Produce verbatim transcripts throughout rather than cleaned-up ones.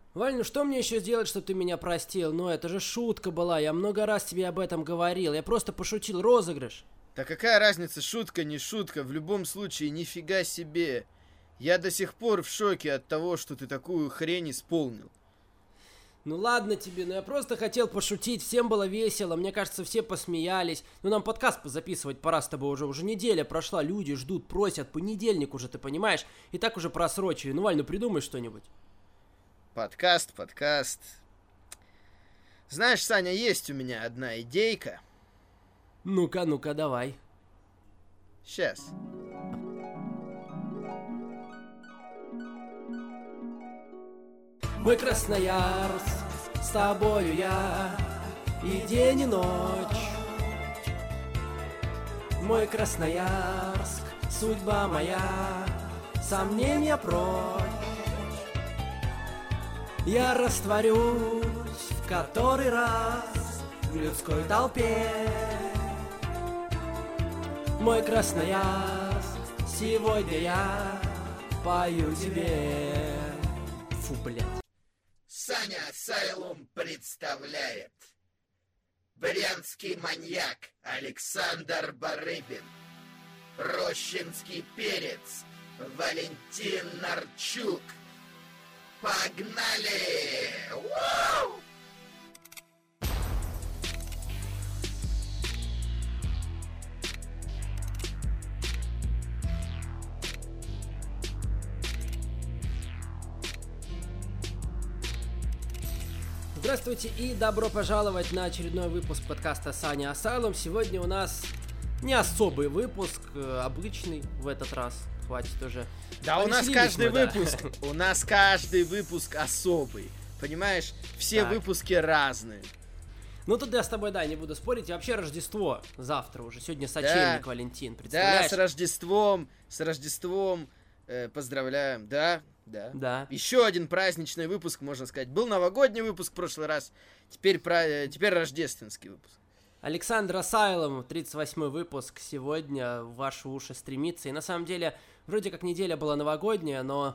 Валь, ну что мне еще сделать, чтобы ты меня простил? Ну это же шутка была, я много раз тебе об этом говорил. Я просто пошутил, розыгрыш. Да какая разница, шутка, не шутка, в любом случае, нифига себе. Я до сих пор в шоке от того, что ты такую хрень исполнил. Ну ладно тебе, но я просто хотел пошутить, всем было весело, мне кажется, все посмеялись. Ну нам подкаст записывать пора с тобой уже, уже неделя прошла, люди ждут, просят, понедельник уже, ты понимаешь? И так уже просрочили. Ну Валь, ну придумай что-нибудь. Подкаст, подкаст. Знаешь, Саня, есть у меня одна идейка. Ну-ка, ну-ка, давай. Сейчас. Мой Красноярск, с тобою я и день, и ночь. Мой Красноярск, судьба моя, сомнения прочь. Я растворюсь в который раз в людской толпе. Мой Красноярск, сегодня я пою тебе. Фу, блядь. Саня Асайлум представляет брянский маньяк Александр Барыбин, рощинский перец Валентин Нарчук. Погнали! Вау! Здравствуйте и добро пожаловать на очередной выпуск подкаста Саня Асайлум. Сегодня у нас не особый выпуск, обычный в этот раз. Хватит уже. Да, у нас каждый мы, выпуск, да. у нас каждый выпуск особый. Понимаешь, все Так. выпуски разные. Ну тут я с тобой, да, не буду спорить. И вообще Рождество завтра уже. Сегодня сочельник, Да. Валентин, Да, представляешь? с Рождеством, с Рождеством э, поздравляем, да, да. Да. Еще один праздничный выпуск, можно сказать. Был новогодний выпуск в прошлый раз, теперь, про, э, теперь рождественский выпуск. Александр Асайлум, тридцать восьмой выпуск сегодня в ваши уши стремится. И на самом деле, вроде как неделя была новогодняя, но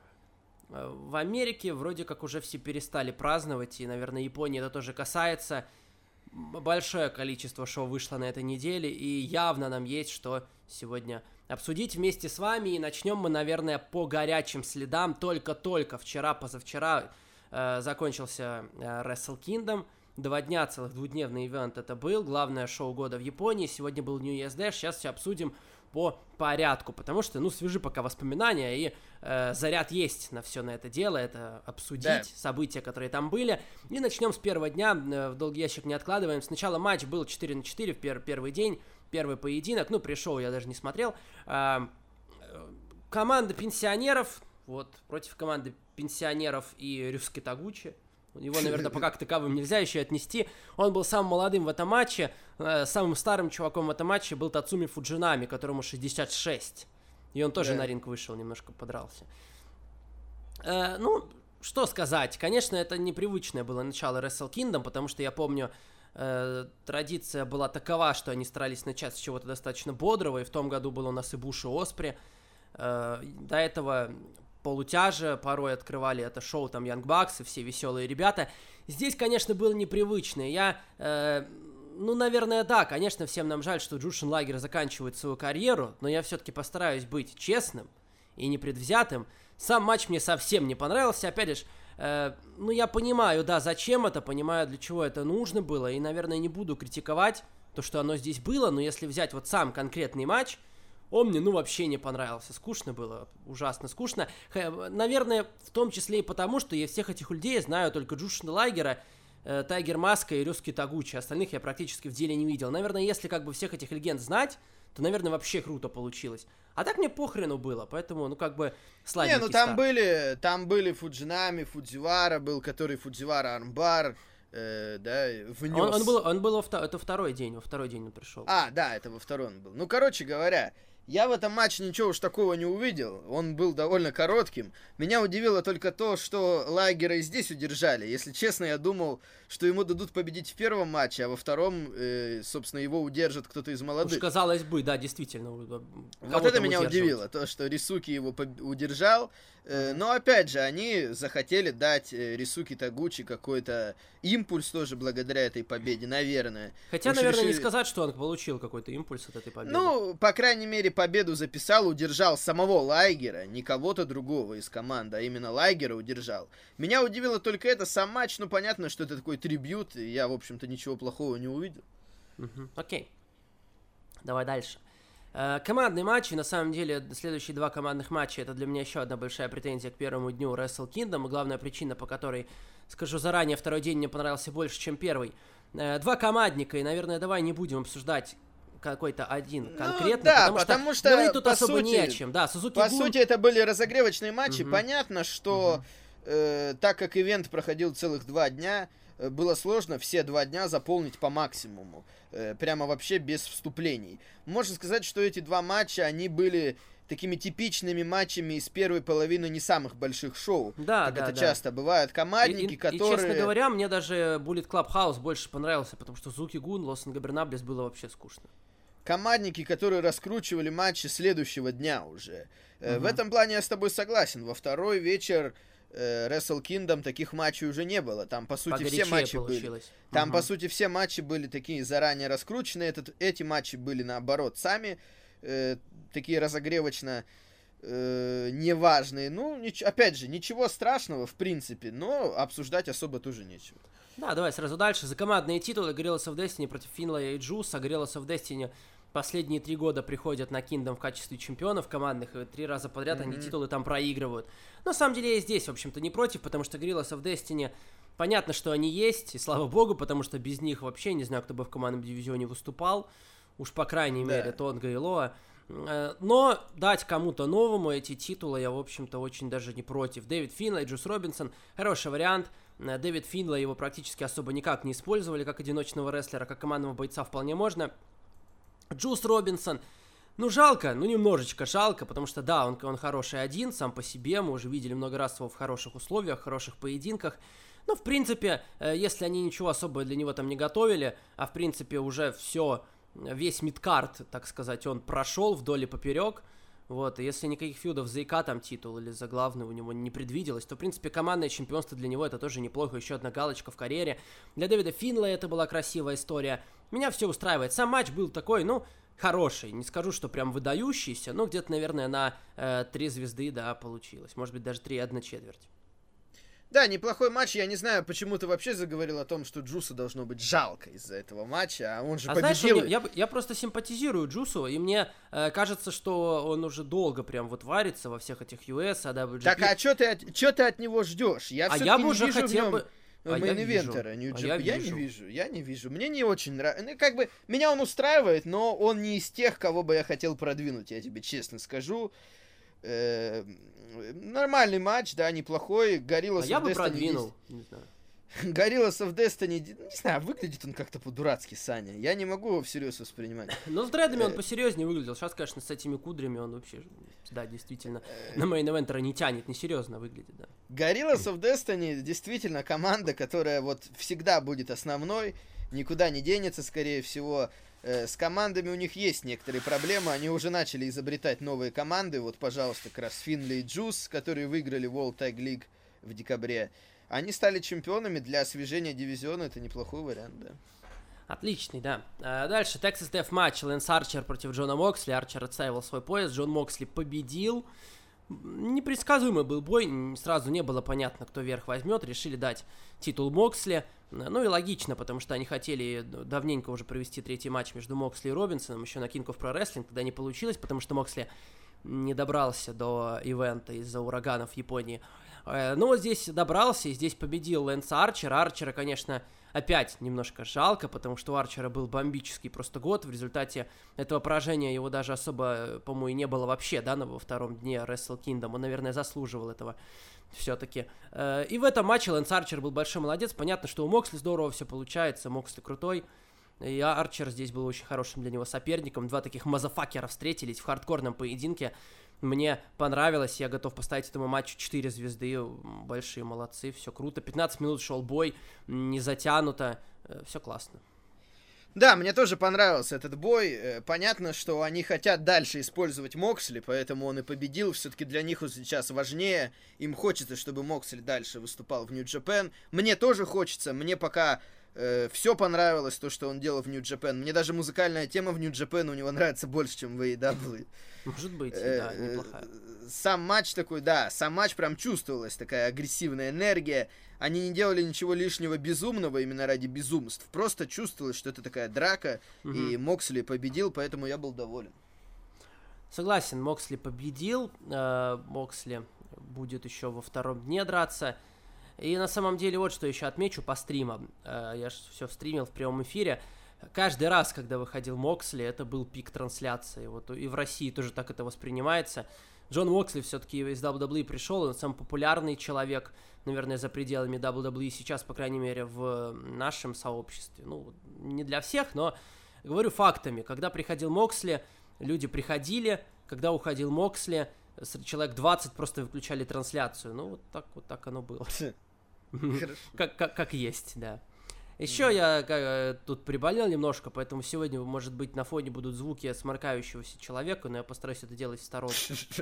в Америке вроде как уже все перестали праздновать, и, наверное, Японии это тоже касается. Большое количество шоу вышло на этой неделе, и явно нам есть что сегодня обсудить вместе с вами. И начнем мы, наверное, по горячим следам. Только-только вчера, позавчера э, закончился э, Wrestle Kingdom. Два дня, целых двухдневный ивент это был. Главное шоу года в Японии. Сегодня был New Year's Dash. Сейчас все обсудим по порядку, потому что, ну, свежи пока воспоминания, и э, заряд есть на все на это дело, это обсудить Да. события, которые там были. И начнем с первого дня, э, в долгий ящик не откладываем. Сначала матч был четыре на четыре в пер- первый день, первый поединок, ну, пришел, я даже не смотрел. Э, э, команда пенсионеров, вот, против команды пенсионеров и Рюски Тагучи. Его, наверное, пока к таковым нельзя еще отнести. Он был самым молодым в этом матче. Э, самым старым чуваком в этом матче был Тацуми Фуджинами, которому шестьдесят шесть. И он тоже Да. на ринг вышел, немножко подрался. Э, ну, что сказать. Конечно, это непривычное было начало Wrestle Kingdom, потому что я помню, э, традиция была такова, что они старались начать с чего-то достаточно бодрого. И в том году был у нас и Буш, и Оспри. Э, до этого... полутяжа, порой открывали это шоу, там, Young Bucks и все веселые ребята. Здесь, конечно, было непривычно. Я, э, ну, наверное, да, конечно, всем нам жаль, что Джушин Лагер заканчивает свою карьеру, но я все-таки постараюсь быть честным и непредвзятым. Сам матч мне совсем не понравился, опять же, э, ну, я понимаю, да, зачем это, понимаю, для чего это нужно было, и, наверное, не буду критиковать то, что оно здесь было, но если взять вот сам конкретный матч, он мне, ну, вообще не понравился. Скучно было, ужасно скучно. Х- наверное, в том числе и потому, что я всех этих людей знаю только Джушина Лагера, э, Тайгер Маска и Рюски Тагучи. Остальных я практически в деле не видел. Наверное, если как бы всех этих легенд знать, то, наверное, вообще круто получилось. А так мне похрену было, поэтому, ну, как бы, слабенький Не, ну там старт. были, там были Фуджинами, Фудзивара был, который Фудзивара армбар, э, да, внес. Он, он был, он был во вто- это второй день, во второй день он пришел. А, да, это во второй он был. Ну, короче говоря, Я в этом матче ничего уж такого не увидел. Он был довольно коротким. Меня удивило только то, что Лайгера и здесь удержали. Если честно, я думал, что ему дадут победить в первом матче, а во втором, э, собственно, его удержит кто-то из молодых. Уж казалось бы, да, действительно. Вот это меня удивило, то, что Рисуки его удержал. Э, но опять же, они захотели дать Рисуки Тагучи какой-то импульс тоже благодаря этой победе, наверное. Хотя, Уж наверное, решили... не сказать, что он получил какой-то импульс от этой победы. Ну, по крайней мере, победу записал, удержал самого Лайгера, не кого-то другого из команды, а именно Лайгера удержал. Меня удивило только это, сам матч, ну, понятно, что это такой трибьют, и я, в общем-то, ничего плохого не увидел. Угу. Окей. Давай дальше. Э, командные матчи, на самом деле, следующие два командных матча, это для меня еще одна большая претензия к первому дню Wrestle Kingdom, и главная причина, по которой, скажу заранее, второй день мне понравился больше, чем первый. Э, два командника, и, наверное, давай не будем обсуждать какой-то один конкретно, ну, да, потому, потому что, что говорить тут по особо сути, не о чем. Да, Сузуки по Гун... сути, это были разогревочные матчи. Угу. Понятно, что угу. э, так как ивент проходил целых два дня, э, было сложно все два дня заполнить по максимуму. Э, прямо вообще без вступлений. Можно сказать, что эти два матча, они были такими типичными матчами из первой половины не самых больших шоу. Да, как да, это да. часто бывает. Командники, и, и, которые... И, честно говоря, мне даже Bullet Clubhouse больше понравился, потому что Сузуки Гун, Лос Ингобернаблес было вообще скучно. Командники, которые раскручивали матчи следующего дня уже. Uh-huh. В этом плане я с тобой согласен. Во второй вечер э, Wrestle Kingdom таких матчей уже не было. Там, по сути, Погорячее все матчи получилось. были. Там, uh-huh. по сути, все матчи были такие заранее раскрученные. Этот, эти матчи были, наоборот, сами э, такие разогревочно э, неважные. Ну, нич- опять же, ничего страшного, в принципе, но обсуждать особо тоже нечего. Да, давай сразу дальше. За командные титулы Guerrillas of Destiny против Финлая и Джуса. Guerrillas of Destiny последние три года приходят на Kingdom в качестве чемпионов командных, и три раза подряд mm-hmm. они титулы там проигрывают. На самом деле я здесь, в общем-то, не против, потому что Guerrillas of Destiny, понятно, что они есть, и слава богу, потому что без них вообще не знаю, кто бы в командном дивизионе выступал. Уж по крайней да. мере, Тонга и Лоа. Но дать кому-то новому эти титулы я, в общем-то, очень даже не против. Дэвид Финлей, Джус Робинсон, хороший вариант. Дэвид Финлей, его практически особо никак не использовали, как одиночного рестлера, как командного бойца вполне можно. Джус Робинсон, ну жалко, ну немножечко жалко, потому что да, он, он хороший один, сам по себе, мы уже видели много раз его в хороших условиях, в хороших поединках. Но, в принципе, если они ничего особо для него там не готовили, а в принципе уже все... Весь мидкарт, так сказать, он прошел вдоль и поперек. Вот, и если никаких фьюдов за ИК там титул или за главный у него не предвиделось, то, в принципе, командное чемпионство для него это тоже неплохо. Еще одна галочка в карьере. Для Дэвида Финлея это была красивая история. Меня все устраивает. Сам матч был такой, ну, хороший. Не скажу, что прям выдающийся, но где-то, наверное, на э, три звезды, да, получилось. Может быть, даже три и одна четверть. Да, неплохой матч. Я не знаю, почему ты вообще заговорил о том, что Джусу должно быть жалко из-за этого матча, а он же а победил. Знаешь, я, я просто симпатизирую Джусу, и мне э, кажется, что он уже долго прям вот варится во всех этих ю эс, а дабл ю джи пи. Так, а что ты, от, ты от него ждешь? Я а я бы уже не вижу хотел в нем... бы... А мейн-ивентера, я, а я, я не вижу, я не вижу. Мне не очень нравится. Ну, как бы, меня он устраивает, но он не из тех, кого бы я хотел продвинуть, я тебе честно скажу. Э, нормальный матч, да, неплохой. Guerrillas а я of бы Destiny продвинул, не знаю. Guerrillas of Destiny, не знаю, выглядит он как-то по-дурацки, Саня. Я не могу его всерьез воспринимать. Но с дредами он посерьезнее выглядел. Сейчас, конечно, с этими кудрями он вообще, да, действительно, на мейн-эвентера не тянет, несерьезно выглядит, да. Guerrillas of Destiny действительно команда, которая вот всегда будет основной, никуда не денется, скорее всего. С командами у них есть некоторые проблемы, они уже начали изобретать новые команды. Вот, пожалуйста, как раз Финли и Джус, которые выиграли World Tag League в декабре. Они стали чемпионами, для освежения дивизиона это неплохой вариант, да. Отличный, да. А дальше Texas Death Match. Лэнс Арчер против Джона Моксли. Арчер отстаивал свой пояс, Джон Моксли победил. Непредсказуемый был бой, сразу не было понятно, кто верх возьмет. Решили дать титул Моксли. Ну и логично, потому что они хотели давненько уже провести третий матч между Моксли и Робинсоном, еще на King of Pro Wrestling, тогда не получилось, потому что Моксли не добрался до ивента из-за ураганов в Японии. Ну вот здесь добрался, и здесь победил Лэнс Арчер. Арчера, конечно, опять немножко жалко, потому что у Арчера был бомбический просто год. В результате этого поражения его даже особо, по-моему, и не было вообще, да, во втором дне Wrestle Kingdom. Он, наверное, заслуживал этого все-таки. И в этом матче Лэнс Арчер был большой молодец. Понятно, что у Моксли здорово все получается, Моксли крутой. И Арчер здесь был очень хорошим для него соперником. Два таких мазафакера встретились в хардкорном поединке. Мне понравилось, я готов поставить этому матчу четыре звезды. Большие молодцы, все круто. пятнадцать минут шел бой, не затянуто, все классно. Да, мне тоже понравился этот бой. Понятно, что они хотят дальше использовать Моксли, поэтому он и победил. Все-таки для них сейчас важнее. Им хочется, чтобы Моксли дальше выступал в Нью-Джапен. Мне тоже хочется. Мне пока э, все понравилось, то, что он делал в Нью-Джапен. Мне даже музыкальная тема в Нью-Джапен у него нравится больше, чем в эй и дабл ю. Может быть, да, неплохая. Сам матч такой, да, сам матч прям чувствовалась такая агрессивная энергия. Они не делали ничего лишнего безумного именно ради безумств. Просто чувствовалось, что это такая драка, угу. И Моксли победил, поэтому я был доволен. Согласен, Моксли победил. Моксли будет еще во втором дне драться. И на самом деле вот что еще отмечу по стримам. Я же все стримил в прямом эфире. Каждый раз, когда выходил Моксли, это был пик трансляции. Вот и в России тоже так это воспринимается. Джон Моксли все-таки из дабл ю дабл ю и пришел, он самый популярный человек, наверное, за пределами дабл ю дабл ю и сейчас, по крайней мере, в нашем сообществе. Ну, не для всех, но говорю фактами. Когда приходил Моксли, люди приходили, когда уходил Моксли, человек двадцать просто выключали трансляцию. Ну, вот так вот так оно было. Как, как, как есть, да. Еще mm-hmm. я как, тут приболел немножко, поэтому сегодня, может быть, на фоне будут звуки сморкающегося человека, но я постараюсь это делать в сторонке,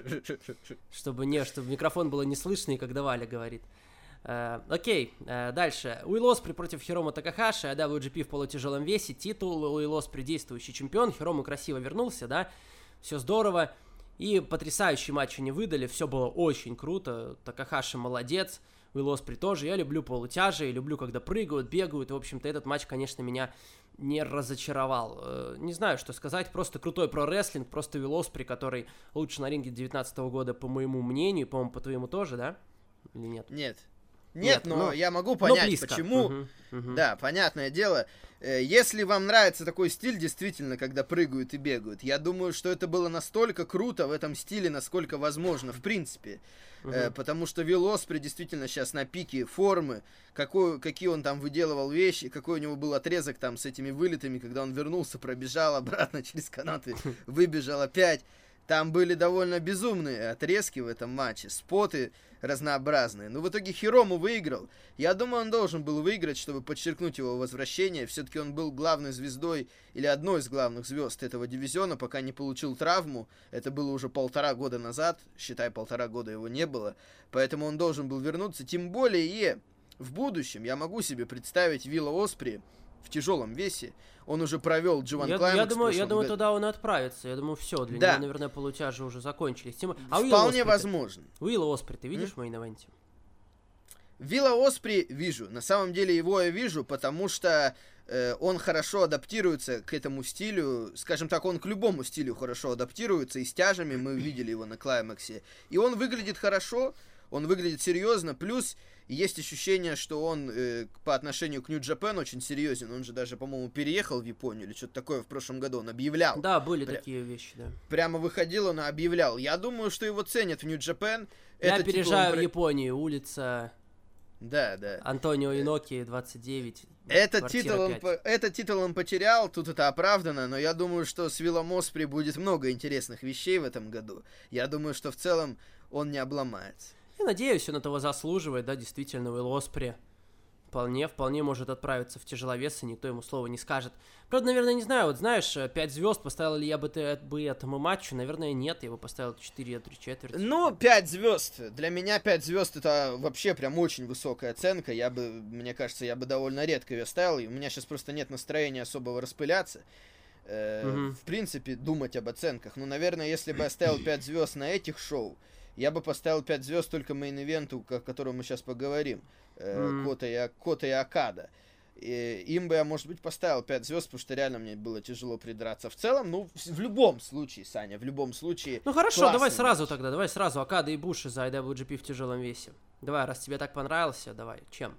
чтобы не, чтобы микрофон было не слышно, и когда Валя говорит. Uh, окей, uh, дальше. Уилл Оспри против Хирома Такахаши, эй дабл ю джи пи в полутяжелом весе, титул, Уилл Оспри действующий чемпион, Хирома красиво вернулся, да, все здорово, и потрясающий матч они выдали, все было очень круто, Такахаши молодец, Уилл Оспри тоже. Я люблю полутяжи, люблю, когда прыгают, бегают. И, в общем-то, этот матч, конечно, меня не разочаровал. Не знаю, что сказать. Просто крутой про-рестлинг. Просто Уилл Оспри, который лучше на ринге девятнадцатого года, по моему мнению. По-моему, по твоему тоже, да? Или нет? Нет. Нет, Нет но ну, я могу понять, почему. Угу, угу. Да, понятное дело. Если вам нравится такой стиль, действительно, когда прыгают и бегают, я думаю, что это было настолько круто в этом стиле, насколько возможно, в принципе. Uh-huh. Э, потому что Уилл Оспри действительно сейчас на пике формы, какой, какие он там выделывал вещи, какой у него был отрезок там с этими вылетами, когда он вернулся, пробежал обратно через канаты, выбежал опять. Там были довольно безумные отрезки в этом матче, споты разнообразные. Но в итоге Хирому выиграл. Я думаю, он должен был выиграть, чтобы подчеркнуть его возвращение. Все-таки он был главной звездой или одной из главных звезд этого дивизиона, пока не получил травму. Это было уже полтора года назад. Считай, полтора года его не было. Поэтому он должен был вернуться. Тем более, в будущем я могу себе представить Уилла Оспри в тяжелом весе. Он уже провел джи один я, Climax. Я думаю, я думаю, туда он и отправится. Я думаю, все, для да. него, наверное, полутяжи уже закончились. Тем... А вполне возможно. Уилла Оспри ты видишь mm? в мейн-эвенте? Уилла Оспри вижу. На самом деле его я вижу, потому что э, он хорошо адаптируется к этому стилю. Скажем так, он к любому стилю хорошо адаптируется. И с тяжами мы видели его на Клаймаксе. И он выглядит хорошо, он выглядит серьезно. Плюс есть ощущение, что он э, по отношению к Нью-Джапен очень серьезен. Он же даже, по-моему, переехал в Японию или что-то такое в прошлом году. Он объявлял. Да, были Пря- такие вещи, да. Прямо выходил, он объявлял. Я думаю, что его ценят в Нью-Джапен. Я Это переезжаю в Японию, улица... Да, да. Антонио Иноки, двадцать девять. Этот титул, он, этот титул он потерял, тут это оправдано, но я думаю, что с Уиллом Оспри будет много интересных вещей в этом году. Я думаю, что в целом он не обломается. Я надеюсь, он этого заслуживает, да, действительно, Уилл Оспри вполне, вполне может отправиться в тяжеловес, и никто ему слова не скажет. Правда, наверное, не знаю, вот знаешь, пять звезд поставил ли я бы, бы этому матчу? Наверное, нет, я бы поставил четыре, три четверти. Ну, пять звезд. Для меня пять звезд это вообще прям очень высокая оценка. Я бы, мне кажется, я бы довольно редко ее ставил, и у меня сейчас просто нет настроения особого распыляться. Э, угу. В принципе, думать об оценках. Ну, наверное, если бы я ставил пять звезд на этих шоу, я бы поставил пять звезд только мейн-ивенту, о котором мы сейчас поговорим. Mm. Кота, и, Кота и Окада. И, им бы я, может быть, поставил пять звезд, потому что реально мне было тяжело придраться. В целом, ну, в, в любом случае, Саня, в любом случае. Ну хорошо, давай сразу матч. тогда, давай сразу Окада и Буши за ай дабл ю джи пи в тяжелом весе. Давай, раз тебе так понравился, давай, чем?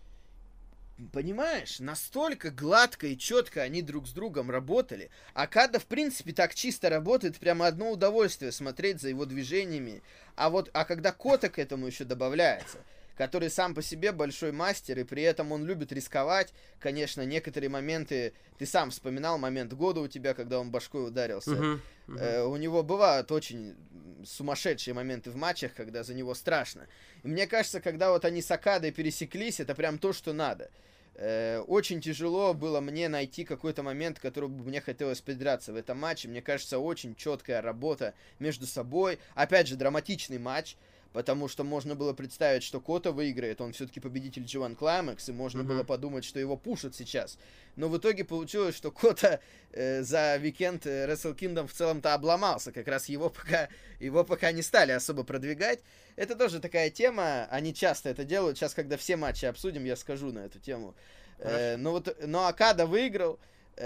Понимаешь, настолько гладко и четко они друг с другом работали. Окада, в принципе, так чисто работает, прямо одно удовольствие смотреть за его движениями. А вот, а когда Кота к этому еще добавляется, который сам по себе большой мастер, и при этом он любит рисковать. Конечно, некоторые моменты, ты сам вспоминал момент года у тебя, когда он башкой ударился. Uh-huh, uh-huh. Э, у него бывают очень сумасшедшие моменты в матчах, когда за него страшно. И мне кажется, когда вот они с Окадой пересеклись, это прям то, что надо. Э, очень тяжело было мне найти какой-то момент, который бы мне хотелось придраться в этом матче. Мне кажется, очень четкая работа между собой. Опять же, драматичный матч, потому что можно было представить, что Кота выиграет. Он все-таки победитель джи уан Climax, и можно mm-hmm. было подумать, что его пушат сейчас. Но в итоге получилось, что Кота э, за уикенд э, Wrestle Kingdom в целом-то обломался. Как раз его пока, его пока не стали особо продвигать. Это тоже такая тема, они часто это делают. Сейчас, когда все матчи обсудим, я скажу на эту тему. Э, но, вот, но Окада выиграл.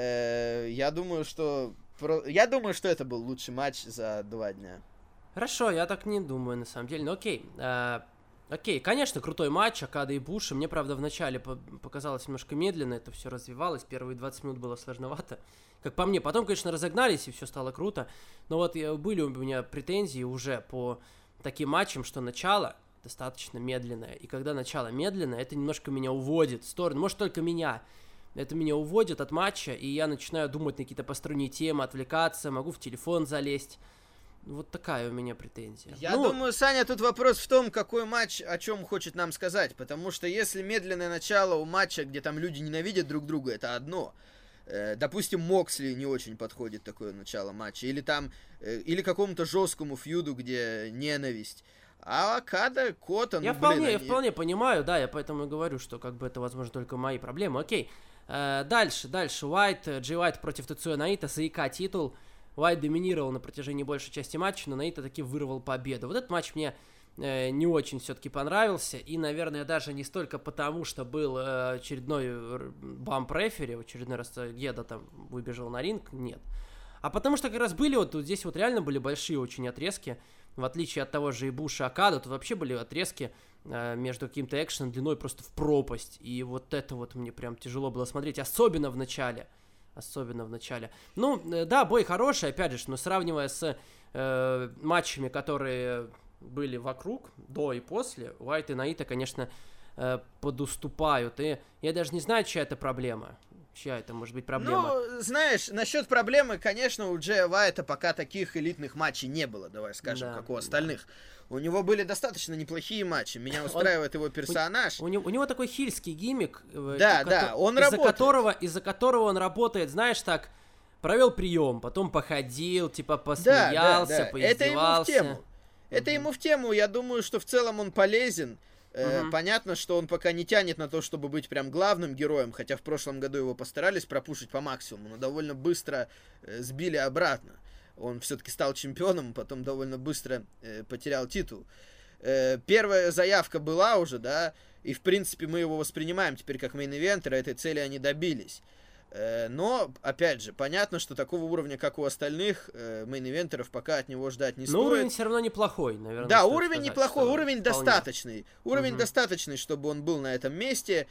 Э, я думаю, что... Я думаю, что это был лучший матч за два дня. Хорошо, я так не думаю, на самом деле. Ну, окей. А, окей, конечно, крутой матч, Окада и Буши. Мне, правда, вначале показалось немножко медленно, это все развивалось. Первые двадцать минут было сложновато, как по мне. Потом, конечно, разогнались, и все стало круто. Но вот были у меня претензии уже по таким матчам, что начало достаточно медленное. И когда начало медленное, это немножко меня уводит в сторону. Может, только меня. Это меня уводит от матча, и я начинаю думать на какие-то посторонние темы, отвлекаться, могу в телефон залезть. Вот такая у меня претензия. Я ну, думаю, Саня, тут вопрос в том, какой матч о чем хочет нам сказать. Потому что если медленное начало у матча, где там люди ненавидят друг друга, это одно. Э, допустим, Моксли не очень подходит такое начало матча. Или там, э, или какому-то жесткому фьюду, где ненависть. А Окада, Кота, ну, я блин, вполне, они... Я вполне понимаю, да, я поэтому и говорю, что как бы это, возможно, только мои проблемы. Окей, э, дальше, дальше. Уайт, Джей Уайт против Тецуя Наита, САИК титул. Уайт доминировал на протяжении большей части матча, но Наита таки вырвал победу. Вот этот матч мне э, не очень все-таки понравился. И, наверное, даже не столько потому, что был э, очередной бамп рефери, в очередной раз Геда там выбежал на ринг, нет. А потому что как раз были вот, вот здесь вот реально были большие очень отрезки. В отличие от того же и Буша и Окада, тут вообще были отрезки э, между каким-то экшеном длиной просто в пропасть. И вот это вот мне прям тяжело было смотреть, особенно в начале. Особенно в начале. Ну, да, бой хороший, опять же, но сравнивая с э, матчами, которые были вокруг, до и после, Уайт и Наита, конечно, э, подуступают. И я даже не знаю, чья это проблема. Чья это может быть проблема? Ну, знаешь, насчет проблемы, конечно, у Джея Уайта пока таких элитных матчей не было, давай скажем, да, как у остальных. Да. У него были достаточно неплохие матчи. Меня устраивает он, его персонаж. У, у, него, у него такой хильский гиммик. Да, ко- да, он из-за работает. Которого, из-за которого он работает, знаешь, так, провел прием, потом походил, типа посмеялся, да, да, да. поиздевался. Это ему в тему. Это uh-huh. ему в тему. Я думаю, что в целом он полезен. Uh-huh. Понятно, что он пока не тянет на то, чтобы быть прям главным героем, хотя в прошлом году его постарались пропушить по максимуму, но довольно быстро сбили обратно. Он все-таки стал чемпионом, потом довольно быстро э, потерял титул. Э, первая заявка была уже, да, и в принципе мы его воспринимаем теперь как мейн-ивентер, этой цели они добились. Э, но, опять же, понятно, что такого уровня, как у остальных э, мейн-ивентеров, пока от него ждать не стоит. Но уровень все равно неплохой, наверное. Да, уровень сказать, неплохой, уровень вполне. достаточный. Уровень угу. достаточный, чтобы он был на этом месте.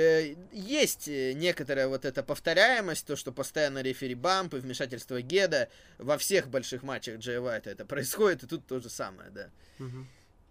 Есть некоторая вот эта повторяемость, то, что постоянно рефери-бамп и вмешательство Геда во всех больших матчах Джея Уайта это происходит, и тут то же самое, да. Угу.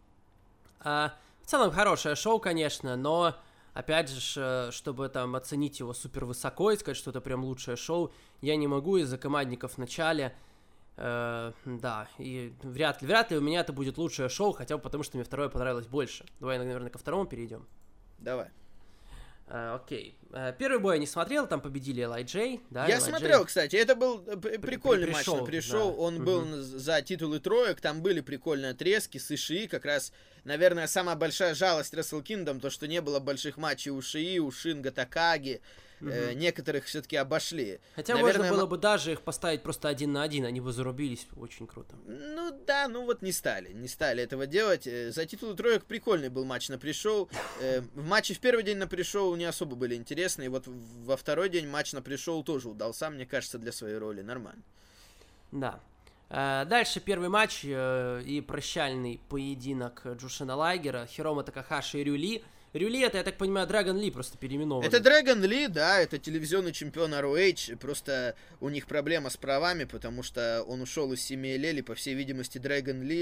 А, в целом хорошее шоу, конечно, но, опять же, чтобы там оценить его супер высоко и сказать, что это прям лучшее шоу, я не могу из-за командников в начале. Э, да, и вряд ли, вряд ли у меня это будет лучшее шоу, хотя бы потому, что мне второе понравилось больше. Давай, наверное, ко второму перейдем. Давай. Uh, окей. Okay. Uh, первый бой я не смотрел, там победили эл ай джей, да? Я эл ай джей. Смотрел, кстати, это был прикольный при, матч на пришел. Да. Он uh-huh. был за титулы троек, там были прикольные отрезки с Ишии, как раз, наверное, самая большая жалость Wrestle Kingdom, то, что не было больших матчей у Ишии, у Шинга Такаги. Угу. Э, некоторых все-таки обошли. Хотя наверное, можно было бы даже их поставить просто один на один, они бы зарубились очень круто. Ну да, ну вот не стали, не стали этого делать. За титул троек прикольный был матч на пришоу. Э, в матче в первый день на пришоу не особо были интересные, вот во второй день матч на пришоу тоже удался, мне кажется, для своей роли нормально. Да. Uh, дальше первый матч uh, и прощальный поединок Джушина Лайгера, Хирома Такахаши и Рюли. Рюли это, я так понимаю, Дрэгон Ли просто переименованный. Это Дрэгон Ли, да, это телевизионный чемпион ар о эйч, просто у них проблема с правами, потому что он ушел из семьи Лели, по всей видимости, Дрэгон Ли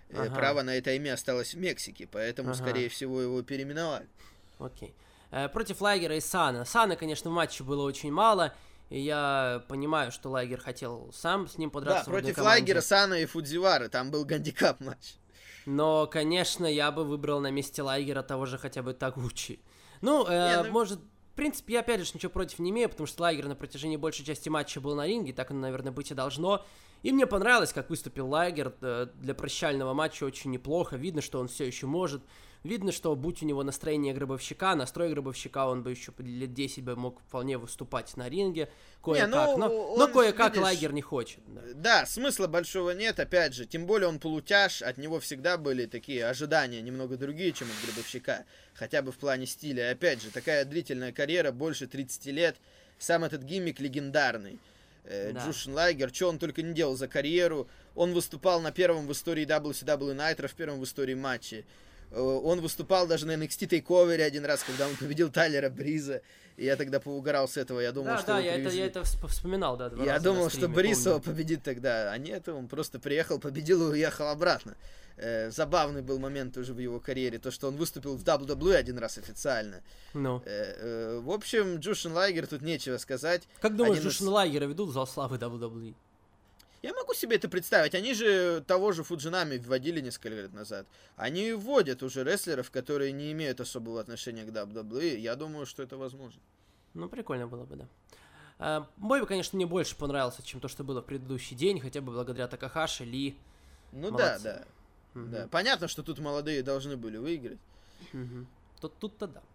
Ага. Право на это имя осталось в Мексике, поэтому, ага. скорее всего, его переименовали. Окей. Против Лайгера и Сана. Сана, конечно, в матче было очень мало, и я понимаю, что Лайгер хотел сам с ним подраться. Да, против Лайгера, Сана и Фудзивары, там был гандикап матч. Но, конечно, я бы выбрал на месте Лайгера того же хотя бы Тагучи. Ну, э, не, ну... может, в принципе, я опять же ничего против не имею, потому что Лайгер на протяжении большей части матча был на ринге, так оно, наверное, быть и должно. И мне понравилось, как выступил Лайгер для прощального матча, очень неплохо. Видно, что он все еще может. Видно, что будь у него настроение гробовщика, настрой гробовщика, он бы еще лет десять бы мог вполне выступать на ринге. Кое-как, не, ну, но, но кое-как видишь, Лайгер не хочет. Да. да, смысла большого нет, опять же. Тем более он полутяж, от него всегда были такие ожидания немного другие, чем от гробовщика. Хотя бы в плане стиля. И опять же, такая длительная карьера, больше тридцати лет. Сам этот гиммик легендарный. Да. Джушин Лайгер, что он только не делал за карьеру. Он выступал на первом в истории дабл ю си дабл ю Nitro, в первом в истории матче. Он выступал даже на эн экс ти Takeover один раз, когда он победил Тайлера Бриза. И я тогда поугарал с этого. Я думал, да, что да, я это, я это вспоминал, да. Я думал, что Брисова победит тогда. А нет, он просто приехал, победил и уехал обратно. Э, забавный был момент уже в его карьере. То, что он выступил в дабл ю дабл ю и один раз официально. Ну. Э, э, в общем, Джушин Лайгер, тут нечего сказать. Как думаешь, Джушин из... Лайгера ведут в зал славы дабл ю дабл ю и? Я могу себе это представить. Они же того же Фуджинами вводили несколько лет назад. Они вводят уже рестлеров, которые не имеют особого отношения к дабл ю дабл ю и. Я думаю, что это возможно. Ну, прикольно было бы, да. А, бой, конечно, мне больше понравился, чем то, что было в предыдущий день, хотя бы благодаря Такахаши, Ли. Ну молодцы. да, да. Угу. да. Понятно, что тут молодые должны были выиграть. Угу. Тут, тут-то да.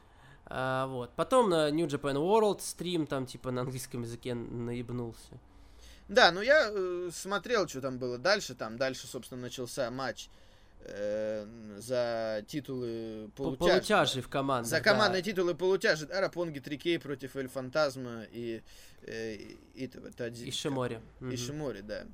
А, вот. Потом на New Japan World стрим, там типа на английском языке наебнулся. Да, ну я э, смотрел, что там было дальше. Там дальше, собственно, начался матч э, за титулы полутяжей. Полутяжей в командах, За командные да. титулы полутяжей. Да, Рапонги три кей против Эль Фантазма и, э, и, и, и Шимори. И Шимори, да.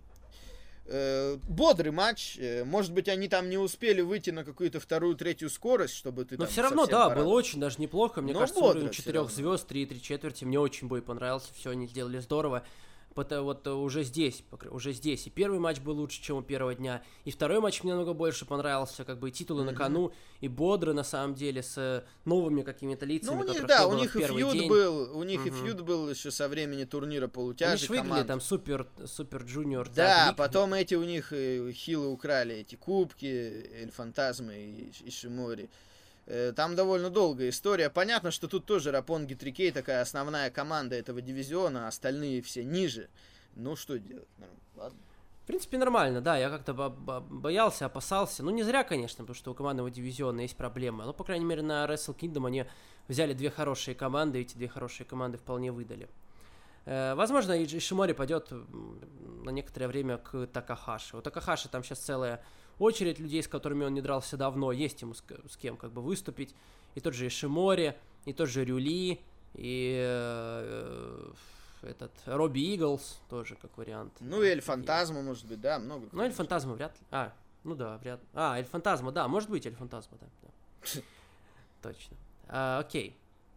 Э, бодрый матч. Может быть, они там не успели выйти на какую-то вторую, третью скорость, чтобы ты Но там все равно, да, порадовал. было очень даже неплохо. Мне Но кажется, уровень четырех звезд, три и три четверти. Мне очень бой понравился. Все они сделали здорово. Вот уже здесь, уже здесь. И первый матч был лучше, чем у первого дня. И второй матч мне намного больше понравился. Как бы и титулы mm-hmm. на кону, и бодры, на самом деле, с новыми какими-то лицами, ну, у них, которых да, не у было них в первый и фьюд день. был, у них mm-hmm. и фьюд был еще со времени турнира полутяжей. Они же выиграли там Супер, Супер Джуниор. Да, да потом эти у них хилы украли эти кубки, Эль Фантазмы и, и Шимори. Там довольно долгая история. Понятно, что тут тоже Рапонги три кей такая основная команда этого дивизиона, а остальные все ниже. Ну, что делать? Ладно. В принципе, нормально, да. Я как-то боялся, опасался. Ну, не зря, конечно, потому что у командного дивизиона есть проблемы. Но, по крайней мере, на Wrestle Kingdom они взяли две хорошие команды, и эти две хорошие команды вполне выдали. Э, возможно, и Шимори пойдет на некоторое время к Такахаши. У Такахаши там сейчас целая очередь людей, с которыми он не дрался давно. Есть ему с, с кем как бы выступить. И тот же Шимори, и тот же Рюли, и... Э, этот Робби Иглс тоже как вариант. Ну и Эль Фантазма, и... может быть, да, много. Ну, Эль Фантазма вряд ли. А, ну да, вряд ли. А, Эль Фантазма, да, может быть, Эль Фантазма, да. да. Точно. А, окей.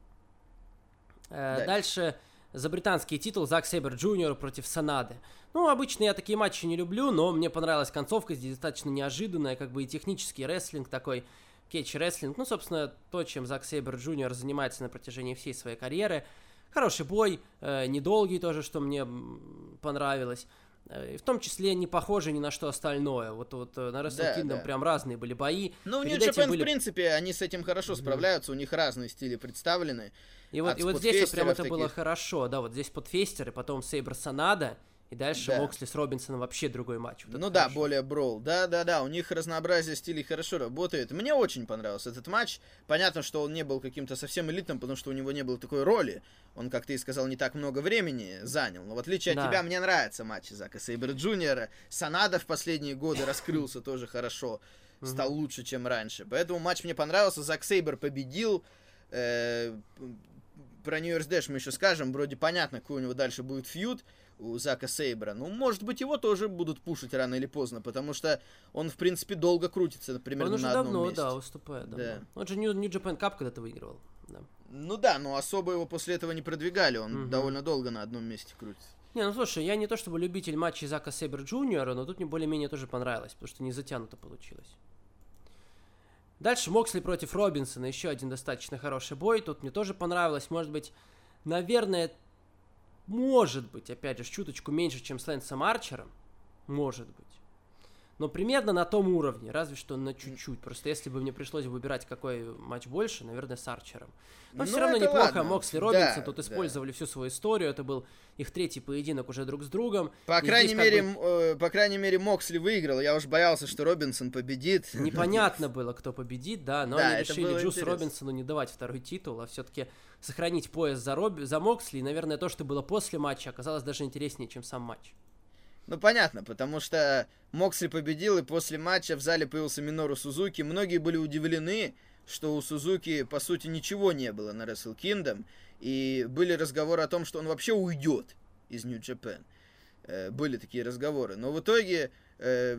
А, дальше за британский титул Зак Сейбер Джуниор против Санады. Ну, обычно я такие матчи не люблю, но мне понравилась концовка, здесь достаточно неожиданная, как бы и технический рестлинг такой, кетч-рестлинг. Ну, собственно, то, чем Зак Сейбер Джуниор занимается на протяжении всей своей карьеры. Хороший бой, э, недолгий тоже, что мне понравилось. Э, в том числе не похожий ни на что остальное. Вот, вот на Wrestle да, Kingdom да. прям разные были бои. Ну, New Japan, были... в принципе, они с этим хорошо mm-hmm. справляются, у них разные стили представлены. И вот, и вот здесь вот прям это таких... было хорошо, да, вот здесь подфейстеры, потом Сейбер Санада, и дальше да. Моксли с Робинсоном вообще другой матч. Вот ну да, хорошо. Более брол. Да-да-да, у них разнообразие стилей хорошо работает. Мне очень понравился этот матч. Понятно, что он не был каким-то совсем элитным, потому что у него не было такой роли. Он, как ты и сказал, не так много времени занял. Но в отличие да. от тебя, мне нравятся матчи Зака Сейбера Джуниора. Санада в последние годы раскрылся тоже хорошо. Стал лучше, чем раньше. Поэтому матч мне понравился. Зак Сейбер победил. Про New Year's Dash мы еще скажем. Вроде понятно, какой у него дальше будет фьюд у Зака Сейбера. Ну, может быть, его тоже будут пушить рано или поздно, потому что он, в принципе, долго крутится, например, на одном месте. Он уже давно, да, выступает. Давно. Да. Он же New, New Japan Cup когда-то выигрывал. Да. Ну да, но особо его после этого не продвигали. Он угу. довольно долго на одном месте крутится. Не, ну слушай, я не то чтобы любитель матчей Зака Сейбра Джуниора, но тут мне более-менее тоже понравилось, потому что не затянуто получилось. Дальше Моксли против Робинсона, еще один достаточно хороший бой, тут мне тоже понравилось, может быть, наверное, может быть, опять же, чуточку меньше, чем с Лэнсом Арчером, может быть. Но примерно на том уровне, разве что на чуть-чуть. Просто если бы мне пришлось выбирать, какой матч больше, наверное, с Арчером. Но ну, все равно неплохо. Ладно. Моксли Робинсон, да, тут да. использовали всю свою историю. Это был их третий поединок уже друг с другом. По крайней мере, бы... э, по крайней мере, Моксли выиграл. Я уж боялся, что Робинсон победит. Непонятно было, кто победит, да. Но да, они решили Джусу Робинсону не давать второй титул, а все-таки сохранить пояс за, Роб... за Моксли. И, наверное, то, что было после матча, оказалось даже интереснее, чем сам матч. Ну, понятно, потому что Моксли победил, и после матча в зале появился Минору Сузуки. Многие были удивлены, что у Сузуки, по сути, ничего не было на Wrestle Kingdom. И были разговоры о том, что он вообще уйдет из New Japan. Э, были такие разговоры. Но в итоге э,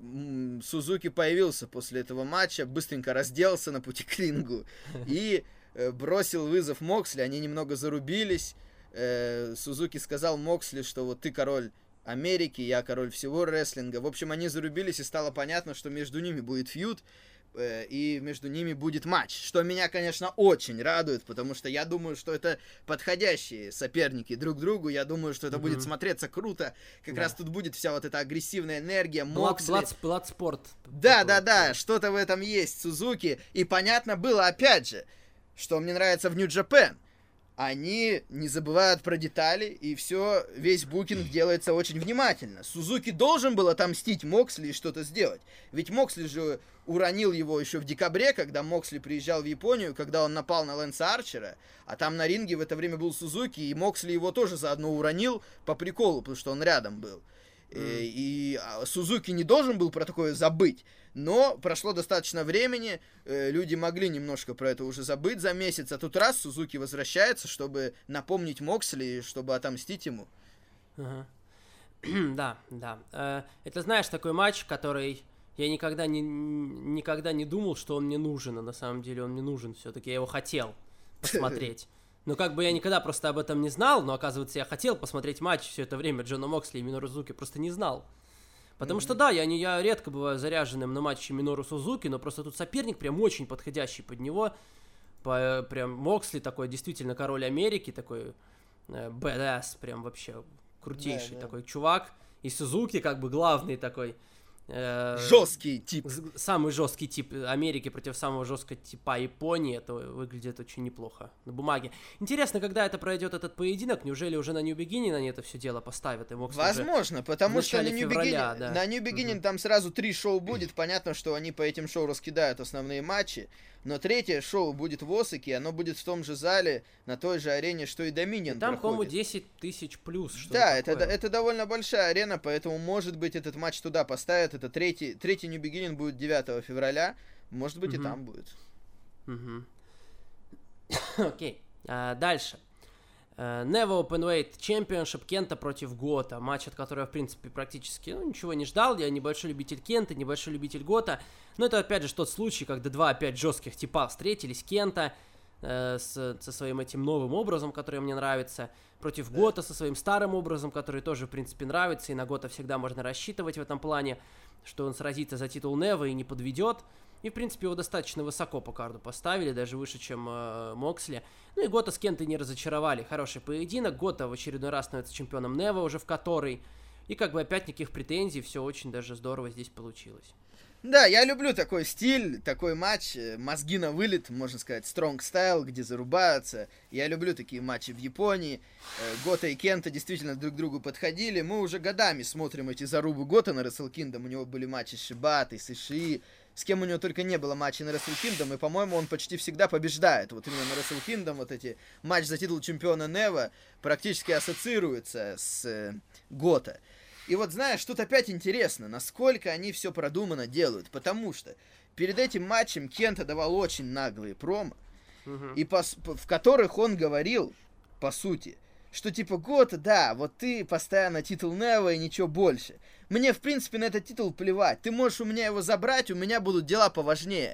Сузуки появился после этого матча, быстренько разделся на пути к рингу и э, бросил вызов Моксли. Они немного зарубились. Э, Сузуки сказал Моксли, что вот ты король Америки, я король всего рестлинга. В общем, они зарубились, и стало понятно, что между ними будет фьюд, э, и между ними будет матч. Что меня, конечно, очень радует, потому что я думаю, что это подходящие соперники друг другу. Я думаю, что это mm-hmm. будет смотреться круто. Как да. раз тут будет вся вот эта агрессивная энергия. Моксли. Бладспорт. Да, да, да, что-то в этом есть, Сузуки. И понятно было, опять же, что мне нравится в New Japan. Они не забывают про детали, и все, весь букинг делается очень внимательно. Сузуки должен был отомстить Моксли и что-то сделать. Ведь Моксли же уронил его еще в декабре, когда Моксли приезжал в Японию, когда он напал на Лэнса Арчера, а там на ринге в это время был Сузуки, и Моксли его тоже заодно уронил по приколу, потому что он рядом был. Mm. И, и Сузуки не должен был про такое забыть. Но прошло достаточно времени, э, люди могли немножко про это уже забыть за месяц, а тут раз Сузуки возвращается, чтобы напомнить Моксли, чтобы отомстить ему. Uh-huh. Да, да. Э, это, знаешь, такой матч, который я никогда не, никогда не думал, что он мне нужен, а на самом деле он мне нужен все-таки, я его хотел посмотреть. Ну, как бы я никогда просто об этом не знал, но, оказывается, я хотел посмотреть матч все это время Джона Моксли и Минору Сузуки, просто не знал. Потому mm-hmm. что, да, я, не, я редко бываю заряженным на матче Минору Сузуки, но просто тут соперник прям очень подходящий под него. По, прям Моксли такой действительно король Америки, такой э, badass, прям вообще крутейший yeah, yeah. такой чувак. И Сузуки как бы главный такой... Э, жесткий тип. Самый жесткий тип Америки против самого жесткого типа Японии. Это выглядит очень неплохо на бумаге. Интересно, когда это пройдет этот поединок? Неужели уже на New Beginning они это все дело поставят? И возможно, потому что на New Beginning, да. на New Beginning угу. там сразу три шоу будет. Понятно, что они по этим шоу раскидают основные матчи. Но третье шоу будет в Осаке, оно будет в том же зале, на той же арене, что и Dominion и там, по-моему, десять тысяч плюс. Что да, это, это довольно большая арена, поэтому, может быть, этот матч туда поставят. Это третий, третий New Beginning будет девятого февраля. Может быть, угу. и там будет. Угу. Окей. А, дальше. Uh, Never Openweight Championship Кента против Гота. Матч, от которого, в принципе, практически ну, ничего не ждал. Я небольшой любитель Кента, небольшой любитель Гота. Но это, опять же, тот случай, когда два, опять, жестких типа встретились. Кента э, с, со своим этим новым образом, который мне нравится, против да. Гота со своим старым образом, который тоже, в принципе, нравится. И на Гота всегда можно рассчитывать в этом плане, что он сразится за титул Never и не подведет. И, в принципе, его достаточно высоко по карду поставили, даже выше, чем э, Моксли. Ну и Гота с Кентой не разочаровали. Хороший поединок. Гота в очередной раз становится чемпионом Нева, уже в который. И как бы опять никаких претензий. Все очень даже здорово здесь получилось. Да, я люблю такой стиль, такой матч. Мозги на вылет, можно сказать, стронг стайл, где зарубаются. Я люблю такие матчи в Японии. Гота и Кента действительно друг к другу подходили. Мы уже годами смотрим эти зарубы Гота на Wrestle Kingdom. У него были матчи с Шибатой, с Ишии. С кем у него только не было матчей на Wrestle Kingdom, и, по-моему, он почти всегда побеждает. Вот именно на Wrestle Kingdom вот эти матч за титул чемпиона Нева практически ассоциируются с э, Гота. И вот, знаешь, тут опять интересно, насколько они все продуманно делают, потому что перед этим матчем Кента давал очень наглые промо, uh-huh. и по, в которых он говорил, по сути, что типа, Гота, да, вот ты постоянно титул Нева и ничего больше. Мне, в принципе, на этот титул плевать. Ты можешь у меня его забрать, у меня будут дела поважнее.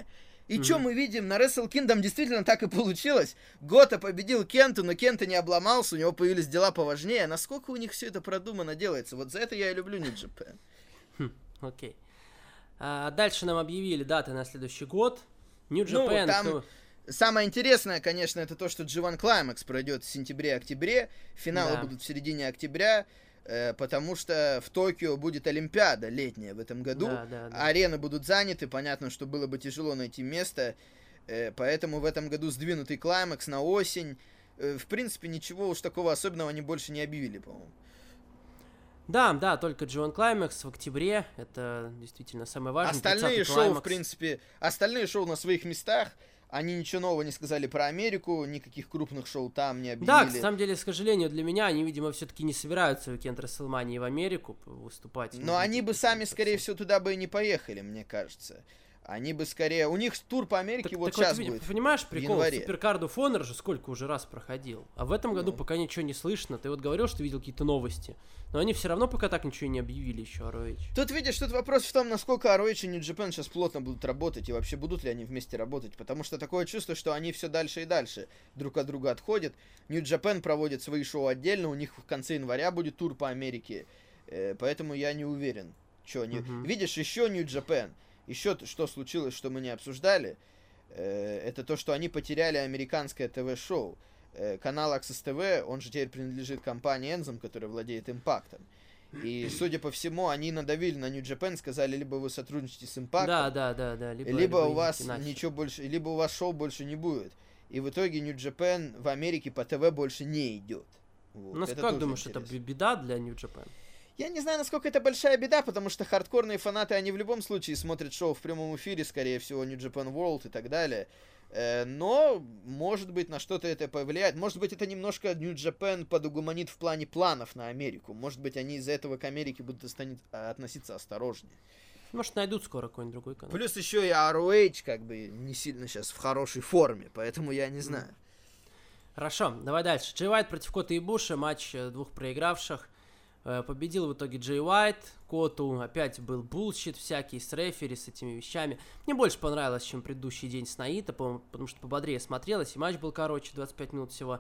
И mm-hmm. что мы видим? На Wrestle Kingdom действительно так и получилось. Гота победил Кенту, но Кента не обломался, у него появились дела поважнее. Насколько у них все это продуманно делается? Вот за это я и люблю New Japan. Хм, окей. А дальше нам объявили даты на следующий год. New Japan... Ну, там... Ну... Самое интересное, конечно, это то, что джи один Climax пройдет в сентябре-октябре. Финалы да. будут в середине октября. Потому что в Токио будет Олимпиада летняя в этом году, да, да, да. арены будут заняты, понятно, что было бы тяжело найти место, поэтому в этом году сдвинутый клаймакс на осень. В принципе, ничего уж такого особенного они больше не объявили, по-моему. Да, да, только джи один Climax в октябре, это действительно самое важное. Остальные шоу, в принципе, остальные шоу на своих местах. Они ничего нового не сказали про Америку, никаких крупных шоу там не объявили. Да, к самом деле, к сожалению, для меня, они, видимо, все-таки не собираются в уикенд Расселмании в Америку выступать. Но они бы сами, скорее всего, туда бы и не поехали, мне кажется. Они бы скорее... У них тур по Америке так, вот так сейчас вот, будет. Понимаешь, прикол, Суперкард of Honor же сколько уже раз проходил. А в этом году ну. пока ничего не слышно. Ты вот говорил, что видел какие-то новости. Но они все равно пока так ничего не объявили еще, ар оу эйч. Тут, видишь, тут вопрос в том, насколько ар оу эйч и New Japan сейчас плотно будут работать. И вообще, будут ли они вместе работать. Потому что такое чувство, что они все дальше и дальше друг от друга отходят. New Japan проводит свои шоу отдельно. У них в конце января будет тур по Америке. Э, поэтому я не уверен. Что они... Uh-huh. Видишь, еще New Japan... Еще что случилось, что мы не обсуждали, э, это то, что они потеряли американское ТВ-шоу. Э, канал Access ти ви, он же теперь принадлежит компании Enzyme, которая владеет Импактом. И, судя по всему, они надавили на New Japan, сказали, либо вы сотрудничаете с Импактом, да, да, да, да. Либо, либо у вас ничего больше, либо у вас шоу больше не будет. И в итоге New Japan в Америке по ТВ больше не идет. Вот. Ну, как думаешь, интересно. Это беда для New Japan? Я не знаю, насколько это большая беда, потому что хардкорные фанаты, они в любом случае смотрят шоу в прямом эфире, скорее всего, New Japan World и так далее. Э, но, может быть, на что-то это повлияет. Может быть, это немножко New Japan подугуманит в плане планов на Америку. Может быть, они из-за этого к Америке будут останет, относиться осторожнее. Может, найдут скоро какой-нибудь другой канал. Плюс еще и ар оу эйч как бы не сильно сейчас в хорошей форме, поэтому я не знаю. Хорошо, давай дальше. Джей Уайт против Кота Ибуши, матч двух проигравших. Победил в итоге Джей Уайт, Коту опять был булщит всякий с рефери, с этими вещами. Мне больше понравилось, чем предыдущий день с Наито, потому что пободрее смотрелось, и матч был короче, двадцать пять минут всего.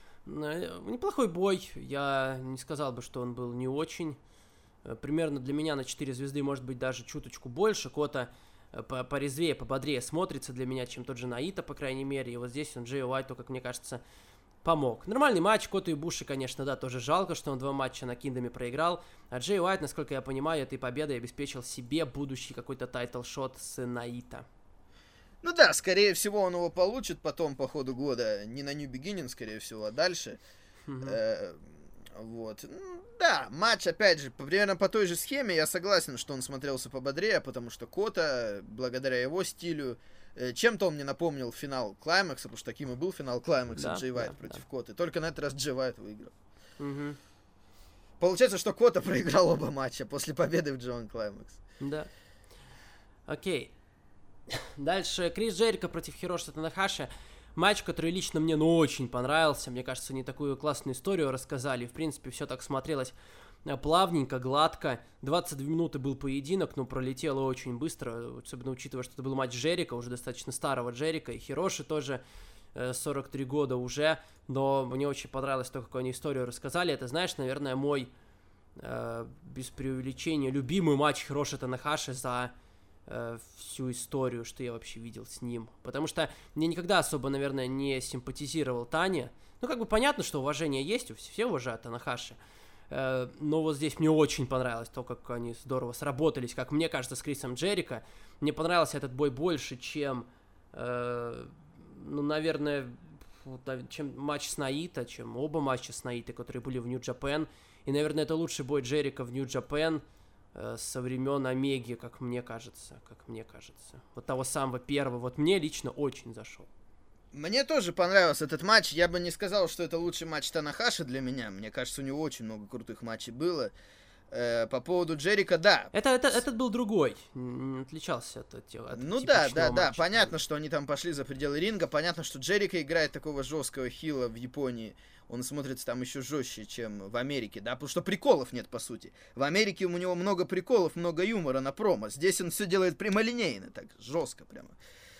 Неплохой бой, я не сказал бы, что он был не очень. Примерно для меня на четыре звезды, может быть, даже чуточку больше. Кота порезвее, пободрее смотрится для меня, чем тот же Наито, по крайней мере. И вот здесь он Джей Уайту, как мне кажется, помог. Нормальный матч. Коту Ибуши, конечно, да, тоже жалко, что он два матча на Киндоме проиграл. А Джей Уайт, насколько я понимаю, этой победой обеспечил себе будущий какой-то тайтл-шот с Наито. Ну да, скорее всего, он его получит потом по ходу года. Не на New Beginning, скорее всего, а дальше. Mm-hmm. Э, вот. Да, матч, опять же, примерно по той же схеме. Я согласен, что он смотрелся пободрее, потому что Кота, благодаря его стилю, чем-то он мне напомнил финал Клаймакса, потому что таким и был финал Клаймакса, да, Джей Уайт да, против да. Коты. Только на этот раз Джей Уайт выиграл. Угу. Получается, что Кота проиграл оба матча после победы в Джей Уайт Клаймакс. Да. Окей. Дальше Крис Джерико против Хироши Танахаши. Матч, который лично мне, ну, очень понравился. Мне кажется, они такую классную историю рассказали. В принципе, все так смотрелось плавненько, гладко. двадцать две минуты был поединок, но пролетело очень быстро, особенно учитывая, что это был матч Джерико, уже достаточно старого Джерико, и Хироши тоже сорок три года уже, но мне очень понравилось то, какую они историю рассказали. Это, знаешь, наверное, мой, э, без преувеличения, любимый матч Хироши Танахаши за э, всю историю, что я вообще видел с ним. Потому что мне никогда особо, наверное, не симпатизировал Таня. Ну, как бы понятно, что уважение есть, все уважают Танахаши. Но вот здесь мне очень понравилось то, как они здорово сработались, как мне кажется, с Крисом Джерико. Мне понравился этот бой больше, чем, э, ну, наверное, чем матч с Наито, чем оба матча с Наито, которые были в New Japan. И, наверное, это лучший бой Джерико в New Japan э, со времен Омеги, как мне кажется, как мне кажется. Вот того самого первого. Вот мне лично очень зашел. Мне тоже понравился этот матч. Я бы не сказал, что это лучший матч Танахаши для меня. Мне кажется, у него очень много крутых матчей было. Э, по поводу Джерико, да. Это, это, этот был другой. Не отличался от, от, от Ну да, да, да. Матча. Понятно, что они там пошли за пределы ринга. Понятно, что Джерико играет такого жесткого хила в Японии. Он смотрится там еще жестче, чем в Америке, да, потому что приколов нет, по сути. В Америке у него много приколов, много юмора на промо. Здесь он все делает прямолинейно, так, жестко прямо.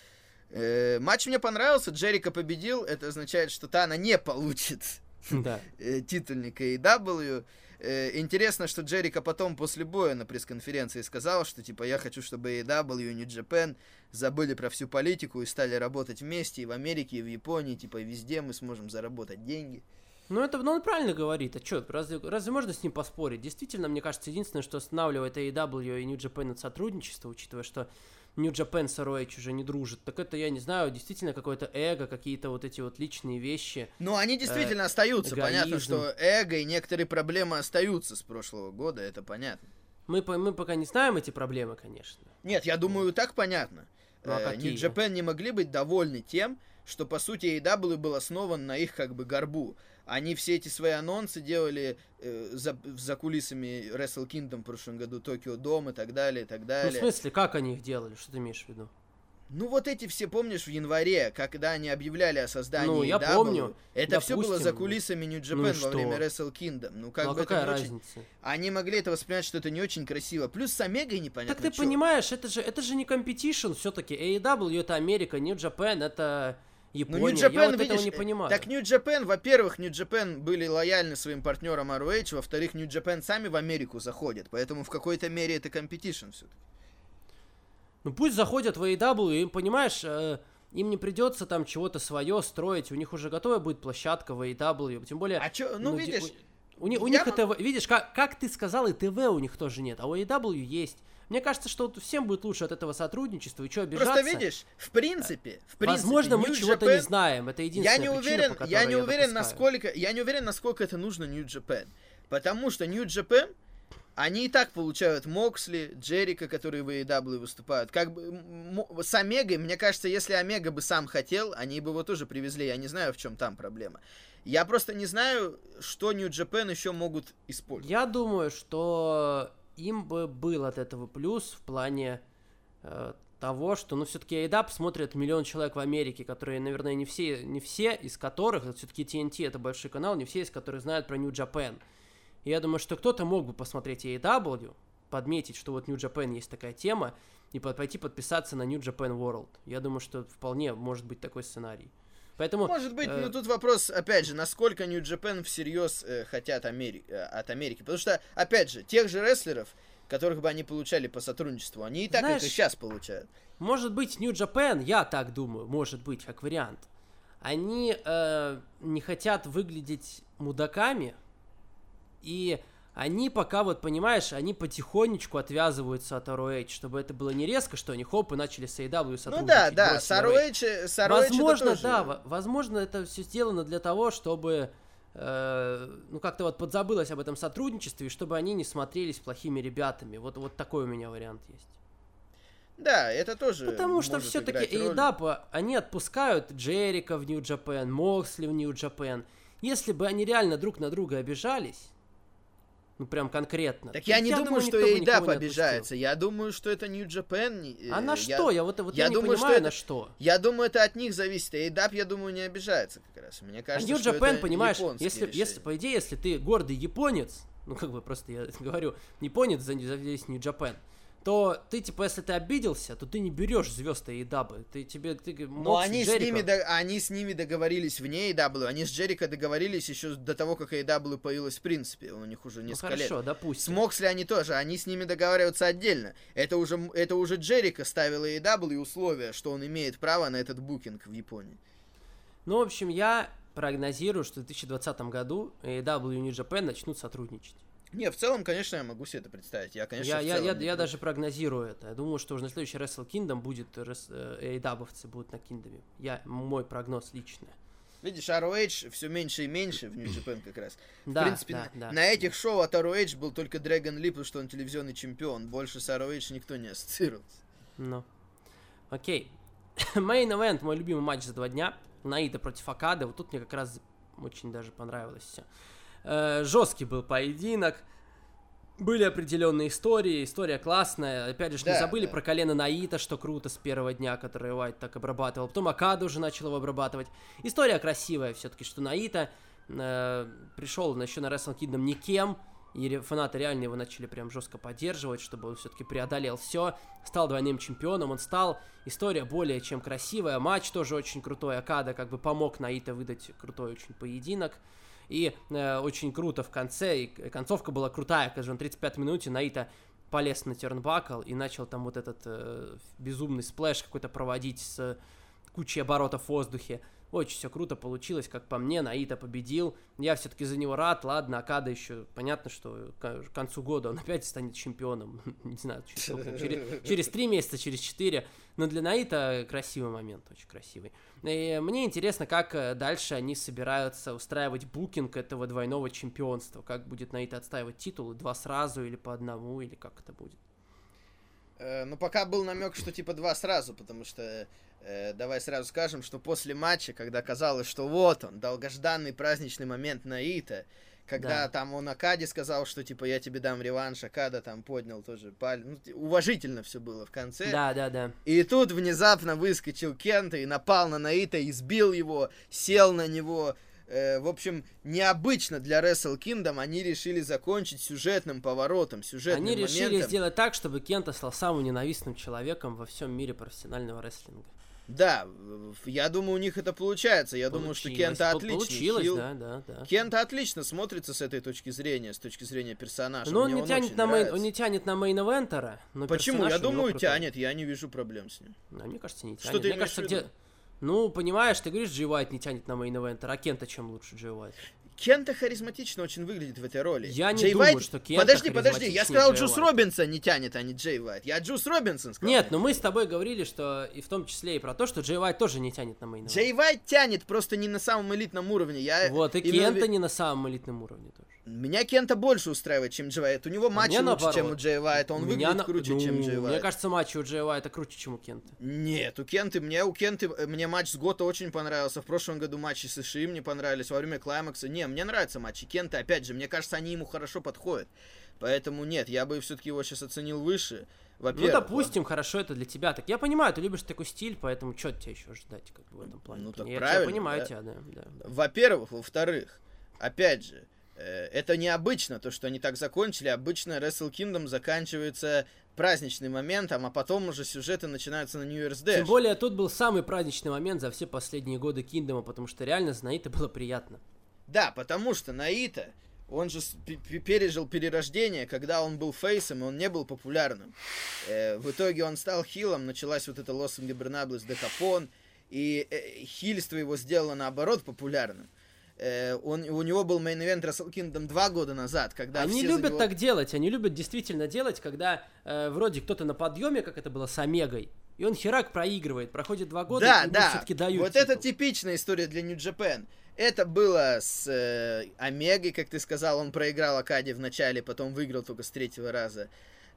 Э, матч мне понравился, Джерико победил, это означает, что Тана не получит Да. э, титульник эй и дабл ю. Э, интересно, что Джерико потом после боя на пресс-конференции сказал, что типа я хочу, чтобы эй и дабл ю и New Japan забыли про всю политику и стали работать вместе и в Америке, и в Японии, типа везде мы сможем заработать деньги. Ну, это, ну, он правильно говорит. А что, разве, разве можно с ним поспорить? Действительно, мне кажется, единственное, что останавливает эй и дабл ю и New Japan от сотрудничества, учитывая, что New Japan с ар о эйч уже не дружит, так это, я не знаю, действительно какое-то эго, какие-то вот эти вот личные вещи. Ну, они действительно э, остаются. Эгоизм. Понятно, что эго и некоторые проблемы остаются с прошлого года, это понятно. Мы, мы пока не знаем эти проблемы, конечно. Нет, я думаю, так понятно. Ну, а э, New Japan не могли быть довольны тем, что, по сути, эй и дабл ю был основан на их, как бы, горбу. Они все эти свои анонсы делали э, за, за кулисами Wrestle Kingdom в прошлом году, Токио Дом и так далее, и так далее. Ну, в смысле, как они их делали? Что ты имеешь в виду? Ну, вот эти все, помнишь, в январе, когда они объявляли о создании ну, я эй и дабл ю, помню. это Допустим, все было за кулисами New Japan ну во время Wrestle Kingdom. Ну, как ну, бы а какая это не разница? Очень... Они могли это воспринимать, что это не очень красиво. Плюс с Омегой непонятно. Так ты что. понимаешь, это же, это же не компетишн все-таки. эй и дабл ю это Америка, New Japan это Япония. Ну, New Japan, я вот видишь, этого не понимаю. Так New Japan, во-первых, New Japan были лояльны своим партнерам ар о эйч, во-вторых, New Japan сами в Америку заходят, поэтому в какой-то мере это компетишн все-таки. Ну пусть заходят в эй и дабл ю, им, понимаешь, э, им не придется там чего-то свое строить, у них уже готовая будет площадка в эй и дабл ю, тем более... А чё, ну, ну видишь... У, у, у них это, видишь, как, как ты сказал, и ТВ у них тоже нет, а у эй и дабл ю есть. Мне кажется, что вот всем будет лучше от этого сотрудничества, и что обижаться? Просто видишь, в принципе, в принципе, возможно, мы New чего-то Japan... не знаем, это единственная я не причина, уверен, по которой я не я уверен, допускаю. насколько, я не уверен, насколько это нужно New Japan, потому что New Japan, они и так получают Моксли, Джерика, которые в эй и дабл ю выступают. Как бы м- с Омегой, мне кажется, если Омега бы сам хотел, они бы его тоже привезли. Я не знаю, в чем там проблема. Я просто не знаю, что New Japan еще могут использовать. Я думаю, что им бы был от этого плюс в плане э, того, что, ну, все-таки эй даб смотрят миллион человек в Америке, которые, наверное, не все, не все из которых, все-таки ти эн ти это большой канал, не все из которых знают про New Japan. И я думаю, что кто-то мог бы посмотреть эй и дабл ю, подметить, что вот New Japan есть такая тема, и пойти подписаться на New Japan World. Я думаю, что вполне может быть такой сценарий. Поэтому, может быть, э... но тут вопрос, опять же, насколько New Japan всерьез э, хотят Амери... э, от Америки. Потому что, опять же, тех же рестлеров, которых бы они получали по сотрудничеству, они и так Знаешь, их и сейчас получают. Может быть, New Japan, я так думаю, может быть, как вариант, они э, не хотят выглядеть мудаками, и они пока, вот понимаешь, они потихонечку отвязываются от ар о эйч, чтобы это было не резко, что они хоп и начали с эй дабл ю сотрудничать. Ну да, да, с ар о эйч, с ар о эйч возможно, тоже... да, возможно, это все сделано для того, чтобы, э, ну как-то вот подзабылось об этом сотрудничестве, и чтобы они не смотрелись плохими ребятами. Вот, вот такой у меня вариант есть. Да, это тоже. Потому что все-таки эй даб, они отпускают Джерика в New Japan, Моксли в New Japan. Если бы они реально друг на друга обижались, ну прям конкретно. Так я не я думаю, что эй даб обижается. Я думаю, что это New Japan. А на я, что? Я вот, вот я, я не думаю, понимаю, что на это, что. Я думаю, это от них зависит. эй даб, я думаю, не обижается как раз. Мне кажется, а New что Japan, это понимаешь, если, если, по идее, если ты гордый японец, ну как бы просто я говорю, японец за, за весь New Japan, то ты, типа, если ты обиделся, то ты не берешь звезд эй даб. Ты тебе, ты, Но они с, ними, они с ними договорились вне эй дабл ю. Они с Джерико договорились еще до того, как эй дабл ю появилась в принципе. У них уже несколько ну, хорошо, лет. допустим. С Моксли они тоже. Они с ними договариваются отдельно. Это уже, это уже Джерико ставил эй дабл ю условия, что он имеет право на этот букинг в Японии. Ну, в общем, я прогнозирую, что в две тысячи двадцатом году эй дабл ю и New Japan начнут сотрудничать. Не, в целом, конечно, я могу себе это представить. Я, конечно, я, в я, целом я, я даже прогнозирую это. Я думаю, что уже на следующий Wrestle Kingdom будет эй дабовцы будут на Kingdom. Я, мой прогноз личный. Видишь, ар о эйч все меньше и меньше в New Japan как раз. В да, принципе, да, на, да. на этих шоу от ар о эйч был только Dragon Lee, потому что он телевизионный чемпион. Больше с ар о эйч никто не ассоциировался. Ну, окей. Main Event, мой любимый матч за два дня. Наита против Окады. Вот тут мне как раз очень даже понравилось все. Э, жесткий был поединок. Были определенные истории, история классная. Опять же, да, не забыли да. про колено Наита, что круто с первого дня, которое Уайт так обрабатывал. Потом Окада уже начал его обрабатывать. История красивая все-таки, что Наита э, пришел еще на Wrestle Kingdom никем. и фанаты реально его начали прям жестко поддерживать, чтобы он все-таки преодолел все, стал двойным чемпионом, он стал, история более чем красивая, матч тоже очень крутой, Окада как бы помог Наито выдать крутой очень поединок, и э, очень круто в конце, и концовка была крутая, когда на тридцать пятой минуте Наито полез на тернбакл и начал там вот этот э, безумный сплэш какой-то проводить с кучей оборотов в воздухе. Очень все круто получилось, как по мне, Наито победил. Я все-таки за него рад. Ладно, Окада еще, понятно, что к концу года он опять станет чемпионом. Не знаю, через, через три месяца, через четыре. Но для Наито красивый момент, очень красивый. И мне интересно, как дальше они собираются устраивать букинг этого двойного чемпионства. Как будет Наито отстаивать титулы, два сразу или по одному, или как это будет? Э, ну, пока был намек, что типа два сразу, потому что э, давай сразу скажем, что после матча, когда казалось, что вот он, долгожданный праздничный момент Наито, когда да. там он Окаде сказал, что типа я тебе дам реванш, Окада там поднял тоже палец, ну, уважительно все было в конце. Да, да, да. И тут внезапно выскочил Кента и напал на Наито, избил его, сел на него. Э, в общем, необычно для Wrestle Kingdom они решили закончить сюжетным поворотом, сюжетным Они моментом. решили сделать так, чтобы Кента стал самым ненавистным человеком во всем мире профессионального рестлинга. Да, я думаю, у них это получается. Я думаю, что Кента отлично. Получилось, хил. да, да, да. Кента отлично смотрится с этой точки зрения, с точки зрения персонажа. Но он Мне не, он тянет на мейн, он не тянет на мейн-эвентера. Почему? Я думаю, тянет. Я не вижу проблем с ним. А мне кажется, не тянет. Что ты мне кажется, где... Ну, понимаешь, ты говоришь, Джей Уайт не тянет на мейн-эвентер, а Кента чем лучше Джей Уайт? Кента харизматично очень выглядит в этой роли. Я не Джей думаю, Уайт... что Кента Подожди, подожди, я сказал, Джей Джус Уайт. Робинсон не тянет, а не Джей Уайт. Я Джус Робинсон сказал. Нет, но мы с тобой говорили, что и в том числе и про то, что Джей Уайт тоже не тянет на мейн-эвентер. Джей Уайт тянет, просто не на самом элитном уровне. Я вот, и именно... Кента не на самом элитном уровне тоже. Меня Кента больше устраивает, чем Джей Уайт. У него матчи лучше, наоборот. чем у Джей Уайта. Он выглядит на... круче, ну, чем Джей Уайт. Мне кажется, матчи у Джей Уайта круче, чем у Кента. Нет, у Кенты, мне у Кенты, мне матч с Гото очень понравился. В прошлом году матчи с Иши мне понравились. Во время Клаймакса. Не, мне нравятся матчи Кента. Опять же, мне кажется, они ему хорошо подходят. Поэтому нет, я бы все-таки его сейчас оценил выше. Во-первых. Ну, допустим, да. Хорошо это для тебя. Так я понимаю, ты любишь такой стиль, поэтому что тебе еще ждать, как бы в этом плане? Ну, так я правильно, тебя понимаю, да? тебя, да, да. Во-первых, во-вторых, опять же, это необычно, то, что они так закончили. Обычно Wrestle Kingdom заканчивается праздничным моментом, а потом уже сюжеты начинаются на New Year's Dash. Тем более, тут был самый праздничный момент за все последние годы Киндома, потому что реально за Наито было приятно. Да, потому что Наито, он же пережил перерождение, когда он был фейсом, и он не был популярным. Э, в итоге он стал хилом, началась вот эта Los Ingobernables де Капон, и э, хильство его сделало, наоборот, популярным. Uh, он, у него был мейн-ивент Wrestle Kingdom два года назад, когда они все любят него... так делать, они любят действительно делать, когда э, вроде кто-то на подъеме, как это было с Омегой, и он херак проигрывает, проходит два года, да, и да. все-таки дают вот титул. Это типичная история для New Japan. Это было с э, Омегой, как ты сказал, он проиграл Окаде в начале, потом выиграл только с третьего раза.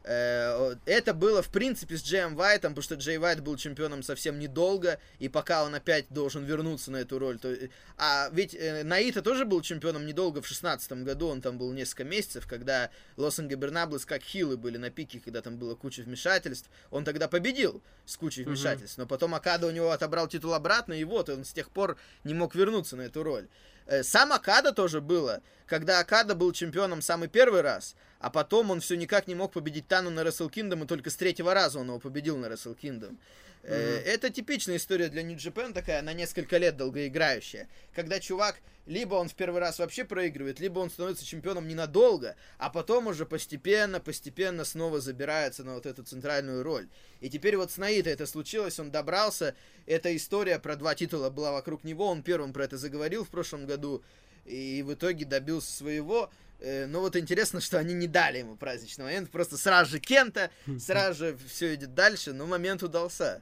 Это было, в принципе, с Джеем Уайтом, потому что Джей Уайт был чемпионом совсем недолго, и пока он опять должен вернуться на эту роль. То... А ведь э, Наито тоже был чемпионом недолго, в шестнадцатом году, он там был несколько месяцев, когда Los Ingobernables как хилы были на пике, когда там было куча вмешательств. Он тогда победил с кучей вмешательств, mm-hmm. но потом Окада у него отобрал титул обратно, и вот он с тех пор не мог вернуться на эту роль. Сам Окада тоже было, когда Окада был чемпионом самый первый раз, а потом он все никак не мог победить Тану на Wrestle Kingdom, и только с третьего раза он его победил на Wrestle Kingdom. Mm-hmm. Это типичная история для New Japan, такая на несколько лет долгоиграющая, когда чувак, либо он в первый раз вообще проигрывает, либо он становится чемпионом ненадолго, а потом уже постепенно, постепенно снова забирается на вот эту центральную роль. И теперь вот с Наито это случилось, он добрался, эта история про два титула была вокруг него, он первым про это заговорил в прошлом году, и в итоге добился своего. Но вот интересно, что они не дали ему праздничный момент, просто сразу же Кента, сразу же все идет дальше, но момент удался.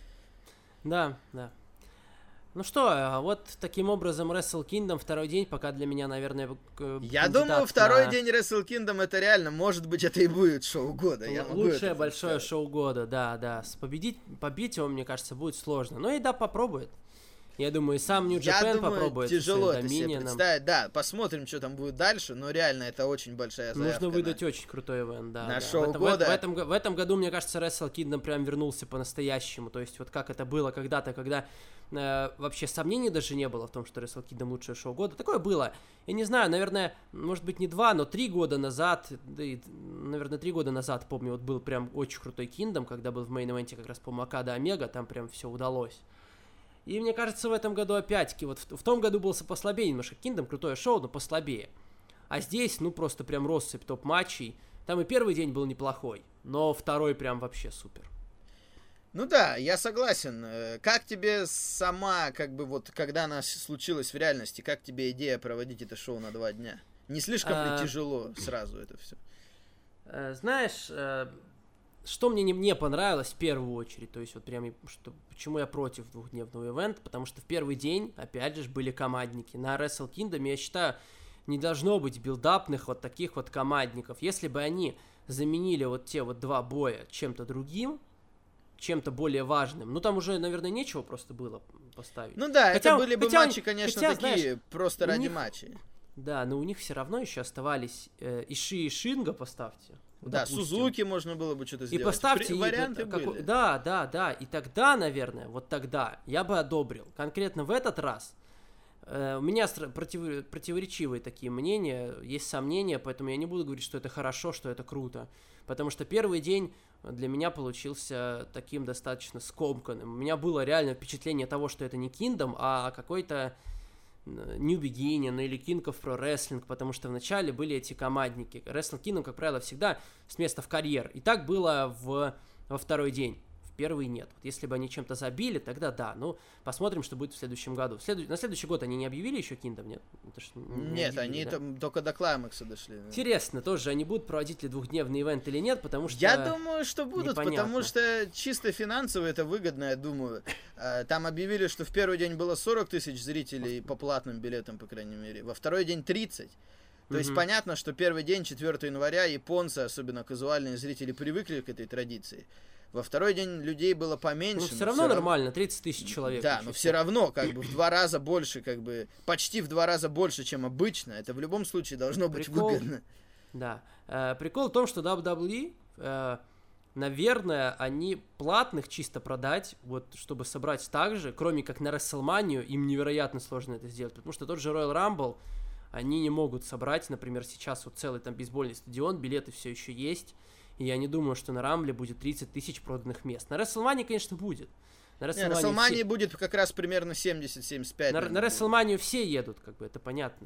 Да, да. Ну что, вот таким образом Wrestle Kingdom второй день, пока для меня, наверное, я думаю, второй на... день Wrestle Kingdom это реально, может быть, это и будет шоу года. Я лучшее большое шоу года, да, да. Победить, побить его, мне кажется, будет сложно. Но и да, попробует. Я думаю, сам New Japan попробует. Тяжело это себе представить. Да, посмотрим, что там будет дальше, но реально это очень большая заявка. Нужно выдать на... очень крутой ивент, да. На да. шоу в этом, года. В, в, этом, в этом году, мне кажется, Wrestle Kingdom прям вернулся по-настоящему. То есть вот как это было когда-то, когда э, вообще сомнений даже не было в том, что Wrestle Kingdom лучшее шоу года. Такое было. Я не знаю, наверное, может быть не два, но три года назад, да и, наверное, три года назад, помню, вот был прям очень крутой Kingdom, когда был в мейн-ивенте как раз по Макада Омега, там прям все удалось. И мне кажется, в этом году опять-таки, вот в, в том году было послабее немножко Kingdom, крутое шоу, но послабее. А здесь, ну, просто прям россыпь топ-матчей. Там и первый день был неплохой, но второй прям вообще супер. Ну да, я согласен. Как тебе сама, как бы вот, когда она случилась в реальности, как тебе идея проводить это шоу на два дня? Не слишком ли тяжело сразу это все? Знаешь... Что мне не, не понравилось в первую очередь, то есть вот прям, что, почему я против двухдневного ивента, потому что в первый день, опять же, были командники. На Wrestle Kingdom, я считаю, не должно быть билдапных вот таких вот командников. Если бы они заменили вот те вот два боя чем-то другим, чем-то более важным, ну там уже, наверное, нечего просто было поставить. Ну да, хотя, это были бы хотя, матчи, конечно, хотя, такие, знаешь, просто ради них, матчей. Да, но у них все равно еще оставались э, Иши и Шинга поставьте. Да, допустим. Сузуки можно было бы что-то сделать. И поставьте При... варианты и, были. Как, да, да, да. И тогда, наверное, вот тогда я бы одобрил. Конкретно в этот раз э, у меня против, противоречивые такие мнения, есть сомнения, поэтому я не буду говорить, что это хорошо, что это круто. Потому что первый день для меня получился таким достаточно скомканным. У меня было реально впечатление того, что это не Kingdom, а какой-то New Beginning или King of Pro Wrestling, потому что вначале были эти командники. Wrestle Kingdom, как правило, всегда с места в карьер. И так было в, во второй день. В первый нет. Вот если бы они чем-то забили, тогда да. Ну, посмотрим, что будет в следующем году. В следу... На следующий год они не объявили еще Kingdom, нет? Это ж не нет, они да? там только до клаймакса дошли. Да. Интересно тоже, они будут проводить ли двухдневный ивент или нет, потому что... Я думаю, что будут, непонятно. Потому что чисто финансово это выгодно, я думаю. Там объявили, что в первый день было сорок тысяч зрителей по платным билетам, по крайней мере. Во второй день тридцать. То mm-hmm. есть понятно, что первый день, четвёртого января, японцы, особенно казуальные зрители, привыкли к этой традиции. Во второй день людей было поменьше. Ну, все равно все нормально, тридцать тысяч человек. Да, но все равно, как бы, в два раза больше, как бы, почти в два раза больше, чем обычно. Это в любом случае должно быть прикол, выгодно. Да. Э, прикол в том, что дабл ю дабл ю и, э, наверное, они платных чисто продать, вот, чтобы собрать так же, кроме как на WrestleMania, им невероятно сложно это сделать, потому что тот же Royal Rumble, они не могут собрать, например, сейчас вот целый там бейсбольный стадион, билеты все еще есть. И я не думаю, что на Рамбле будет тридцать тысяч проданных мест. На WrestleMania, конечно, будет. На WrestleMania все... будет как раз примерно семьдесят - семьдесят пять. На, на WrestleMania все едут, как бы, это понятно.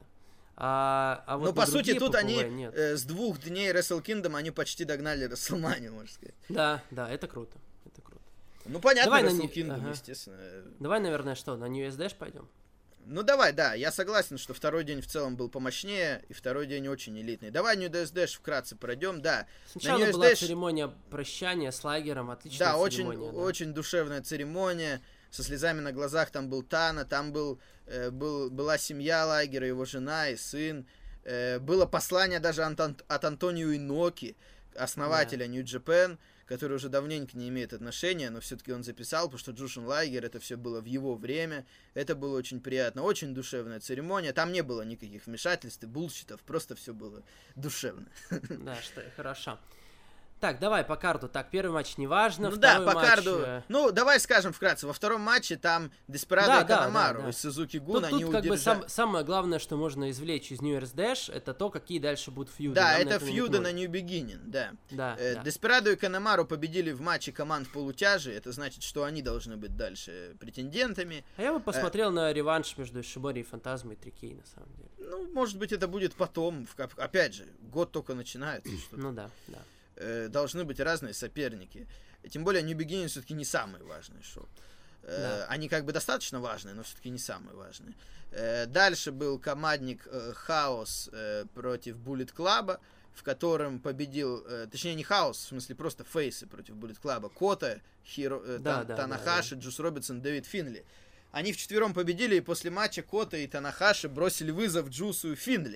А, а вот но, по сути, тут они э, с двух дней Wrestle Kingdom они почти догнали WrestleMania, можно сказать. Да, да, это круто. Это круто. Ну, понятно, давай Wrestle на... Kingdom, ага. естественно. Давай, наверное, что, на New Year's Dash пойдем? Ну давай, да, я согласен, что второй день в целом был помощнее, и второй день очень элитный. Давай New Year's Dash вкратце пройдем, да. Сначала была Dash... церемония прощания с лагером, отличная да, церемония. Очень, да, очень душевная церемония, со слезами на глазах, там был Тана, там был, э, был, была семья лагера, его жена и сын. Э, было послание даже от, от Антонио Иноки, основателя да. New Japan, который уже давненько не имеет отношения, но все-таки он записал, потому что Джушин Лайгер, это все было в его время, это было очень приятно, очень душевная церемония, там не было никаких вмешательств и булщитов, просто все было душевно. Да, что хорошо. Так, давай по карту. Так, первый матч неважно. Ну да, по матч... карту. Ну, давай скажем вкратце. Во втором матче там Деспирадо да, и Канамару да, да, да. из Сузуки Гун, они тут, как удержали. бы сам, самое главное, что можно извлечь из New Year's Dash, это то, какие дальше будут фьюды. Да, Нам это, это фьюды на New Beginning, да. да, э, да. Деспирадо и Канамару победили в матче команд в полутяже. Это значит, что они должны быть дальше претендентами. А я бы посмотрел э... на реванш между Шибори и Фантазмой и три кей, на самом деле. Ну, может быть, это будет потом. Опять же, год только начинается. Ну да, да. Должны быть разные соперники. Тем более New Beginning все-таки не самое важное шоу. Да. Они как бы достаточно важные, но все-таки не самые важные. Дальше был командник Хаос против Bullet Club, в котором победил, точнее не Хаос, в смысле просто фейсы против Bullet Club, Кота, Хиро, да, Тан, да, Танахаши, да, да. Джус Робинсон, Дэвид Финли. Они вчетвером победили, и после матча Кота и Танахаши бросили вызов Джусу и Финли.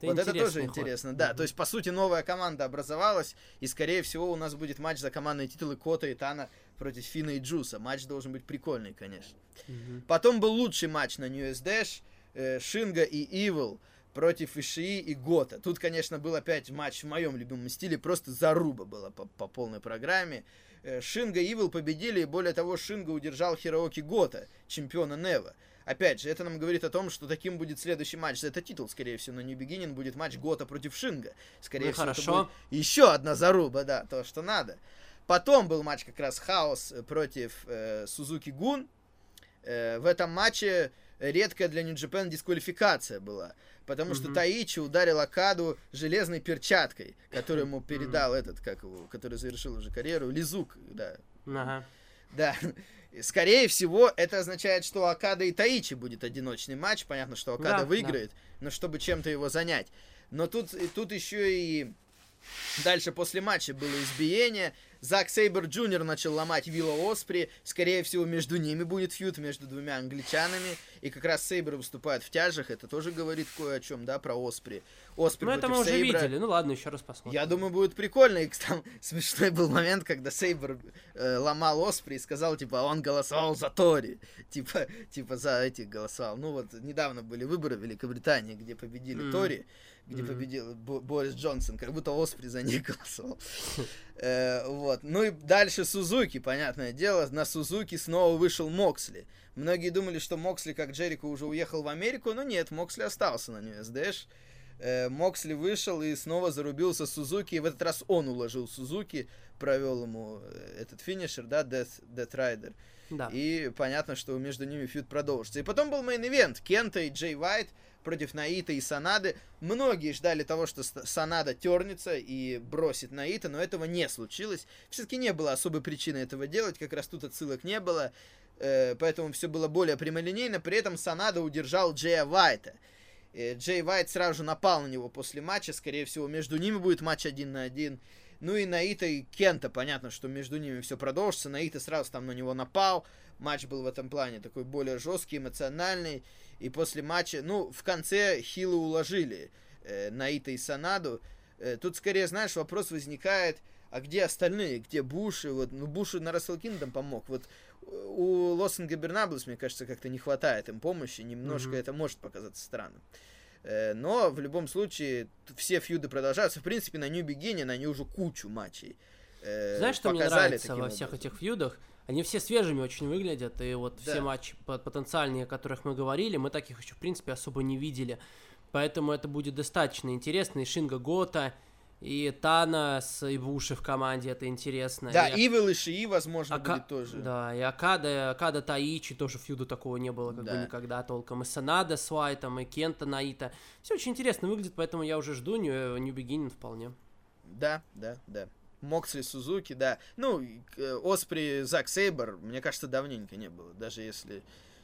Это вот это тоже ход. интересно, да. Mm-hmm. То есть, по сути, новая команда образовалась, и, скорее всего, у нас будет матч за командные титулы Кота и Тана против Фина и Джуса. Матч должен быть прикольный, конечно. Mm-hmm. Потом был лучший матч на New Year's Dash. Э, Шинга и Evil против Ишии и Гота. Тут, конечно, был опять матч в моем любимом стиле. Просто заруба была по, по полной программе. Э, Шинга и Evil победили, и более того, Шинга удержал Хирооки Гота, чемпиона Нева. Опять же, это нам говорит о том, что таким будет следующий матч за этот титул, скорее всего, на New Beginning будет матч Гота против Шинга. Скорее ну, всего, хорошо. это будет еще одна заруба, да, то, что надо. Потом был матч как раз Хаос против э, Сузуки Гун. Э, в этом матче редкая для New Japan дисквалификация была, потому mm-hmm. что Таичи ударил Окаду железной перчаткой, которую ему передал mm-hmm. этот, как его, который завершил уже карьеру, Лизук, да. Ага. Да. Скорее всего, это означает, что у Окада и Таичи будет одиночный матч. Понятно, что Окада да, выиграет, да. но чтобы чем-то его занять. Но тут, и тут еще и дальше после матча было избиение. Зак Сейбр Джуниор начал ломать Вилла Оспри. Скорее всего, между ними будет фьюд, между двумя англичанами. И как раз Сейбр выступает в тяжах. Это тоже говорит кое о чем, да, про Оспри. Оспри ну, это мы уже Сейбра. видели. Ну, ладно, еще раз посмотрим. Я думаю, будет прикольно. И там смешной был момент, когда Сейбр э, ломал Оспри и сказал, типа, он голосовал за Тори. Типа, типа за этих голосовал. Ну, вот недавно были выборы в Великобритании, где победили mm. Тори. Где mm-hmm. победил Бо- Борис Джонсон, как будто Оспри за них голосовал. э, вот. Ну и дальше Сузуки, понятное дело. На Сузуки снова вышел Моксли. Многие думали, что Моксли, как Джерико, уже уехал в Америку, но нет, Моксли остался на New Year's Dash. Э, Моксли вышел и снова зарубился Сузуки. И в этот раз он уложил Сузуки, провел ему этот финишер, да, Death, Death Rider. Да. И понятно, что между ними фьюд продолжится. И потом был мейн-ивент. Кента и Джей Уайт против Наита и Санады. Многие ждали того, что Санада тернется и бросит Наита, но этого не случилось. Все-таки не было особой причины этого делать, как раз тут отсылок не было, э, поэтому все было более прямолинейно. При этом Санада удержал Джея Уайта. Э, Джей Уайт сразу же напал на него после матча, скорее всего, между ними будет матч один на один. Ну и Наита и Кента, понятно, что между ними все продолжится. Наита сразу там на него напал. Матч был в этом плане такой более жесткий, эмоциональный. И после матча, ну, в конце хилы уложили э, Наита и Санаду. Э, тут скорее, знаешь, вопрос возникает, а где остальные, где Буши? Вот, ну, Буши на Wrestle Kingdom помог. Вот у Лос Ингобернаблес, мне кажется, как-то не хватает им помощи. Немножко mm-hmm. это может показаться странным. Э, но в любом случае все фьюды продолжаются. В принципе, на New Beginning они уже кучу матчей э, Знаешь, что мне нравится во образом. всех этих фьюдах? Они все свежими очень выглядят, и вот да. все матчи потенциальные, о которых мы говорили, мы таких еще, в принципе, особо не видели. Поэтому это будет достаточно интересно. И Шинга Гота, и Тана с Ибуши в команде, это интересно. Да, и Ивил и Шии, возможно, Ака... будет тоже. Да, и Акада, Акада Таичи, тоже фьюда такого не было как да. бы никогда толком. И Санада с Уайтом, и Кента Наита. Все очень интересно выглядит, поэтому я уже жду New, New Beginning вполне. Да, да, да. Моксли, Сузуки, да. Ну, Оспри, Зак Сейбр, мне кажется, давненько не было. Даже если...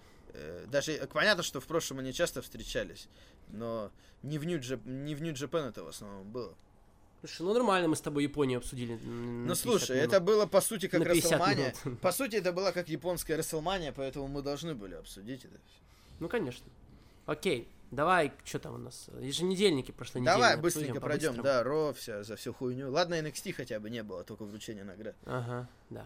Э, даже понятно, что в прошлом они часто встречались, но не в New Japan это в основном было. Слушай, ну нормально, мы с тобой Японию обсудили. Ну слушай, минут. Это было по сути как Расселмания. По сути, это была как японская Расселмания, поэтому мы должны были обсудить это. Ну, конечно. Окей. Давай, что там у нас? Еженедельники прошлой недели. Давай быстренько пройдем, да, Ро, вся, за всю хуйню. Ладно, эн экс ти хотя бы не было, только вручение наград. Ага, да.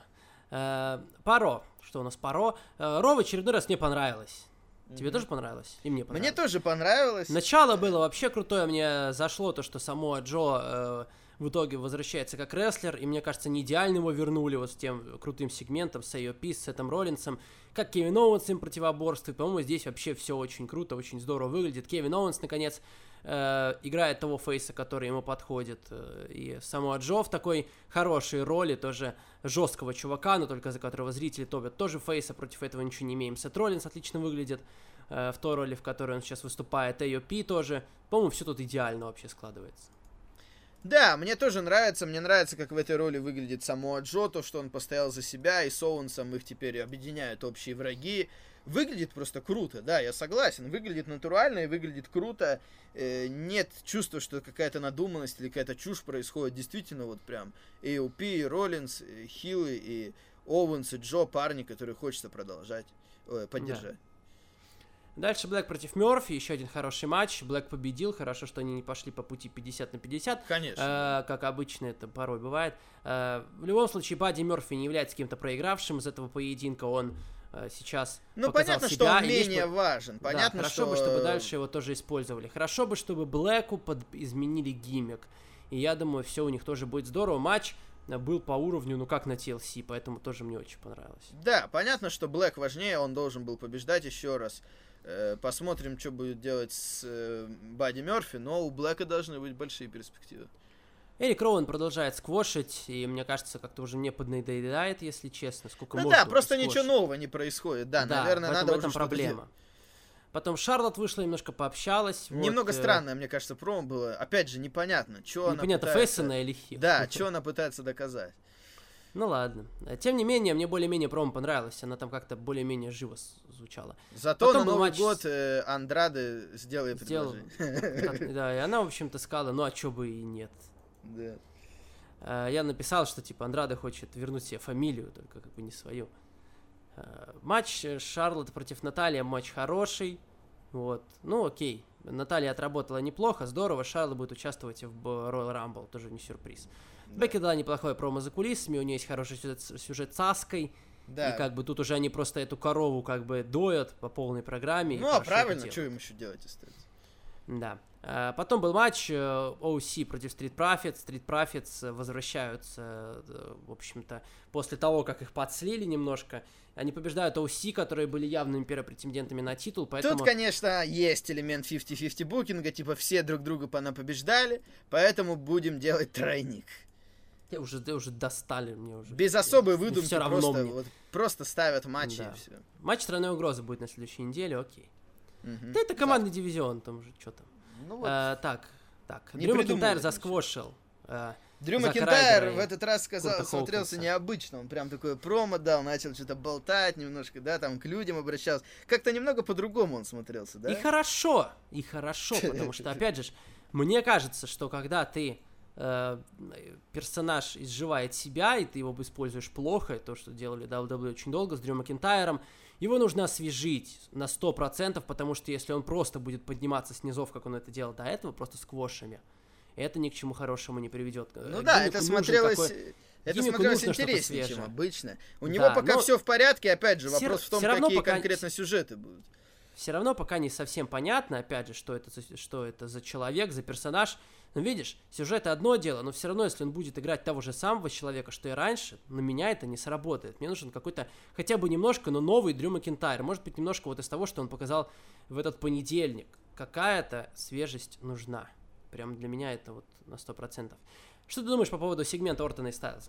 Э, Паро. Что у нас Паро? Э, Ро в очередной раз мне понравилось. Тебе mm-hmm. тоже понравилось? И мне понравилось. Мне тоже понравилось. Начало было вообще крутое. Мне зашло то, что Самоа Джо э, в итоге возвращается как рестлер. И мне кажется, не идеально его вернули вот с тем крутым сегментом, с эй о пи, с Сетом Роллинсом. Как Кевин Оуэнс им противоборствует. По-моему, здесь вообще все очень круто, очень здорово выглядит. Кевин Оуэнс, наконец, э, играет того фейса, который ему подходит. И Самоа Джо в такой хорошей роли, тоже жесткого чувака, но только за которого зрители топят. Тоже фейса, против этого ничего не имеем. Сет Роллинс отлично выглядит э, в той роли, в которой он сейчас выступает. эй о пи тоже. По-моему, все тут идеально вообще складывается. Да, мне тоже нравится. Мне нравится, как в этой роли выглядит Самоа Джо, то, что он постоял за себя, и с Оуэнсом их теперь объединяют общие враги. Выглядит просто круто, да, я согласен. Выглядит натурально и выглядит круто. Э, нет чувства, что какая-то надуманность или какая-то чушь происходит. Действительно, вот прям эй о пи, Роллинс, Хиллы и Оуэнс и Джо, парни, которые хочется продолжать, э, поддержать. Дальше Блэк против Мёрфи, еще один хороший матч. Блэк победил, хорошо, что они не пошли по пути пятьдесят на пятьдесят. Конечно. Э, как обычно это порой бывает. Э, в любом случае, Бадди Мёрфи не является каким-то проигравшим из этого поединка. Он э, сейчас ну, показал понятно, себя. что он менее бы... важен. Понятно, да, хорошо что... бы, чтобы дальше его тоже использовали. Хорошо бы, чтобы Блэку под... изменили гиммик. И я думаю, все у них тоже будет здорово. Матч был по уровню, ну как на ти эл си, поэтому тоже мне очень понравилось. Да, понятно, что Блэк важнее, он должен был побеждать еще раз. Посмотрим, что будет делать с э, Бадди Мёрфи, но у Блэка должны быть большие перспективы. Эрик Роуэн продолжает сквошить, и мне кажется, как-то уже мне поднадоедает, если честно, сколько ну можно. Да, просто ничего нового не происходит, да, да наверное, в этом, надо в этом уже проблема. Делать. Потом Шарлотт вышла, немножко пообщалась. Немного вот, странное, мне кажется, промо было. Опять же, непонятно, что она Непонятно, пытается... Фейсона или Хит. Да, что она пытается доказать. Ну ладно. Тем не менее, мне более-менее промо понравилось. Она там как-то более-менее живо звучала. Зато Потом на Новый матч... год э, Андраде сделай Сделал... предложение. Да, и она, в общем-то, сказала, ну а чё бы и нет. Да. Я написал, что типа Андраде хочет вернуть себе фамилию, только как бы не свою. Матч Шарлотт против Натальи, матч хороший. Вот. Ну окей. Наталья отработала неплохо, здорово. Шарлотт будет участвовать в Royal Rumble, тоже не сюрприз. Да. Бекки дала неплохое промо за кулисами, у нее есть хороший сюжет, сюжет с Аской. Да. И как бы тут уже они просто эту корову как бы доят по полной программе. Ну а правильно, что им еще делать остается? Да. А потом был матч о си против Street Profits. Street Profits возвращаются, в общем-то, после того, как их подслили немножко. Они побеждают о си, которые были явными первопретендентами на титул, поэтому... Тут, конечно, есть элемент пятьдесят на пятьдесят букинга, типа все друг друга понапобеждали, поэтому будем делать тройник. Я уже, я уже достали мне уже. Без особой выдумки, все равно просто, мне. Вот, просто ставят матчи да. и все. Матч тройной угрозы будет на следующей неделе, окей. Угу. Да это командный да. дивизион, там уже что там. Ну, вот. а, так, так. Дрю Макинтайр засквошил. А, Дрю Макинтайр в этот раз сказал, смотрелся необычно. Он прям такое промо дал, начал что-то болтать немножко, да, там к людям обращался. Как-то немного по-другому он смотрелся, да? И хорошо, и хорошо, потому что, опять же, мне кажется, что когда ты э, персонаж изживает себя, и ты его используешь плохо, то, что делали дабл ю дабл ю и очень долго с Дрю Макинтайром, его нужно освежить на сто процентов, потому что если он просто будет подниматься с низов, как он это делал до этого, просто сквошами, это ни к чему хорошему не приведет. Ну Гиммику да, это смотрелось... Такой... Это Гиммику смотрелось нужно интереснее, чем обычно. У да, него пока но... все в порядке, опять же, все, вопрос в том, какие пока... конкретно сюжеты будут. Все равно пока не совсем понятно, опять же, что это, за, что это за человек, за персонаж. Но видишь, сюжет одно дело, но все равно, если он будет играть того же самого человека, что и раньше, на меня это не сработает. Мне нужен какой-то, хотя бы немножко, но новый Дрю Макинтайр. Может быть, немножко вот из того, что он показал в этот понедельник. Какая-то свежесть нужна. Прям для меня это вот на сто процентов. Что ты думаешь по поводу сегмента Ортона и Стайлза?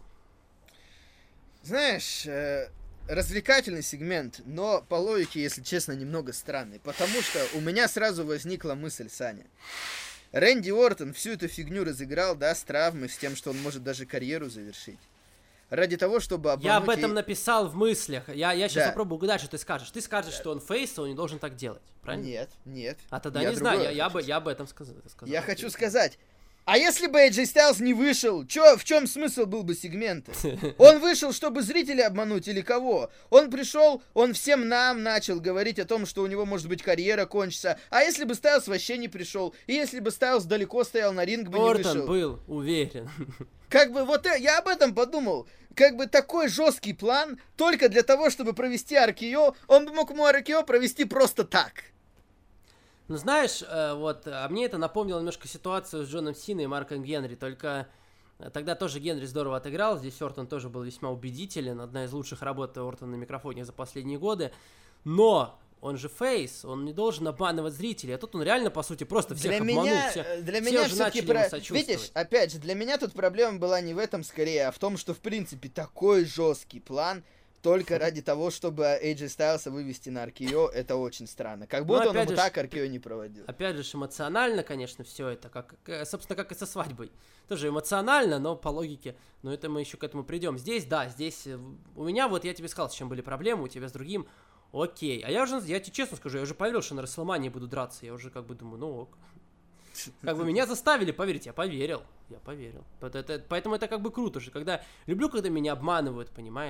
Знаешь, э, развлекательный сегмент, но по логике, если честно, немного странный. Потому что у меня сразу возникла мысль, Саня. Рэнди Ортон всю эту фигню разыграл, да, с травмой, с тем, что он может даже карьеру завершить. Ради того, чтобы обмануть... Я об этом и... написал в мыслях. Я, я сейчас да. попробую угадать, что ты скажешь. Ты скажешь, да. что он фейс, он не должен так делать. Правильно? Нет, нет. А тогда я не знаю, я, я, бы, я об этом сказал. сказал. Я хочу сказать... А если бы эй джей Styles не вышел, чё, в чем смысл был бы сегмента? Он вышел, чтобы зрителей обмануть или кого? Он пришел, он всем нам начал говорить о том, что у него может быть карьера кончится. А если бы Стайлз вообще не пришел? И если бы Стайлз далеко стоял на ринг, бы Ортон не вышел? был уверен. Как бы вот я об этом подумал. Как бы такой жесткий план только для того, чтобы провести ар кей о. Он бы мог ему ар кей о провести просто так. Ну, знаешь, вот, а мне это напомнило немножко ситуацию с Джоном Синой и Марком Генри, только тогда тоже Генри здорово отыграл, здесь Ортон тоже был весьма убедителен, одна из лучших работ Ортона на микрофоне за последние годы, но он же фейс, он не должен обманывать зрителей, а тут он реально, по сути, просто всех для обманул, меня, все, для все меня уже начали про... ему сочувствовать. Видишь, опять же, для меня тут проблема была не в этом скорее, а в том, что, в принципе, такой жесткий план... Только ради того, чтобы эй джей Styles вывести на ар кей о, это очень странно. Как будто он ему же, так ар кей о не проводил. Опять же, эмоционально, конечно, все это, как, собственно, как и со свадьбой. Тоже эмоционально, но по логике, но это мы еще к этому придем. Здесь, да, здесь у меня, вот я тебе сказал, с чем были проблемы, у тебя с другим, окей. А я уже, я тебе честно скажу, я уже поверил, что на Расселмании буду драться, я уже как бы думаю, ну ок. Как бы меня заставили поверить, я поверил, я поверил. Это, поэтому это как бы круто же, когда, люблю, когда меня обманывают, понимаешь?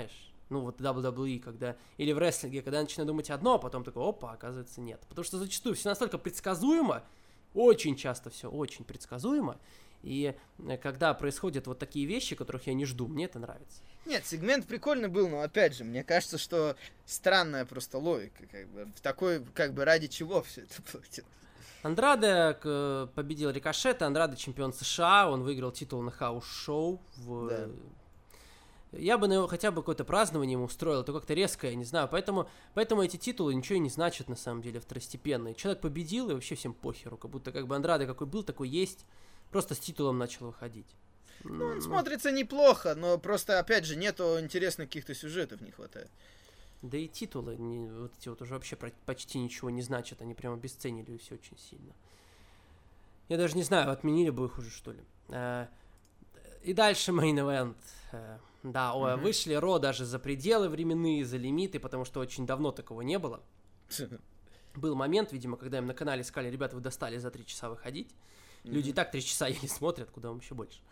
Ну, вот дабл ю дабл ю и, когда... Или в рестлинге, когда я начинаю думать одно, а потом такой, опа, оказывается, нет. Потому что зачастую все настолько предсказуемо, очень часто все очень предсказуемо, и когда происходят вот такие вещи, которых я не жду, мне это нравится. Нет, сегмент прикольный был, но опять же, мне кажется, что странная просто логика, как бы, в такой, как бы, ради чего все это платит. Андраде к, победил Рикошета, Андраде чемпион США, он выиграл титул на хаус-шоу. В... Да. Я бы на его хотя бы какое-то празднование ему устроил, это как-то резко, я не знаю, поэтому, поэтому эти титулы ничего и не значат на самом деле второстепенные. Человек победил, и вообще всем похеру, как будто как бы Андраде какой был, такой есть, просто с титулом начал выходить. Ну, он смотрится неплохо, но просто, опять же, нету интересных каких-то сюжетов, не хватает. Да и титулы, не, вот эти вот уже вообще почти ничего не значат, они прям обесценили все очень сильно. Я даже не знаю, отменили бы их уже, что ли. И дальше main event. Да, mm-hmm. вышли Ро даже за пределы временные, за лимиты, потому что очень давно такого не было. Был момент, видимо, когда им на канале сказали, ребята, вы достали за три часа выходить. Mm-hmm. Люди и так три часа еле смотрят, куда вам еще больше.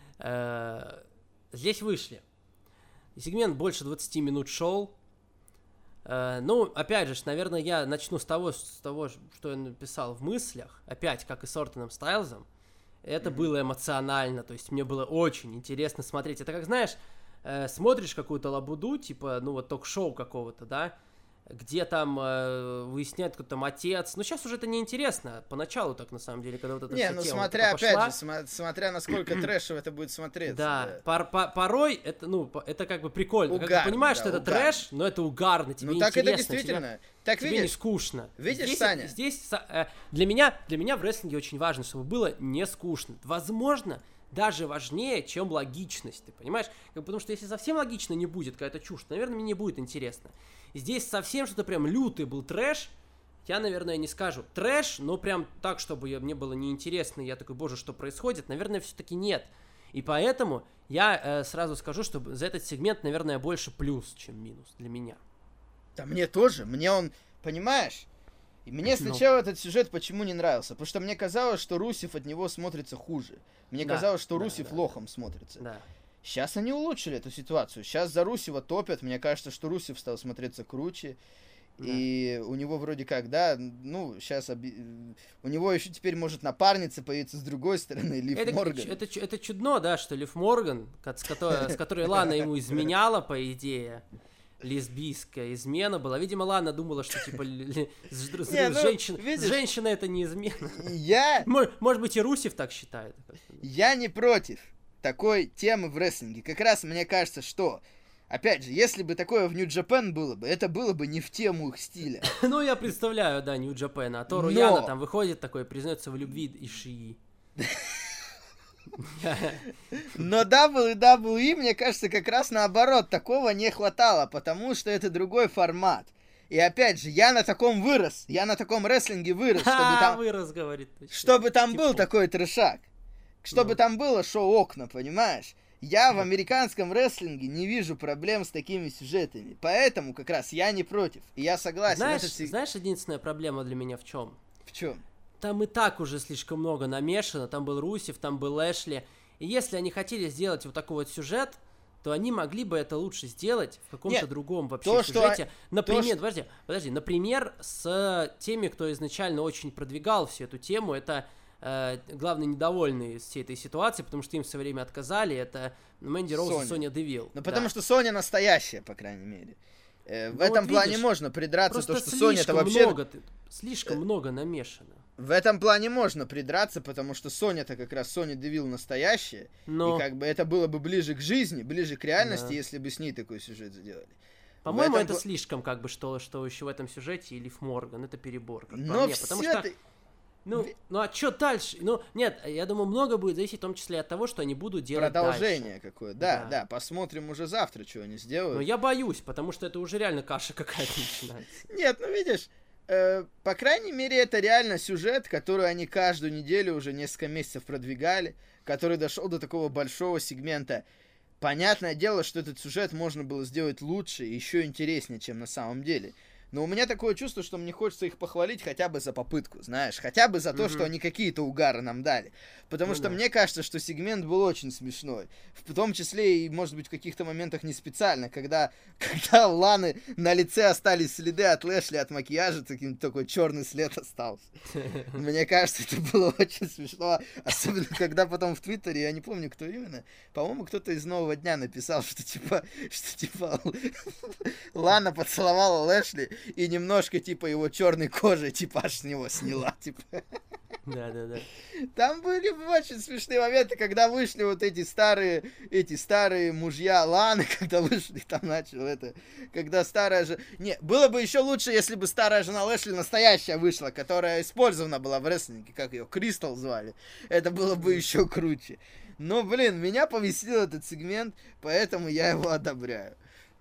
Здесь вышли. Сегмент больше двадцати минут шел. Ну, опять же, наверное, я начну с того, с того, что я написал в мыслях. Опять, как и с Ортоном Стайлзом. Это mm-hmm. было эмоционально, то есть мне было очень интересно смотреть. Это как, знаешь, э, смотришь какую-то лабуду, типа, ну вот ток-шоу какого-то, да, где там э, выясняют, кто там отец. Ну, сейчас уже это неинтересно. Поначалу так, на самом деле, когда вот эта Не, вся ну тема смотря, пошла. опять же, см- смотря насколько трэшево это будет смотреться. Да, да. Пор- по- порой это, ну, это как бы прикольно. Угарно, как ты понимаешь, да, что это угарно. трэш, но это угарно, тебе ну, интересно. так это действительно. Тебе, так тебе видишь, не скучно. Видишь, здесь, Саня? Здесь э, для меня, для меня в рестлинге очень важно, чтобы было не скучно. Возможно, даже важнее, чем логичность, ты понимаешь? Как, потому что если совсем логично не будет какая-то чушь, то, наверное, мне не будет интересно. Здесь совсем что-то прям лютый был трэш, я, наверное, не скажу трэш, но прям так, чтобы я, мне было неинтересно, я такой, боже, что происходит, наверное, все-таки нет. И поэтому я э, сразу скажу, что за этот сегмент, наверное, больше плюс, чем минус для меня. Да мне тоже, мне он, понимаешь? И мне сначала ну. этот сюжет почему не нравился? Потому что мне казалось, что Русев от него смотрится хуже. Мне да, казалось, что да, Русев да, лохом да. смотрится. Да. Сейчас они улучшили эту ситуацию. Сейчас за Русева топят. Мне кажется, что Русев стал смотреться круче. Да. И у него вроде как, да, ну, сейчас оби... у него еще теперь может напарница появиться с другой стороны, Лив это, Морган. Это, это, это чудно, да, что Лив Морган, с которой, с которой Лана ему изменяла, по идее, лесбийская измена была. Видимо, Лана думала, что, типа, женщина это не измена. Я... Может быть, и Русев так считает. Я не против такой темы в рестлинге. Как раз мне кажется, что... Опять же, если бы такое в Нью-Джапен было бы, это было бы не в тему их стиля. Ну, я представляю, да, Нью-Джапен. А Тору Яна там выходит такой, признается в любви и шии. Но дабл ю дабл ю и, мне кажется, как раз наоборот, такого не хватало, потому что это другой формат. И опять же, я на таком вырос, я на таком рестлинге вырос, чтобы там... вырос, говорит. Чтобы там был такой трешак. Чтобы там было шоу «Окна», понимаешь? Я в американском рестлинге не вижу проблем с такими сюжетами. Поэтому как раз я не против. И я согласен. Знаешь, этот... знаешь, единственная проблема для меня в чем? В чем? Там и так уже слишком много намешано. Там был Русев, там был Эшли. И если они хотели сделать вот такой вот сюжет, то они могли бы это лучше сделать в каком-то Нет, другом вообще то, сюжете. Что... Например, то, что... подожди, подожди, например, с теми, кто изначально очень продвигал всю эту тему, это э, главный недовольный всей этой ситуации, потому что им все время отказали, это Мэнди Роуз и Соня Девилл. Ну, да. потому что Соня настоящая, по крайней мере. Э, в ну, этом вот плане видишь, можно придраться, то, что Соня это вообще... Много, слишком э... много намешано. В этом плане можно придраться, потому что Соня-то как раз Соня Девилл настоящая. Но... И как бы это было бы ближе к жизни, ближе к реальности, да. если бы с ней такой сюжет сделали. По-моему, этом... это слишком, как бы, что, что еще в этом сюжете, и Лив Морган, это перебор. Как Но мне, потому что... ты... Ну, ну, а что дальше? Ну, нет, я думаю, много будет зависеть в том числе от того, что они будут делать Продолжение дальше. какое, да, да, да, посмотрим уже завтра, что они сделают. Но я боюсь, потому что это уже реально каша какая-то начинается. Нет, ну видишь, э, по крайней мере, это реально сюжет, который они каждую неделю уже несколько месяцев продвигали, который дошел до такого большого сегмента. Понятное дело, что этот сюжет можно было сделать лучше и еще интереснее, чем на самом деле. Но у меня такое чувство, что мне хочется их похвалить хотя бы за попытку, знаешь, хотя бы за то, mm-hmm. что они какие-то угары нам дали. Потому ну, что да. мне кажется, что сегмент был очень смешной. В том числе и, может быть, в каких-то моментах не специально, когда, когда у Ланы на лице остались следы от Лэшли, от макияжа, таким такой черный след остался. Мне кажется, это было очень смешно. Особенно, когда потом в Твиттере, я не помню, кто именно, по-моему, кто-то из Нового дня написал, что типа, что типа Лана поцеловала Лэшли и немножко типа его черной кожей типа аж с него сняла, типа. Да, да, да. Там были очень смешные моменты, когда вышли вот эти старые, эти старые мужья Ланы, когда вышли, там начал это, когда старая же... Не, было бы еще лучше, если бы старая жена Лэшли настоящая вышла, которая использована была в рестлинге, как ее, Кристал звали. Это было бы еще круче. Но, блин, меня повеселил этот сегмент, поэтому я его одобряю.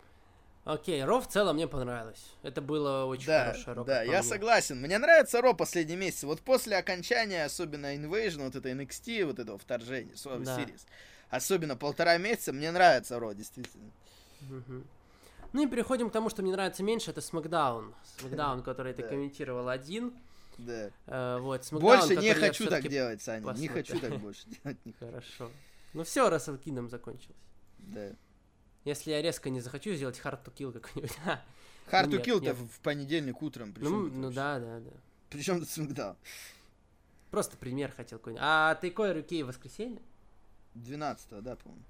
Окей, Ро в целом мне понравилось. Это было очень да, хорошее Ро. Да, я мне. согласен. Мне нравится Ро последние месяцы. Вот после окончания, особенно Invasion, вот это эн экс ти, вот этого вторжения, Survivor да. Series, особенно полтора месяца, мне нравится Ро, действительно. Угу. Ну и переходим к тому, что мне нравится меньше, это Смэкдаун. Смэкдаун, который ты комментировал один. Да. Э, вот, больше не хочу так делать, Саня. Посмотрю. Не хочу так больше делать. Хорошо. Ну все, Wrestle Kingdom закончилось. Да. Если я резко не захочу сделать Hard to Kill какой-нибудь. Hard to Kill-то в понедельник утром. Ну, ну да, да, да. Причем тут Смэкдаун. Просто пример хотел какой-нибудь. А Тайкой Рюкей в воскресенье? двенадцатого, да, по-моему.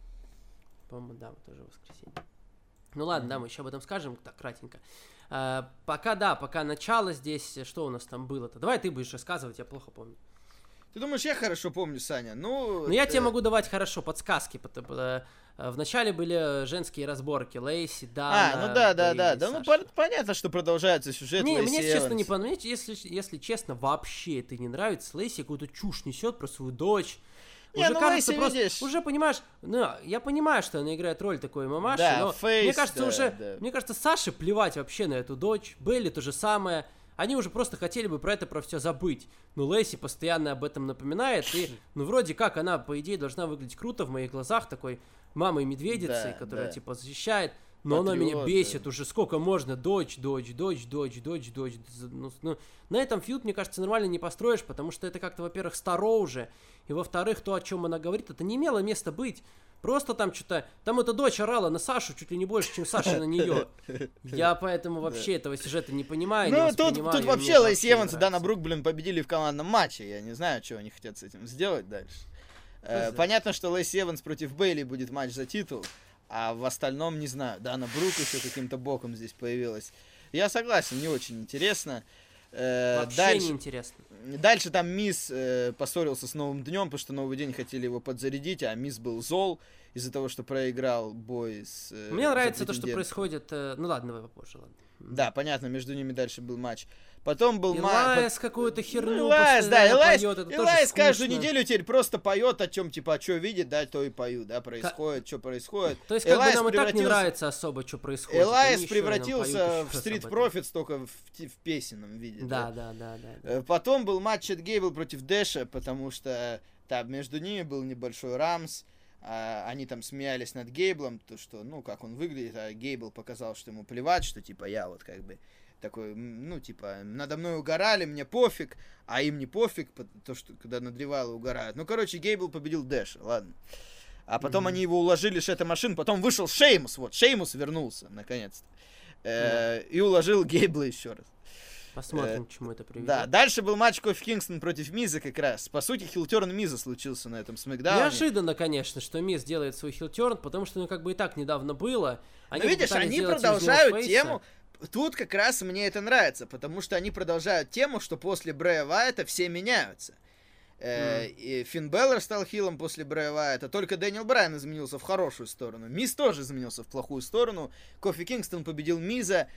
По-моему, да, вот тоже воскресенье. Ну ладно, mm-hmm. да, мы еще об этом скажем, так, кратенько. А, пока, да, пока начало здесь, что у нас там было-то? Давай ты будешь рассказывать, я плохо помню. Ты думаешь, я хорошо помню, Саня? Ну, ну я э... тебе могу давать хорошо подсказки, потому что вначале были женские разборки, Лейси, Дана. А, ну да, да, да, да, ну по- понятно, что продолжается сюжет. Не, Лейси мне Эванс. честно не понравилось, если, если честно, вообще это не нравится. Лейси какую-то чушь несет про свою дочь. Не, уже ну кажется, Лейси, просто, видишь... уже понимаешь, ну, я понимаю, что она играет роль такой мамаши, да, но фейс, мне кажется, да, уже, да. мне кажется, Саше плевать вообще на эту дочь, Белли то же самое. Они уже просто хотели бы про это, про все забыть. Но Лейси постоянно об этом напоминает. И, ну, вроде как, она, по идее, должна выглядеть круто в моих глазах, такой мамой-медведицей, да, которая, да. типа, защищает. Но Патриот, она меня бесит да. уже. Сколько можно? Дочь, дочь, дочь, дочь, дочь, дочь. Ну, ну, на этом фьюд, мне кажется, нормально не построишь, потому что это как-то, во-первых, старо уже. И, во-вторых, то, о чем она говорит, это не имело места быть. Просто там что-то... Там эта дочь орала на Сашу чуть ли не больше, чем Саша на нее. Я поэтому вообще этого сюжета не понимаю, ну, не тут, тут вообще Лейси Эванс и Дана Брук, блин, победили в командном матче. Я не знаю, что они хотят с этим сделать дальше. Э, понятно, что Лейси Эванс против Бейли будет матч за титул, а в остальном, не знаю, Дана Брук еще каким-то боком здесь появилась. Я согласен, не очень интересно. Э, Вообще дальше, неинтересно. Дальше там Мисс э, поссорился с Новым Днем, потому что Новый День хотели его подзарядить, а Мисс был зол из-за того, что проиграл бой с... Э, Мне нравится то, что происходит... Э, ну ладно, давай попозже, ладно. Да, понятно, между ними дальше был матч. Потом был матч... Элайс под... какую-то херню ну, Элайс, да, Элайс, поет, это Элайс каждую неделю теперь просто поет о чем, типа, а что видит, да, то и пою, да, происходит, К... что происходит. То есть, как Элайс бы нам превратился... и так не нравится особо, что происходит. Элайс превратился в Street Profits только в, в песенном виде. Да, да, да, да, да. Потом был матч Чет Гейбл против Дэша, потому что там между ними был небольшой рамс. А, они там смеялись над Гейблом, то что, ну, как он выглядит, а Гейбл показал, что ему плевать, что, типа, я вот как бы такой, ну, типа, надо мной угорали, мне пофиг, а им не пофиг, то, что, когда над Ревайло угорают. Ну, короче, Гейбл победил Дэша, ладно. А потом mm-hmm. они его уложили, Шета Машин, потом вышел Шеймус, вот, Шеймус вернулся, наконец-то, mm-hmm. и уложил Гейбла еще раз. Посмотрим, к чему это приведет. Да, дальше был матч Кофи Кингстон против Миза как раз. По сути, хилтерн Миза случился на этом Смэкдауне. Неожиданно, конечно, что Миз делает свой хилтерн, потому что, ну, как бы и так недавно было. Они Но видишь, они продолжают тему. Тут как раз мне это нравится, потому что они продолжают тему, что после Брэя Уайта все меняются. Mm. И Финн Беллер стал хилом после Брэя Уайта, только Дэниел Брайан изменился в хорошую сторону. Миз тоже изменился в плохую сторону. Кофи Кингстон победил Миза.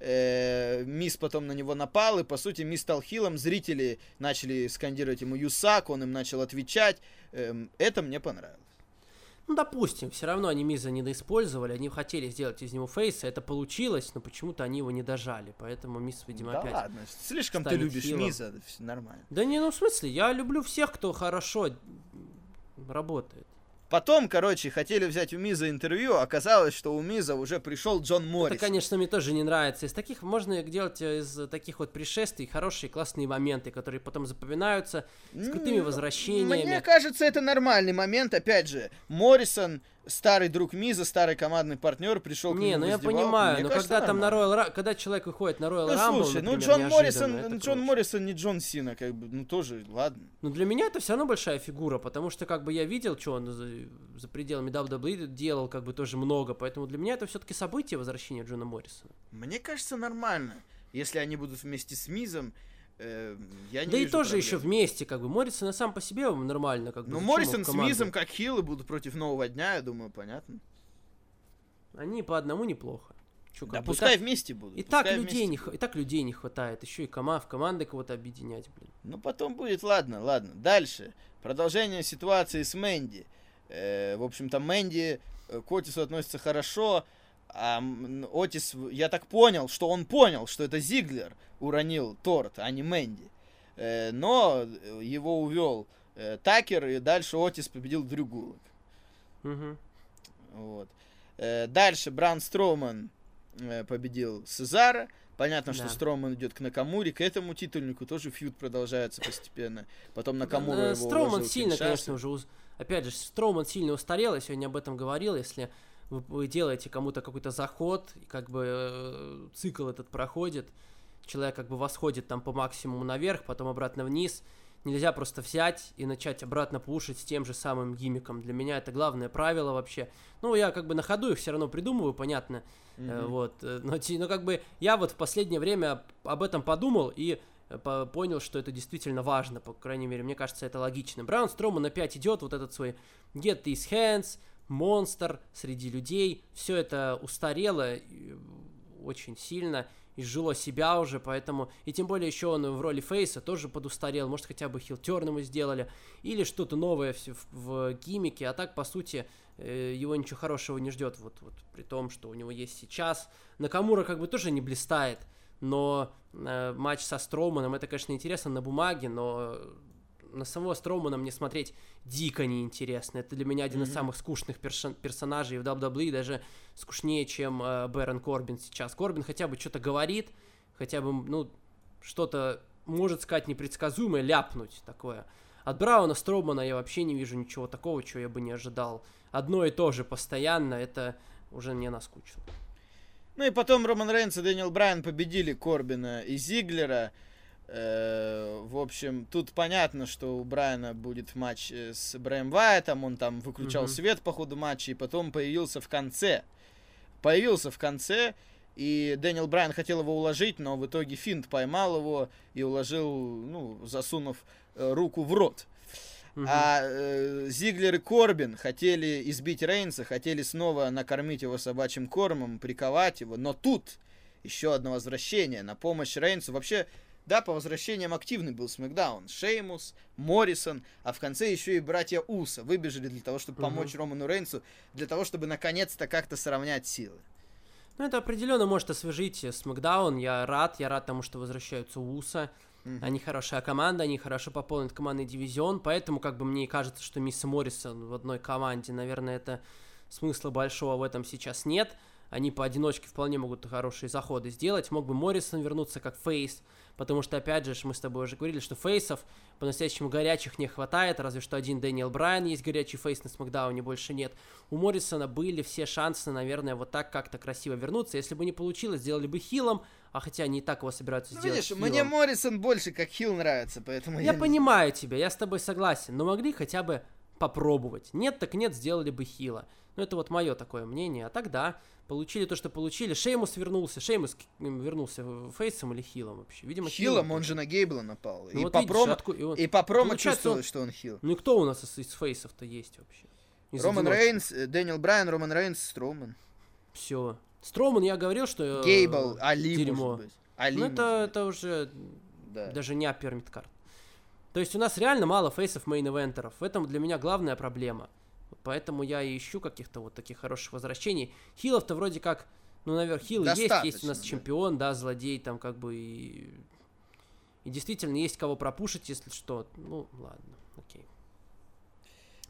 Мисс потом на него напал, и, по сути, Мисс стал хилом, зрители начали скандировать ему «Юсак», он им начал отвечать. Это мне понравилось. Ну, допустим, все равно они Миза недоиспользовали, они хотели сделать из него фейса, это получилось, но почему-то они его не дожали, поэтому Мисс, видимо, да опять... Да ладно, слишком ты любишь хилом. Миза, нормально. Да не, ну, в смысле, я люблю всех, кто хорошо работает. Потом, короче, хотели взять у Миза интервью, оказалось, что у Миза уже пришел Джон Моррисон. Это, конечно, мне тоже не нравится. Из таких можно делать из таких вот пришествий хорошие классные моменты, которые потом запоминаются с крутыми возвращениями. Мне кажется, это нормальный момент. Опять же, Моррисон, старый друг Миза, старый командный партнер, пришел к нему. Не, ну я понимаю, Мне но кажется, когда там на Royal, когда человек выходит на Royal ну, Rumble, слушай, например, ну Джон Моррисон, это Джон Моррисон не Джон Сина, как бы, ну тоже, ладно. Ну для меня это все равно большая фигура, потому что как бы я видел, что он за, за пределами дабл ю дабл ю и делал как бы тоже много, поэтому для меня это все-таки событие возвращения Джона Моррисона. Мне кажется, нормально, если они будут вместе с Мизом. Э, я не да и тоже проблем. еще вместе, как бы, Моррисон сам по себе нормально, как бы. Ну, Моррисон с Мизом как хилы будут против Нового Дня, я думаю, понятно. Они по одному неплохо. Чё, да бы, пускай так, вместе будут. И так, людей не, и так людей не хватает, еще и кома, в команды кого-то объединять, блин. Ну, потом будет, ладно, ладно. Дальше. Продолжение ситуации с Мэнди. Э, в общем-то, Мэнди к Отису относится хорошо, а Отис, я так понял, что он понял, что это Зиглер уронил торт, а не Мэнди. Э, но его увел э, Такер, и дальше Отис победил Дрю Гулак. Угу. Вот. Э, дальше Бран Строуман э, победил Сезара. Понятно, что да. Строуман идет к Накамуре, к этому титульнику тоже фьюд продолжается постепенно. Потом Накамура да, его Строуман сильно, конечно, уже... Уз... Опять же, Строуман сильно устарел, я сегодня об этом говорил. Если вы, вы делаете кому-то какой-то заход, и как бы э, цикл этот проходит, человек как бы восходит там по максимуму наверх, потом обратно вниз, нельзя просто взять и начать обратно пушить с тем же самым гиммиком. Для меня это главное правило вообще. Ну, я как бы на ходу их все равно придумываю, понятно. Mm-hmm. Э, вот. Но, но как бы я вот в последнее время об этом подумал и по- понял, что это действительно важно. По крайней мере, мне кажется, это логично. Браун Строуман опять идет, вот этот свой Get These Hands, монстр среди людей. Все это устарело очень сильно. Изжило себя уже, поэтому... И тем более еще он в роли фейса тоже подустарел. Может, хотя бы хилтерн ему сделали. Или что-то новое в, в, в гиммике. А так, по сути, э, его ничего хорошего не ждет. Вот, вот при том, что у него есть сейчас. Накамура как бы тоже не блистает. Но э, матч со Строуманом, это, конечно, интересно на бумаге, но... На самого Строумана мне смотреть дико неинтересно. Это для меня один mm-hmm. из самых скучных перш- персонажей в дабл ю дабл ю и, даже скучнее, чем э, Бэрон Корбин сейчас. Корбин хотя бы что-то говорит, хотя бы, ну, что-то может сказать непредсказуемое, ляпнуть такое. От Брауна Строумана я вообще не вижу ничего такого, чего я бы не ожидал. Одно и то же постоянно, это уже мне наскучило. Ну и потом Роман Рейнс и Дэниел Брайан победили Корбина и Зиглера. В общем, тут понятно, что у Брайана будет матч с Брэем Уайтом, он там выключал mm-hmm. свет по ходу матча, и потом появился в конце. Появился в конце, и Дэниел Брайан хотел его уложить, но в итоге Финт поймал его и уложил, ну, засунув руку в рот. Mm-hmm. А э, Зиглер и Корбин хотели избить Рейнса, хотели снова накормить его собачьим кормом, приковать его, но тут еще одно возвращение на помощь Рейнсу. Вообще, да, по возвращениям активный был Смэкдаун. Шеймус, Моррисон, а в конце еще и братья Уса выбежали для того, чтобы помочь mm-hmm. Роману Рейнсу, для того, чтобы наконец-то как-то сравнять силы. Ну, это определенно может освежить Смэкдаун. Я рад, я рад тому, что возвращаются Уса. Mm-hmm. Они хорошая команда, они хорошо пополнят командный дивизион, поэтому, как бы, мне кажется, что Мисс Моррисон в одной команде, наверное, это смысла большого в этом сейчас нет. Они поодиночке вполне могут хорошие заходы сделать. Мог бы Моррисон вернуться как фейс, потому что, опять же, мы с тобой уже говорили, что фейсов по-настоящему горячих не хватает, разве что один Дэниел Брайан есть горячий фейс на Смэкдауне, больше нет. У Моррисона были все шансы, наверное, вот так как-то красиво вернуться. Если бы не получилось, сделали бы хилом, а хотя они и так его собираются ну, сделать видишь, хилом. Мне Моррисон больше как хил нравится, поэтому я... Я понимаю тебя, я с тобой согласен, но могли хотя бы попробовать. Нет, так нет, сделали бы хила. Ну, это вот мое такое мнение. А тогда получили то, что получили. Шеймус вернулся. Шеймус вернулся фейсом или хилом вообще? Видимо, хилом. Хилом, он же на Гейбла напал. Ну, и, вот по видишь, промо... отку... и, он... и по промо Получается, чувствовалось, он... что он хил. Ну и кто у нас из, из фейсов-то есть вообще? Из Роман одиночки. Рейнс, Дэниел Брайан, Роман Рейнс, Строуман. Все. Строуман, я говорил, что... Гейбл, Али, дерьмо. может быть. Али, ну, это, это уже да. даже не upper mid-card. То есть у нас реально мало фейсов мейн-эвентеров. В этом для меня главная проблема. Поэтому я и ищу каких-то вот таких хороших возвращений. Хилов-то вроде как, ну, наверное, хилы есть, есть у нас да. чемпион, да, злодей там как бы и... И действительно есть кого пропушить, если что. Ну, ладно, окей.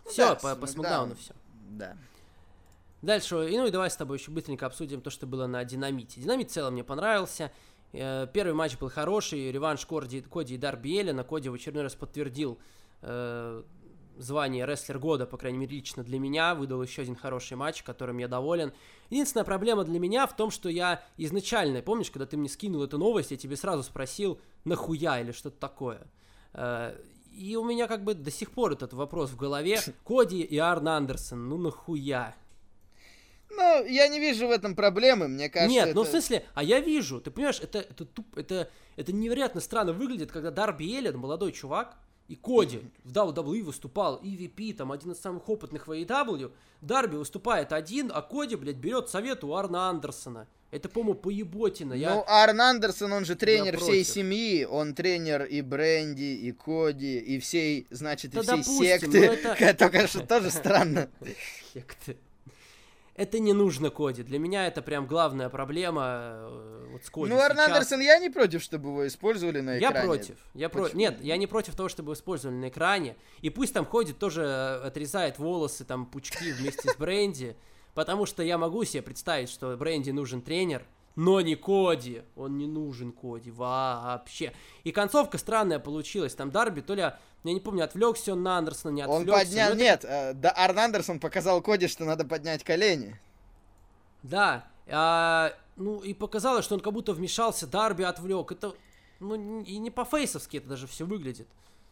Все, да, по, по Смакдауну все. Да. Дальше, ну и давай с тобой еще быстренько обсудим то, что было на Динамите. Динамит в целом мне понравился. Первый матч был хороший, реванш Коди, Коди и Дарби Эллина. Коди в очередной раз подтвердил э, звание рестлер года, по крайней мере, лично для меня. Выдал еще один хороший матч, которым я доволен. Единственная проблема для меня в том, что я изначально, помнишь, когда ты мне скинул эту новость, я тебе сразу спросил, нахуя или что-то такое. Э, и у меня как бы до сих пор этот вопрос в голове. Коди и Арн Андерсон, ну нахуя? Ну, я не вижу в этом проблемы, мне кажется. Нет, это... ну в смысле, а я вижу, ты понимаешь, это, это, туп, это, это невероятно странно выглядит, когда Дарби Эллин, молодой чувак, и Коди в дабл ю дабл ю и выступал, и ви пи, там, один из самых опытных в эй и дабл ю, Дарби выступает один, а Коди, блядь, берет совет у Арна Андерсона. Это, по-моему, поеботина. Я... Ну, Арн Андерсон, он же тренер всей семьи, он тренер и Бренди, и Коди, и всей, значит, и да всей допустим, секты. Это... Только что тоже странно. Секты. Это не нужно Коди. Для меня это прям главная проблема вот с Коди. Ну, Арн Андерсон, я не против, чтобы его использовали на экране. Я против. Я про... Нет, я не против того, чтобы его использовали на экране. И пусть там ходит, тоже отрезает волосы, там, пучки вместе с Бренди. Потому что я могу себе представить, что Бренди нужен тренер, но не Коди. Он не нужен Коди вообще. И концовка странная получилась. Там Дарби, то ли, я не помню, отвлекся он на Андерсона, не отвлекся. Он поднял, это... нет, э, да, Арн Андерсон показал Коди, что надо поднять колени. Да, а, ну и показалось, что он как будто вмешался, Дарби отвлек. Это, ну, и не по-фейсовски это даже все выглядит.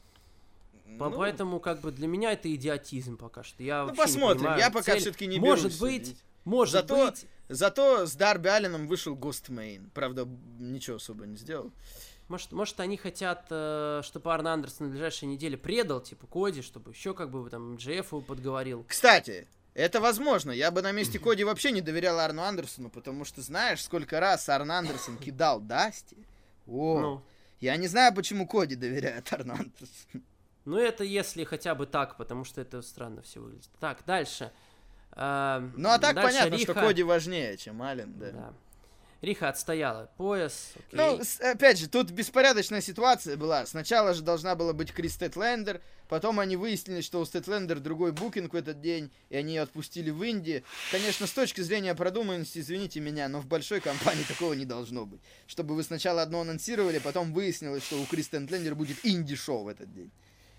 Ну, поэтому, как бы, для меня это идиотизм пока что. Я ну, посмотрим, не я пока цель. все-таки не может берусь. Быть, может зато, быть... Зато с Дарби Алленом вышел Гостмейн. Правда, ничего особо не сделал. Может, может они хотят, э, чтобы Арн Андерсон на ближайшей неделе предал, типа, Коди, чтобы еще, как бы, там, джей эф его подговорил. Кстати, это возможно. Я бы на месте Коди вообще не доверял Арну Андерсону, потому что знаешь, сколько раз Арн Андерсон кидал Дасти? О, ну. Я не знаю, почему Коди доверяет Арну Андерсону. Ну, это если хотя бы так, потому что это странно все выглядит. Так, дальше. Э, ну, а так понятно, Риха... что Коди важнее, чем Аллен, да. да. Риха отстояла пояс. Окей. Ну, с, опять же, тут беспорядочная ситуация была. Сначала же должна была быть Крис Стэтлендер, потом они выяснили, что у Стэтлендер другой букинг в этот день, и они ее отпустили в Инди. Конечно, с точки зрения продуманности, извините меня, но в большой компании такого не должно быть. Чтобы вы сначала одно анонсировали, потом выяснилось, что у Крис Стэтлендер будет инди-шоу в этот день.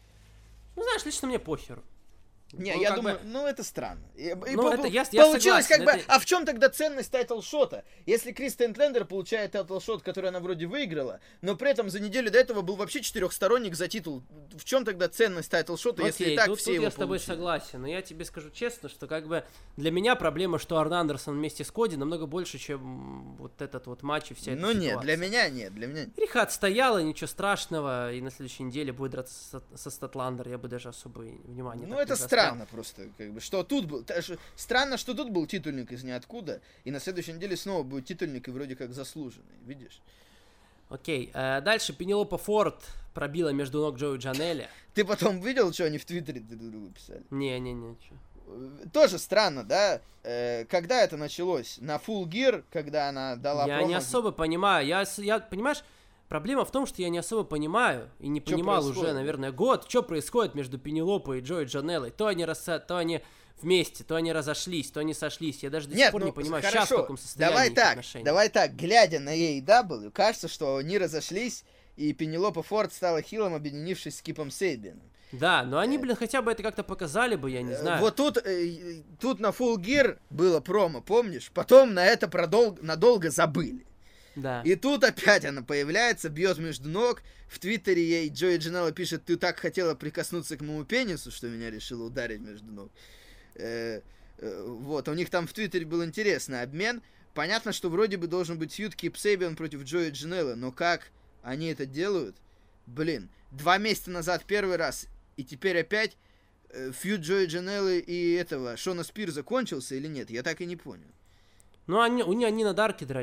Ну, знаешь, лично мне похеру. Не, ну, я думаю, бы... ну это странно. И, ну, и это по- я, я получилось согласен, как бы, это... а в чем тогда ценность тайтл-шота? Если Крис Стэтлендер получает тайтл-шот, который она вроде выиграла, но при этом за неделю до этого был вообще четырехсторонник за титул, в чем тогда ценность тайтл-шота, Окей, если и так тут, все тут его я с тобой получили? согласен, но я тебе скажу честно, что как бы для меня проблема, что Арн Андерсон вместе с Коди намного больше, чем вот этот вот матч и вся эта Ну ситуация. нет, для меня нет, для меня нет. Риха отстояла, ничего страшного, и на следующей неделе будет драться со, со Стэтландер, я бы даже особо внимания Ну так это не странно просто, как бы, что тут был, странно, что тут был титульник из ниоткуда, и на следующей неделе снова будет титульник и вроде как заслуженный, видишь? Окей, э, дальше Пенелопа Форд пробила между ног Джои Джанелли. Ты потом видел, что они в Твиттере друг другу писали? Не-не-не, что? Тоже странно, да? Э, когда это началось? На Full Gear, когда она дала Я промо... не особо понимаю. Я, я, понимаешь, проблема в том, что я не особо понимаю, и не Чё понимал происходит? уже, наверное, год, что происходит между Пенелопой и Джои Джанеллой. То они, рас... то они вместе, то они разошлись, то они сошлись. Я даже до Нет, сих пор ну, не понимаю, хорошо. сейчас в каком состоянии давай их так, отношения. Давай так, глядя на эй и дабл ю, кажется, что они разошлись, и Пенелопа Форд стала хилом, объединившись с Кипом Сейбином. Да, но они, блин, хотя бы это как-то показали бы, я не знаю. Вот тут, э, тут на Full Gear было промо, помнишь? Потом на это продол... надолго забыли. Да. И тут опять она появляется, бьет между ног. В Твиттере ей Джои Джанелла пишет: ты так хотела прикоснуться к моему пенису, что меня решила ударить между ног. Э, э, вот, у них там в Твиттере был интересный обмен. Понятно, что вроде бы должен быть фьюд Кип Сейбиан против Джои Джанеллы, но как они это делают? Блин, два месяца назад первый раз, и теперь опять э, фьюд Джои Джанеллы и этого Шона Спир закончился или нет? Я так и не понял. Ну, они, у них, они на Дарке дрались.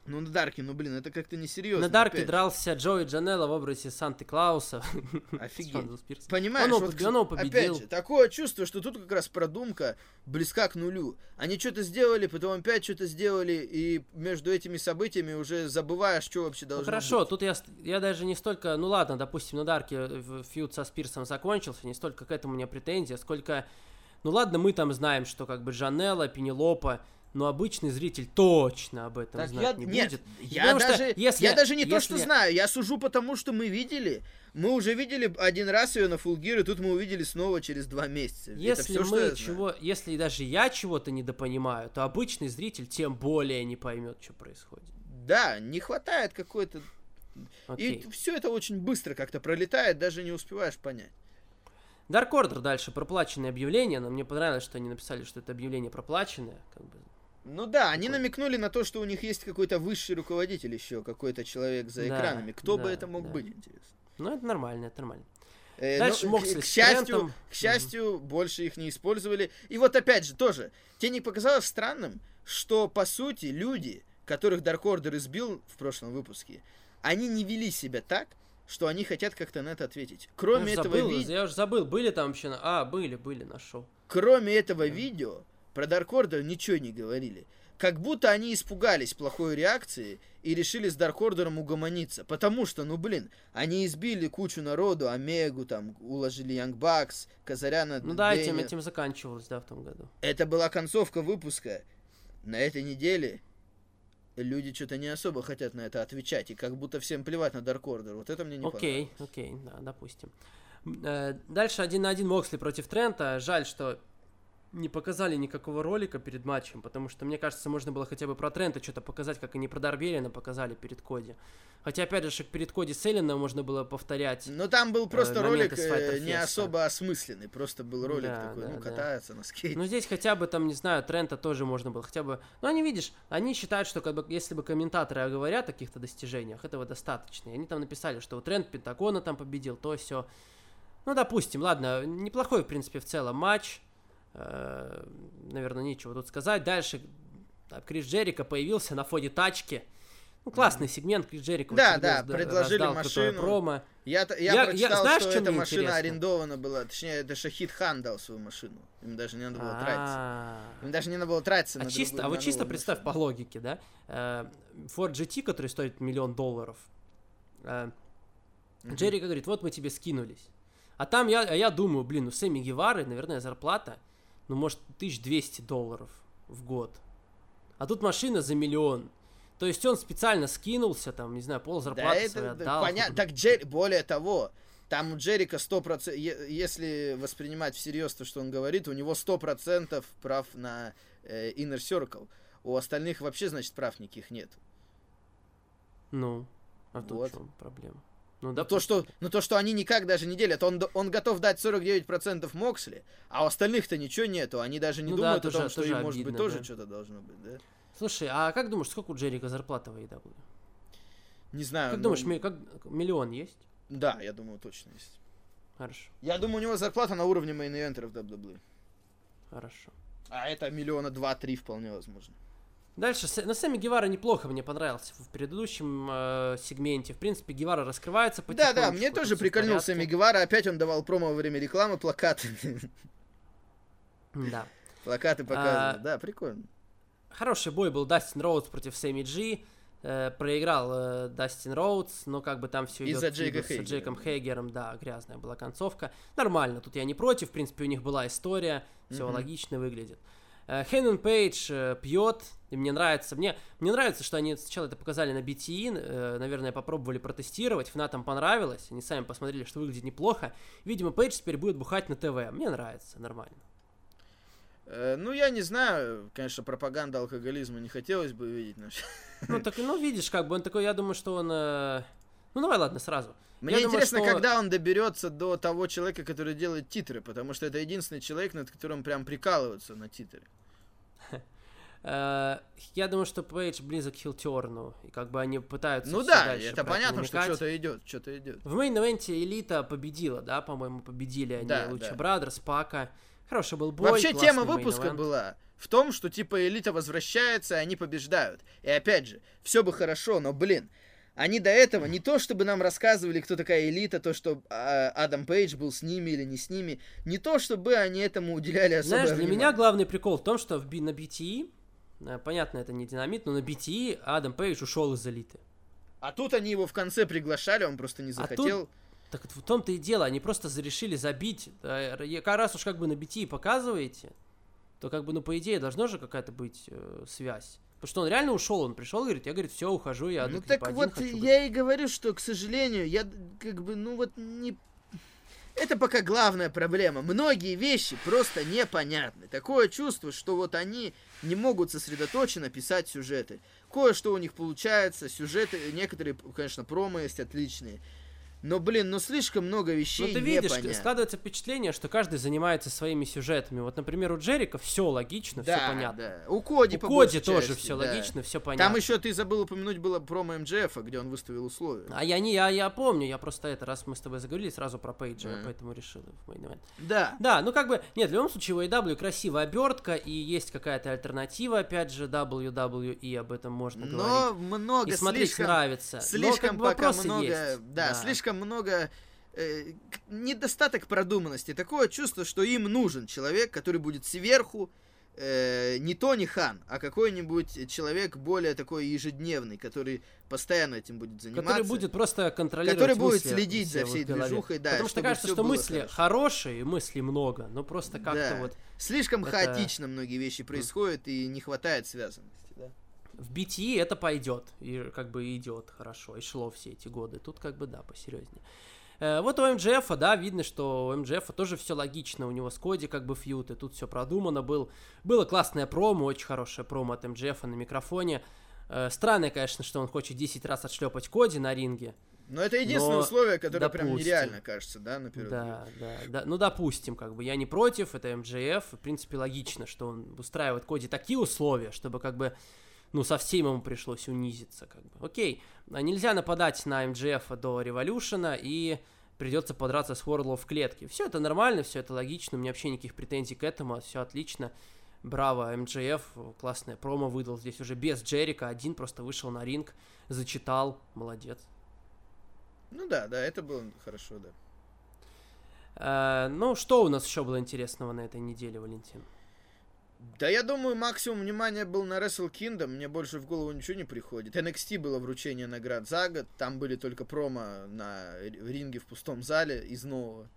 Ну, на Дарке, ну, блин, это как-то несерьезно. На Дарке опять дрался Джои Джанелло в образе Санты-Клауса. Офигеть. Понимаешь, он, вот, он победил. Опять же, такое чувство, что тут как раз продумка близка к нулю. Они что-то сделали, потом опять что-то сделали, и между этими событиями уже забываешь, что вообще должно ну, хорошо, быть. Тут я, я даже не столько... Ну, ладно, допустим, на Дарке фьюд со Спирсом закончился, не столько к этому у меня претензия, сколько... Ну, ладно, мы там знаем, что как бы Джанелло, Пенелопа... Но обычный зритель точно об этом так знать я, не нет, будет. Я даже, если, я даже не если... то, что знаю, я сужу потому, что мы видели. Мы уже видели один раз ее на Full Gear, и тут мы увидели снова через два месяца. Если Это все, мы чего, если даже я чего-то недопонимаю, то обычный зритель тем более не поймет, что происходит. Да, не хватает какой-то... Окей. И все это очень быстро как-то пролетает, даже не успеваешь понять. Dark Order дальше, проплаченное объявление, но мне понравилось, что они написали, что это объявление проплаченное, как бы. Ну да, они намекнули на то, что у них есть какой-то высший руководитель еще, какой-то человек за да, экранами. Кто да, бы это мог да. быть, интересно? Ну, это нормально, это нормально. Э, Дальше ну, Моксли к, к с счастью, Трентом. к счастью, mm-hmm. больше их не использовали. И вот опять же, тоже, тебе не показалось странным, что, по сути, люди, которых Dark Order избил в прошлом выпуске, они не вели себя так, что они хотят как-то на это ответить. Кроме я этого видео... Я уже забыл, были там вообще... А, были, были, нашел. Кроме этого yeah. видео, про Dark Order ничего не говорили. Как будто они испугались плохой реакции и решили с Dark Order'ом угомониться. Потому что, ну блин, они избили кучу народу, Омегу, там, уложили Young Bucks, Казаряна... Ну да, этим, этим заканчивалось, да, в том году. Это была концовка выпуска. На этой неделе люди что-то не особо хотят на это отвечать. И как будто всем плевать на Dark Order. Вот это мне не окей, понравилось. Окей, окей, да, допустим. Дальше один на один Моксли против Трента. Жаль, что... не показали никакого ролика перед матчем, потому что, мне кажется, можно было хотя бы про Трента что-то показать, как они про Дарбелина показали перед Коди. Хотя, опять же, перед Коди Селлина можно было повторять. Но там был просто э, ролик э, не особо осмысленный, просто был ролик да, такой, да, ну, да. катается на скейте. Ну, здесь хотя бы, там, не знаю, Трента тоже можно было хотя бы... Ну, они, видишь, они считают, что, как бы, если бы комментаторы говорят о каких-то достижениях, этого достаточно. И они там написали, что Трент Пентагона там победил, то все. Ну, допустим, ладно, неплохой, в принципе, в целом матч. Наверное, нечего тут сказать. Дальше Крис Джерико появился на фоне тачки. Ну, классный сегмент. Крис Джерико да, да, предложили машину. Промо. Я, я, я прочитал, я, знаешь, что эта машина интересно? арендована была. Точнее, это Шахид Хан дал свою машину. Им даже не надо было тратиться. Им даже не надо было тратиться а на чисто, другую, А вот чисто машину. Представь по логике, да? Ford джи ти, который стоит миллион долларов. Mm-hmm. Джерико говорит, вот мы тебе скинулись. А там я, а я думаю, блин, у Сэмми Гевары, наверное, зарплата, ну, может, тысяча двести долларов в год. А тут машина за миллион. То есть он специально скинулся, там, не знаю, пол зарплаты да это, отдал. Понятно. Так, Джер... более того, там у Джерика сто процентов, если воспринимать всерьез то, что он говорит, у него сто процентов прав на э, Inner Circle. У остальных вообще, значит, прав никаких нет. Ну, а тут вот. в чем проблема? Ну, ну, то, что, ну, то, что они никак даже не делят. Он, он готов дать сорок девять процентов Моксли, а у остальных-то ничего нету. Они даже не ну, думают да, о тоже, том, что тоже им, обидно, может быть, да. тоже что-то должно быть, да? Слушай, а как думаешь, сколько у Джерика зарплата в эй и дабл ю? Не знаю. Как ну... думаешь, ми- как... миллион есть? Да, я думаю, точно есть. Хорошо. Я думаю, у него зарплата на уровне мейн-ивентера в дабл ю дабл ю и. Хорошо. А это миллиона два-три вполне возможно. Дальше, ну, Сэмми Гевара неплохо мне понравился в предыдущем э, сегменте. В принципе, Гевара раскрывается потихонечку. Да, да, мне тоже прикольнул Сэмми Гевара. Опять он давал промо во время рекламы, плакаты. Да. Плакаты показывают, да, прикольно. Хороший бой был Дастин Роудс против Сэмми Джи. Э, проиграл э, Дастин Роудс, но как бы там все идет из-за Джейка с Джейком Хейгером, да, грязная была концовка. Нормально, тут я не против, в принципе, у них была история, все mm-hmm. логично выглядит. Хэйнман Пейдж э, пьет, и мне нравится. Мне, мне нравится, что они сначала это показали на би ти и, э, наверное, попробовали протестировать, фанатам понравилось, они сами посмотрели, что выглядит неплохо. Видимо, Пейдж теперь будет бухать на ТВ. Мне нравится, нормально. Э, ну, я не знаю, конечно, пропаганда алкоголизма не хотелось бы видеть. Но... Ну, так, ну, видишь, как бы он такой, я думаю, что он... Э... Ну, давай, ладно, сразу. Мне я интересно, думаю, что... когда он доберется до того человека, который делает титры, потому что это единственный человек, над которым прям прикалываются на титры. Я думаю, что Пейдж близок к хилтерну, и как бы они пытаются... Ну да, это понятно, что что-то идет, что-то идет. В мейн-ивенте Элита победила, да, по-моему, победили они да, Луча да. Брадерс, Пака. Хороший был бой. Вообще тема классный выпуска мейн-эвент. была в том, что типа элита возвращается, и они побеждают. И опять же, все бы хорошо, но, блин, они до этого не то, чтобы нам рассказывали, кто такая элита, то, что а, Адам Пейдж был с ними или не с ними, не то, чтобы они этому уделяли особое Знаешь, для внимание. меня главный прикол в том, что в, би- на би ти и, э, понятно, это не Динамит, но на би ти и Адам Пейдж ушел из элиты. А тут они его в конце приглашали, он просто не захотел. А тут, так в том-то и дело, они просто решили забить. Э, Раз уж как бы на би ти и показываете, то как бы, ну, по идее, должна же какая-то быть э, связь. Потому что он реально ушел, он пришел, говорит, я, говорит, все, ухожу, я Ну типа, так один вот, хочу я быть. и говорю, что, к сожалению, я как бы, ну вот не... Это пока главная проблема. Многие вещи просто непонятны. Такое чувство, что вот они не могут сосредоточенно писать сюжеты. Кое-что у них получается, сюжеты, некоторые, конечно, промо есть отличные. Но, блин, ну слишком много вещей Ну, ты видишь, непонятно. складывается впечатление, что каждый занимается своими сюжетами. Вот, например, у Джерика все логично, Да, все понятно. да. У Коди, У по Коди большей тоже части, все да. логично, все понятно. Там еще, ты забыл упомянуть, было промо эм джей эф, где он выставил условия. А я не, я, я помню, я просто это, раз мы с тобой заговорили, сразу про Пейджа, Mm. поэтому решил в мейн ивент. Да. Да, ну как бы, нет, в любом случае у эй дабл ю красивая обертка, и есть какая-то альтернатива, опять же, дабл ю дабл ю и, об этом можно Но говорить. много, И смотреть слишком, нравится. слишком Но, как бы, пока вопросы много, есть. да, Да. слишком много э, недостаток продуманности. Такое чувство, что им нужен человек, который будет сверху, э, не Тони Хан, а какой-нибудь человек более такой ежедневный, который постоянно этим будет заниматься. Который будет просто контролировать который будет мысли следить все за в всей их голове. движухой, да, Потому что чтобы кажется, всё что было мысли хорошо. хорошие, мыслей много, но просто как-то Да. вот... Слишком это- хаотично многие вещи происходят, и не хватает связанности. Да? В би ти и это пойдет, и как бы идет хорошо, и шло все эти годы. Тут как бы, да, посерьезнее. Э, вот у эм джей эф, да, видно, что у эм джей эф тоже все логично, у него с Коди как бы фьют, и тут все продумано был. Было классное промо, очень хорошее промо от эм джей эф на микрофоне. Э, странно, конечно, что он хочет десять раз отшлепать Коди на ринге. Но это единственное Но условие, которое прям допустим. нереально кажется, да, на первый взгляд. Да, да, да. Ну, допустим, как бы я не против, это эм джей эф. В принципе, логично, что он устраивает Коди такие условия, чтобы как бы, ну, совсем ему пришлось унизиться, как бы. Окей, а нельзя нападать на эм джей эф до Революшена, и придется подраться с Уордлоу в клетке. Все это нормально, все это логично, у меня вообще никаких претензий к этому, все отлично. Браво, эм джей эф, классное промо выдал здесь уже без Джерика, один просто вышел на ринг, зачитал, молодец. Ну да, да, это было хорошо, да. Э, ну, что у нас еще было интересного на этой неделе, Валентин? Да, я думаю, максимум внимания был на Wrestle Kingdom, мне больше в голову ничего не приходит. эн экс ти было вручение наград за год, там были только промо на ринге в пустом зале из нового.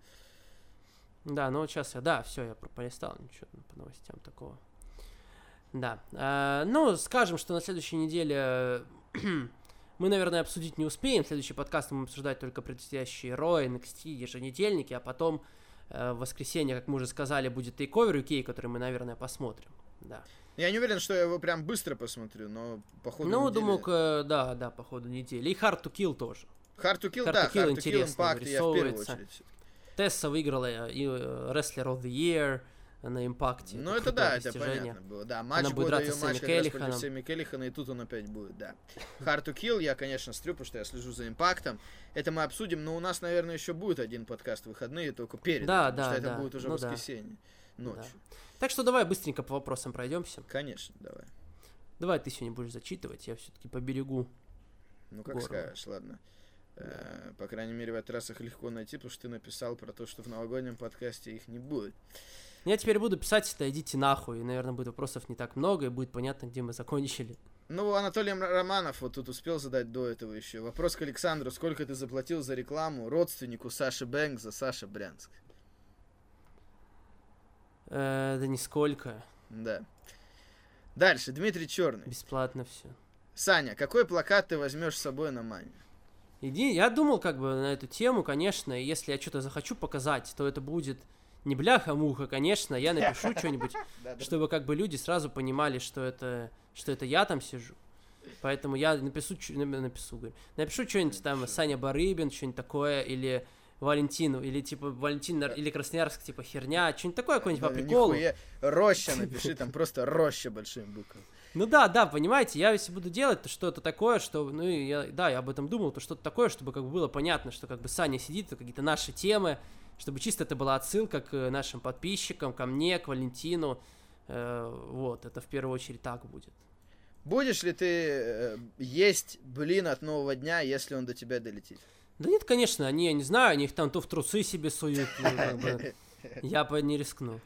Да, ну вот сейчас я, да, все, я про- полистал, ничего по новостям такого. Да, э, ну, скажем, что на следующей неделе мы, наверное, обсудить не успеем. Следующий подкаст мы будем обсуждать только предстоящие Raw, эн экс ти, еженедельники, а потом э, в воскресенье, как мы уже сказали, будет Takeover ю кей, который мы, наверное, посмотрим. Да. Я не уверен, что я его прям быстро посмотрю, но по ходу Ну, недели... думаю, к- да, да, по ходу недели. И Hard to Kill тоже. Hard to Kill, Hard да, to Kill Hard to Kill интересно Impact я в первую вырисовывается. очередь. Тесса выиграла и э, Wrestler of the Year на Импакте. Ну, это да, это понятно было. Да, матч Она будет года, драться ее с матч Сэмми как раз против Келлиханом. Сэмми Келлихана, и тут он опять будет, да. Hard to Kill я, конечно, стрю, потому что я слежу за импактом. Это мы обсудим, но у нас, наверное, еще будет один подкаст в выходные, только перед Да, этим, да, потому что да. это будет уже Ну да. воскресенье, ночью. Да. Так что давай быстренько по вопросам пройдемся. Конечно, давай. Давай ты сегодня будешь зачитывать, я все-таки поберегу. Ну, как Горло. скажешь, ладно. Э, По крайней мере, в этот раз их легко найти, потому что ты написал про то, что в новогоднем подкасте их не будет. Я теперь буду писать это, идите нахуй, и, наверное, будет вопросов не так много, и будет понятно, где мы закончили. Ну, Анатолий Романов вот тут успел задать до этого еще. Вопрос к Александру. Сколько ты заплатил за рекламу родственнику Саши Бэнк за Саша Брянск? Э, да нисколько, Да. Дальше. Дмитрий Черный. бесплатно все. Саня, какой плакат ты возьмешь с собой на Мане? Иди, я думал как бы на эту тему, конечно, и если я что-то захочу показать, то это будет не бляха-муха, конечно, я напишу что-нибудь, чтобы как бы люди сразу понимали, что это, что это я там сижу. Поэтому я напишу, чё- на- напишу, говорю, напишу что-нибудь там, Саня Барыбин, что-нибудь такое, или Валентин, или типа Валентин, Нар- или Красноярск, типа херня, что-нибудь такое, какое-нибудь по Да, приколу. нихуя. Роща напиши, там просто роща большими буквами. Ну да, да, понимаете, я если буду делать, то что-то такое, что, ну, я, да, я об этом думал, то что-то такое, чтобы как бы было понятно, что как бы Саня сидит, то какие-то наши темы, чтобы чисто это была отсылка к нашим подписчикам, ко мне, к Валентину. Вот, это в первую очередь так будет. Будешь ли ты есть блин от нового дня, если он до тебя долетит? Да нет, конечно, они, я не знаю, они их там то в трусы себе суют, ну, как бы, я бы не рискну.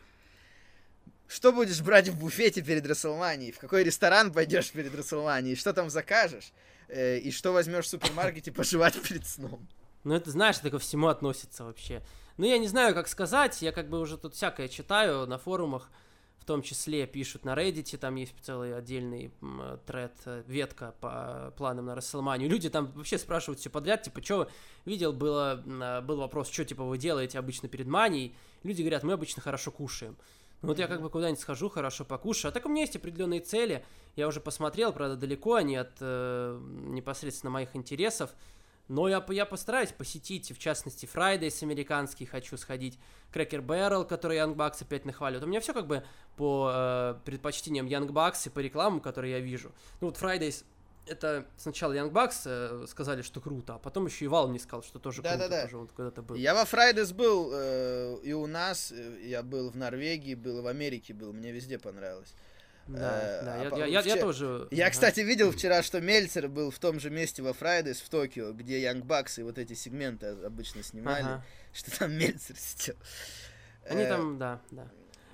Что будешь брать в буфете перед Расселманией? В какой ресторан пойдешь перед Расселманией? Что там закажешь? Э, и что возьмешь в супермаркете пожевать перед сном? Ну, это, знаешь, это ко всему относится вообще. Ну, я не знаю, как сказать, я как бы уже тут всякое читаю на форумах, в том числе пишут на Reddit, там есть целый отдельный м, тред, ветка по планам на Расселманию. Люди там вообще спрашивают все подряд, типа, что видел, было, был вопрос, что, типа, вы делаете обычно перед манией. Люди говорят, мы обычно хорошо кушаем. Ну, вот я как бы куда-нибудь схожу, хорошо покушаю. А так у меня есть определенные цели. Я уже посмотрел, правда, далеко они от э, непосредственно моих интересов. Но я, я постараюсь посетить, в частности, Fridays американский, хочу сходить, Cracker Barrel, который Young Bucks опять нахваливают. У меня все как бы по э, предпочтениям Young Bucks и по рекламам, которые я вижу. Ну вот Fridays, это сначала Young Bucks э, сказали, что круто, а потом еще и Вал мне сказал, что тоже да, круто. Да, да, тоже, вот, когда-то был. Я во Fridays был, э, и у нас, я был в Норвегии, был и в Америке был, мне везде понравилось. Да, э, да, а я, по- я, я, вчера... я тоже... Я, ага. кстати, видел вчера, что Мельцер был в том же месте во Fridays в Токио, где Young Bucks и вот эти сегменты обычно снимали, Ага. что там Мельцер сидел. Они Э, там, да, да.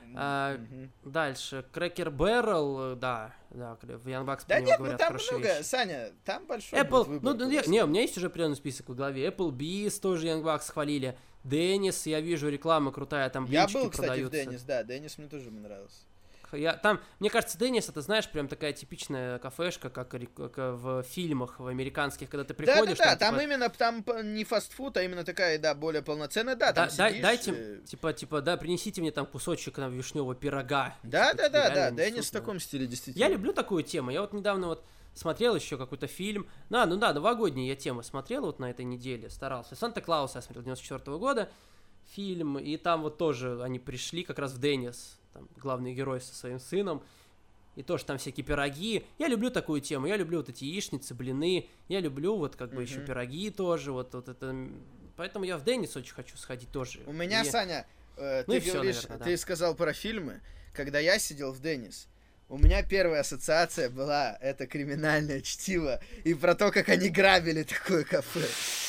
А, мгм. Дальше, Cracker Barrel, да, да, в Young Bucks Да про него нет, ну говорят там хорошие много, вещи. Саня, там большой Apple, будет ну, выбор. да, не, просто. не, у меня есть уже определенный список в голове. Applebee's тоже Young Bucks хвалили. Деннис, я вижу, реклама крутая, там Я блинчики был, кстати, в продаются. Деннис, да, Деннис мне тоже понравился. Я, там, мне кажется, Деннис, это, знаешь, прям такая типичная кафешка, как, ри- как в фильмах в американских, когда ты приходишь. Да-да-да, там, типа, именно, там п- не фастфуд, а именно такая еда более полноценная, да, там да- дай- сидишь, дайте, э, типа, типа, да, принесите мне там кусочек там, вишневого пирога. Типа, тебе Да-да-да, да, реально Деннис несут, в да. таком стиле, действительно. Я люблю такую тему. Я вот недавно вот смотрел еще какой-то фильм. Да, ну да, новогодние я темы смотрел вот на этой неделе, старался. Санта-Клауса я смотрел девяносто четвёртого года фильм, и там вот тоже они пришли как раз в Деннис, там главный герой со своим сыном, и тоже там всякие пироги. Я люблю такую тему, я люблю вот эти яичницы, блины, я люблю вот как бы Мгм. еще пироги тоже, вот, вот это... Поэтому я в Деннис очень хочу сходить тоже. У меня, И- Саня, э, Ну ты и всё, говоришь, наверное, да. ты сказал про фильмы. Когда я сидел в Деннис, у меня первая ассоциация была это криминальное чтиво и про то, как они грабили такое кафе.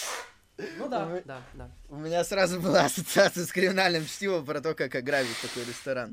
Ну да, Мы- да, да. У меня сразу была ассоциация с криминальным чтивом про то, как ограбить такой ресторан.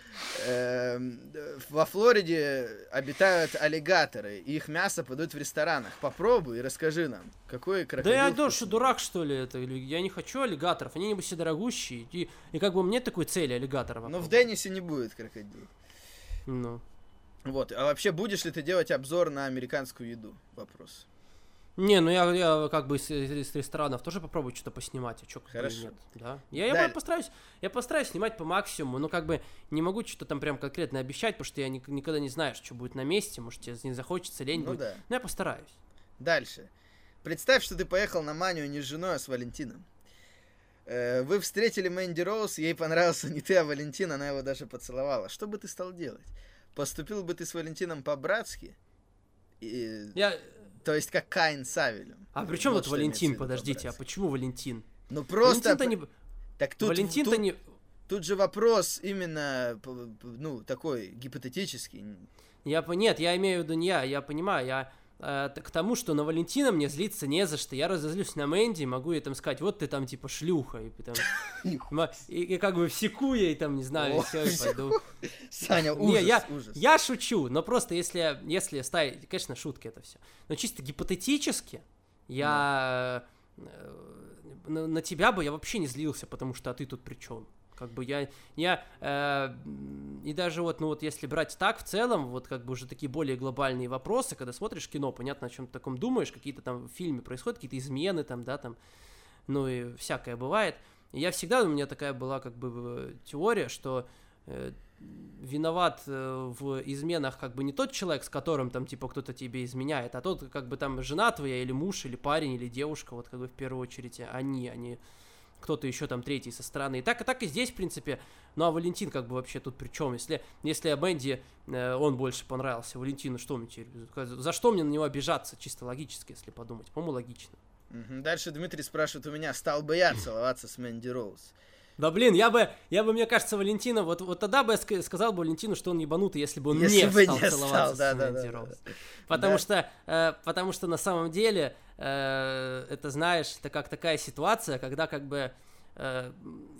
Эм, Во Флориде обитают аллигаторы, и их мясо подают в ресторанах. Попробуй и расскажи нам, какой Да крокодил. я что, вкусный. дурак, что ли, это? или Я не хочу аллигаторов, они небось все дорогущие. И, и как бы нет такой цели аллигаторов. Но в Деннисе не будет крокодил. Ну. Вот, а вообще будешь ли ты делать обзор на американскую еду? Вопрос. Не, ну я, я как бы из, из ресторанов тоже попробую что-то поснимать, а чё как бы и Хорошо. нет, да? Я, я Далее. постараюсь, я постараюсь снимать по максимуму, но как бы не могу что-то там прям конкретно обещать, потому что я ни- никогда не знаю, что будет на месте, может тебе не захочется, лень Ну будет, да. но я постараюсь. Дальше. Представь, что ты поехал на манию не с женой, а с Валентином. Э, Вы встретили Мэнди Роуз, ей понравился не ты, а Валентин, она его даже поцеловала. Что бы ты стал делать? Поступил бы ты с Валентином по-братски? И- Я... То есть как Каин с Авелем. А при чем Вот тут что имеется в Валентин, виду подождите, а по-братски. почему Валентин? Ну просто... Валентин-то не... Так тут, Валентин-то тут, не... тут же вопрос именно, п- п- ну, такой гипотетический. Я, по- нет, я имею в виду не я, я понимаю, я э, т- к тому, что на Валентина мне злиться не за что. Я разозлюсь на Мэнди, могу ей там сказать, вот ты там типа шлюха, и, там, ма- и, и как бы всеку ей там, не знаю, и О, все, и пойду. Саня, Не, ужас, я, ужас. я шучу, но просто если, если ставить, конечно, шутки это все, но чисто гипотетически я э, на, на тебя бы я вообще не злился, потому что а ты тут при чем? Как бы я, я э, и даже вот, ну вот если брать так в целом, вот как бы уже такие более глобальные вопросы, когда смотришь кино, понятно, о чем ты таком думаешь, какие-то там в фильме происходят, какие-то измены там, да, там, ну и всякое бывает. И я всегда, у меня такая была как бы теория, что э, виноват э, в изменах как бы не тот человек, с которым там типа кто-то тебе изменяет, а тот как бы там жена твоя или муж, или парень, или девушка, вот как бы в первую очередь они, они кто-то еще там третий со стороны. И так, и так и здесь, в принципе. Ну, а Валентин как бы вообще тут при чем? Если, если Мэнди, э, он больше понравился, Валентину, что мне теперь? За что мне на него обижаться? Чисто логически, если подумать. По-моему, логично. Угу. Дальше Дмитрий спрашивает у меня, стал бы я целоваться с Мэнди Роуз? Да блин, я бы, я бы, мне кажется, Валентина, вот, вот тогда бы я сказал бы Валентину, что он ебанутый, если бы он если не бы стал не целоваться стал, да, с да, Мэнди да, Роуз. да. Потому, Да. что, э, потому что на самом деле, э, это, знаешь, это как такая ситуация, когда как бы э,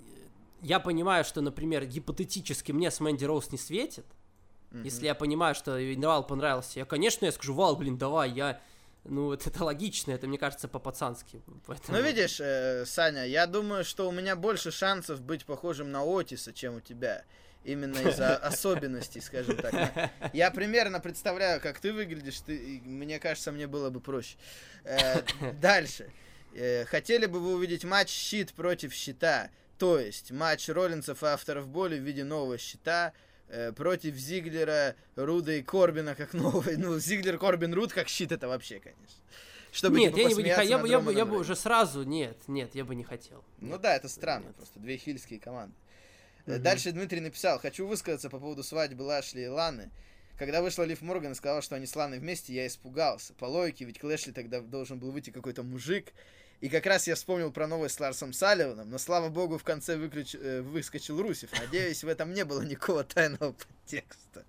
я понимаю, что, например, гипотетически мне с Мэнди Роуз не светит. Mm-hmm. Если я понимаю, что Вал понравился, я, конечно, я скажу, Вал, блин, давай, я... Ну, это, это логично, это, мне кажется, по-пацански. Поэтому... Ну, видишь, э, Саня, я думаю, что у меня больше шансов быть похожим на Отиса, чем у тебя. Именно из-за особенностей, скажем так. Я примерно представляю, как ты выглядишь, ты, мне кажется, мне было бы проще. Э, дальше. Э, хотели бы вы увидеть матч щит против щита, то есть матч Роллинсов и авторов боли в виде нового щита э, против Зиглера, Руда и Корбина как новый. Ну, Зиглер, Корбин, Руд как щит, это вообще, конечно. Чтобы, нет, типа, я, не, я, я, бы, я, бы, я бы Рейна. уже сразу, нет, нет, я бы не хотел. Ну нет. да, это странно, Нет. просто две хильские команды. Угу. Дальше Дмитрий написал, хочу высказаться по поводу свадьбы Лэшли и Ланы. Когда вышла Лив Морган и сказала, что они с Ланой вместе, я испугался. По логике, ведь к Лэшли тогда должен был выйти какой-то мужик. И как раз я вспомнил про новость с Ларсом Салливаном, но, слава богу, в конце выключ... э, выскочил Русев. Надеюсь, в этом не было никакого тайного подтекста.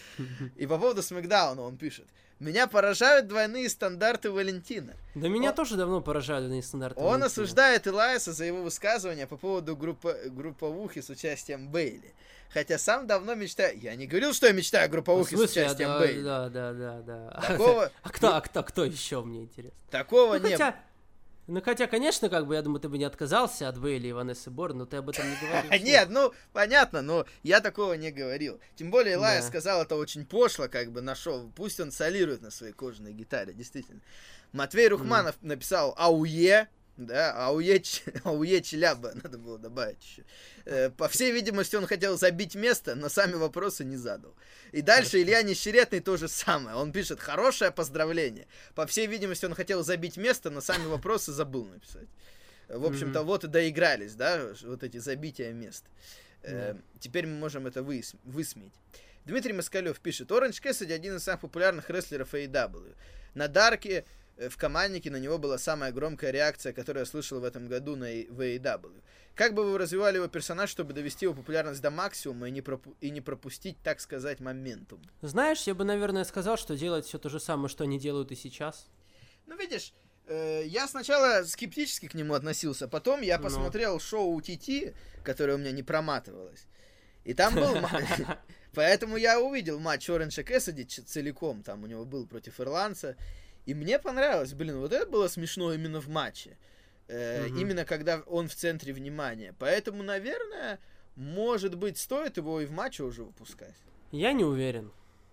И по поводу Смэкдауна он пишет. Меня поражают двойные стандарты Валентина. Да меня он... тоже давно поражают двойные стандарты Он Валентина. осуждает Элайса за его высказывания по поводу группа... групповухи с участием Бейли. Хотя сам давно мечтаю... Я не говорил, что я мечтаю о групповухе в смысле, с участием да, Бейли. Да, да, да, да. Такого... А кто, а кто, кто еще, мне интересно? Такого ну, не хотя, ну, хотя, конечно, как бы, я думаю, ты бы не отказался от Бейли и Ванессы Борн, но ты об этом не говорил. Нет, ну, понятно, но я такого не говорил. Тем более, Элайс Да. сказал это очень пошло, как бы, нашел. Пусть он солирует на своей кожаной гитаре, действительно. Матвей Рухманов mm. написал «Ауе», да, «Ауе, ауе Челяба», надо было добавить еще. Э, по всей видимости, он хотел забить место, но сами вопросы не задал. И дальше Хорошо. Илья Нищеретный то же самое. Он пишет «Хорошее поздравление». По всей видимости, он хотел забить место, но сами вопросы забыл написать. В общем-то, mm-hmm. вот и доигрались, да, вот эти забития мест. Yeah. Э, теперь мы можем это выс- высмеять. Дмитрий Москалев пишет, Оранж Кэссиди один из самых популярных рестлеров эй и дабл ю. На Дарке э, в команднике на него была самая громкая реакция, которую я слышал в этом году на, в эй и дабл ю. Как бы вы развивали его персонаж, чтобы довести его популярность до максимума и не, пропу- и не пропустить, так сказать, моментум? Знаешь, я бы, наверное, сказал, что делать все то же самое, что они делают и сейчас. Ну, видишь... Я сначала скептически к нему относился, потом я посмотрел ну. шоу ти ти, которое у меня не проматывалось, и там был матч, поэтому я увидел матч Оранжа Кэссиди целиком, там у него был против ирландца, и мне понравилось, блин, вот это было смешно именно в матче, э, угу. именно когда он в центре внимания, поэтому, наверное, может быть, стоит его и в матче уже выпускать. Я не уверен.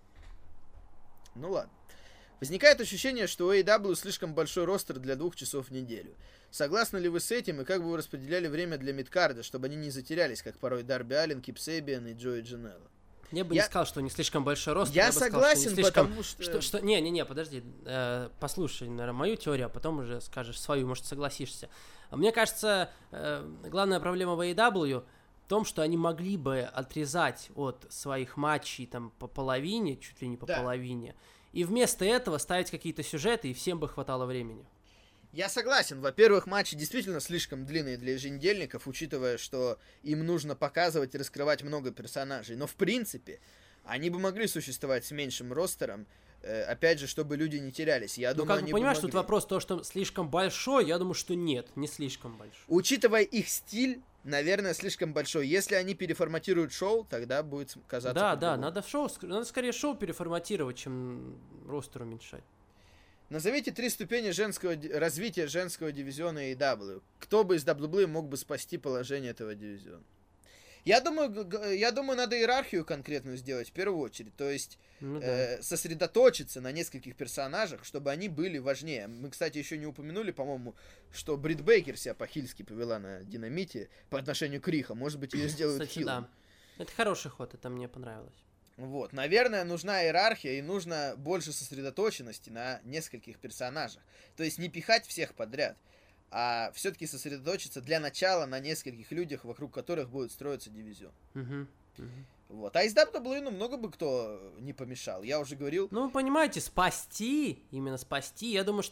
Ну ладно. Возникает ощущение, что у эй и дабл ю слишком большой ростер для двух часов в неделю. Согласны ли вы с этим, и как бы вы распределяли время для мидкарда, чтобы они не затерялись, как порой Дарби Аллен, Кип Сэбиан и Джои Джанелло? Я бы я... не сказал, что не слишком большой рост. Я, я согласен, сказал, что слишком... потому что... что, что... Не, не, не, подожди, э, послушай, наверное, мою теорию, а потом уже скажешь свою, может, согласишься. Мне кажется, э, главная проблема в эй и дабл ю в том, что они могли бы отрезать от своих матчей там по половине, чуть ли не по да. половине, и вместо этого ставить какие-то сюжеты, и всем бы хватало времени. Я согласен. Во-первых, матчи действительно слишком длинные для еженедельников, учитывая, что им нужно показывать и раскрывать много персонажей. Но, в принципе, они бы могли существовать с меньшим ростером, э, опять же, чтобы люди не терялись. Я ну, думаю, как они бы понимаешь, бы могли. Тут вопрос то, что слишком большой, я думаю, что нет, не слишком большой. Учитывая их стиль, наверное, слишком большой. Если они переформатируют шоу, тогда будет казаться... Да, да, надо, в шоу, надо скорее шоу переформатировать, чем ростер уменьшать. Назовите три ступени женского развития женского дивизиона эй и дабл ю. Кто бы из дабл ю дабл ю и мог бы спасти положение этого дивизиона? Я думаю, я думаю, надо иерархию конкретную сделать в первую очередь. То есть ну, да. э, сосредоточиться на нескольких персонажах, чтобы они были важнее. Мы, кстати, еще не упомянули, по-моему, что Брит Бейкер себя по-хильски повела на Динамите по отношению к Риха. Может быть, ее сделают кстати, хилом. Да. Это хороший ход, это мне понравилось. Вот, наверное, нужна иерархия и нужно больше сосредоточенности на нескольких персонажах. То есть не пихать всех подряд, а все-таки сосредоточиться для начала на нескольких людях, вокруг которых будет строиться дивизион. Uh-huh, uh-huh. Вот. А из дабл ю дабл ю, ну, много бы кто не помешал. Я уже говорил... Ну, вы понимаете, спасти, именно спасти, я думаю, что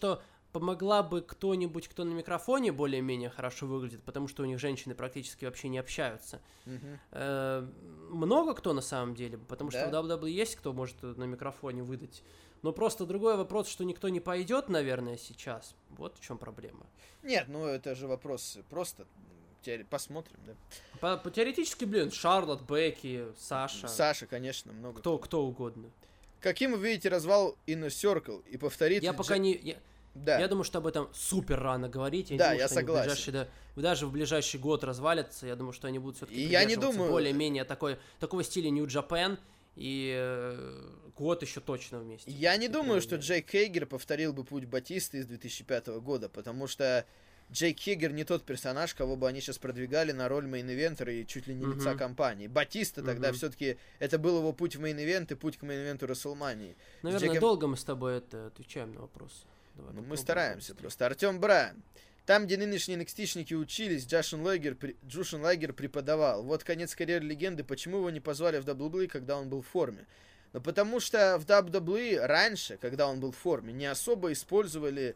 помогла бы кто-нибудь, кто на микрофоне более-менее хорошо выглядит, потому что у них женщины практически вообще не общаются. Мгм. Э, много кто на самом деле, потому что Да. в дабл ю дабл ю и есть кто может на микрофоне выдать. Но просто другой вопрос, что никто не пойдет, наверное, сейчас. Вот в чем проблема. Нет, ну это же вопрос просто... теперь Посмотрим, да. По, по- теоретически, блин, Шарлотт, Бекки, Саша, Саша, конечно, много. кто, кто угодно. Каким вы видите развал Inner Circle и повторит Я ли пока Дж- не... Я, Да. я думаю, что об этом супер рано говорить. Я не Да, думаю, я что они в согласен. ближайший, да, даже в ближайший год развалятся. Я думаю, что они будут все-таки И я не думаю- более-менее такой, такого стиля New Japan. И э, год еще точно вместе. Я не По думаю, крайней что мере. Джейк Хейгер повторил бы путь Батисты из две тысячи пятого года, потому что Джейк Хейгер не тот персонаж, кого бы они сейчас продвигали на роль мейн-ивентера и чуть ли не лица Мгм. компании. Батиста тогда Мгм. все-таки это был его путь в мейн-ивент и путь к мейн-ивенту Расселмании. Наверное, Джейком- долго мы с тобой это отвечаем на вопросы. Давай Ну, мы попробуем стараемся побыстрее. просто. Артем Брайан. Там, где нынешние эн экс ти-шники учились, Джашин Лагер, при- Джушин Лагер преподавал. Вот конец карьеры легенды. Почему его не позвали в дабл ю дабл ю и, когда он был в форме? Ну, потому что в дабл ю дабл ю и раньше, когда он был в форме, не особо использовали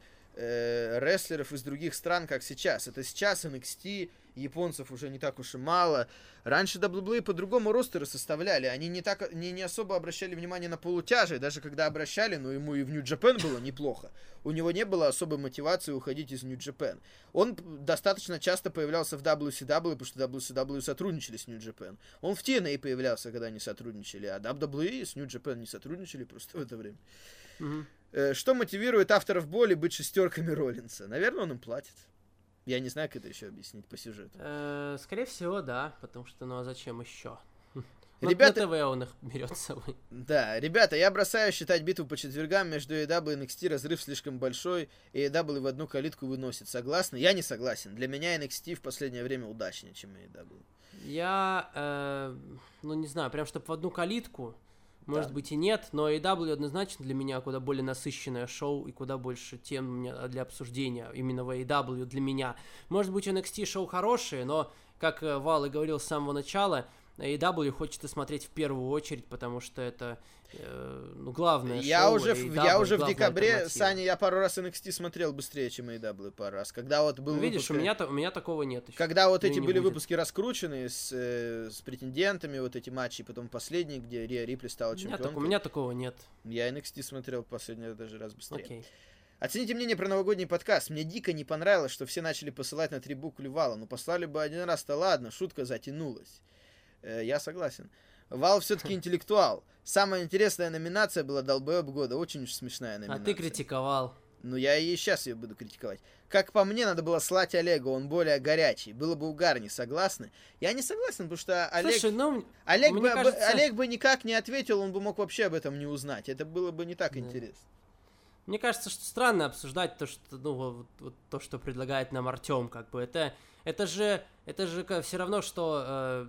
э, рестлеров из других стран, как сейчас. Это сейчас эн экс ти, японцев уже не так уж и мало. Раньше дабл ю дабл ю и по-другому ростеры составляли. Они не, так, не, не особо обращали внимание на полутяжи. Даже когда обращали, ну, ему и в New Japan было неплохо. У него не было особой мотивации уходить из New Japan. Он достаточно часто появлялся в дабл ю си дабл ю, потому что дабл ю си дабл ю сотрудничали с New Japan. Он в ти эн эй появлялся, когда они сотрудничали, а дабл ю дабл ю и с New Japan не сотрудничали просто в это время. Мгм. Э, Что мотивирует авторов боли быть шестерками Роллинса? Наверное, он им платит. Я не знаю, как это еще объяснить по сюжету. Э, Скорее всего, да, потому что, ну а зачем еще? На- Ребята- На ТВ он их берет с собой. Да, ребята, я бросаю считать битву по четвергам между эй и дабл ю и эн экс ти. Разрыв слишком большой, и эй и дабл ю в одну калитку выносит. Согласны? Я не согласен. Для меня эн экс ти в последнее время удачнее, чем эй и дабл ю. Я, э, ну не знаю, прям чтобы в одну калитку, может Да. быть и нет, но эй и дабл ю однозначно для меня куда более насыщенное шоу и куда больше тем у меня для обсуждения именно в эй и дабл ю для меня. Может быть, эн экс ти шоу хорошие, но, как э, Вал и говорил с самого начала, эй и дабл ю хочется смотреть в первую очередь, потому что это э, ну, главное Я шоу. уже, в, эй и я дабл ю уже в главная декабре, альтернатива. Саня, я пару раз эн экс ти смотрел быстрее, чем эй и дабл ю пару раз. Когда вот был Ну, видишь, выпуск, у меня, у меня такого нет еще. когда вот Ну, эти не были будет. выпуски раскручены с, э, с претендентами, вот эти матчи, и потом последний, где Риа Рипли стала У меня, чемпионкой. так- у меня такого нет. Я эн экс ти смотрел последний даже раз быстрее. Окей. Оцените мнение про новогодний подкаст. Мне дико не понравилось, что все начали посылать на три буквы Вала. Ну, послали бы один раз-то ладно, шутка затянулась. Э, я согласен. Вал все-таки интеллектуал. Самая интересная номинация была «Долбоеб года». Очень уж смешная А номинация. ты критиковал. Ну, я и сейчас ее буду критиковать. Как по мне, надо было слать Олегу, он более горячий. Было бы угарней, согласны? Я не согласен, потому что Олег... Слушай, ну, Олег, мне бы, кажется- Олег бы никак не ответил, он бы мог вообще об этом не узнать. Это было бы не так Да. интересно. мне кажется, что странно обсуждать то, что, ну, вот, вот то, что предлагает нам Артем, как бы. Это, это же, это же все равно, что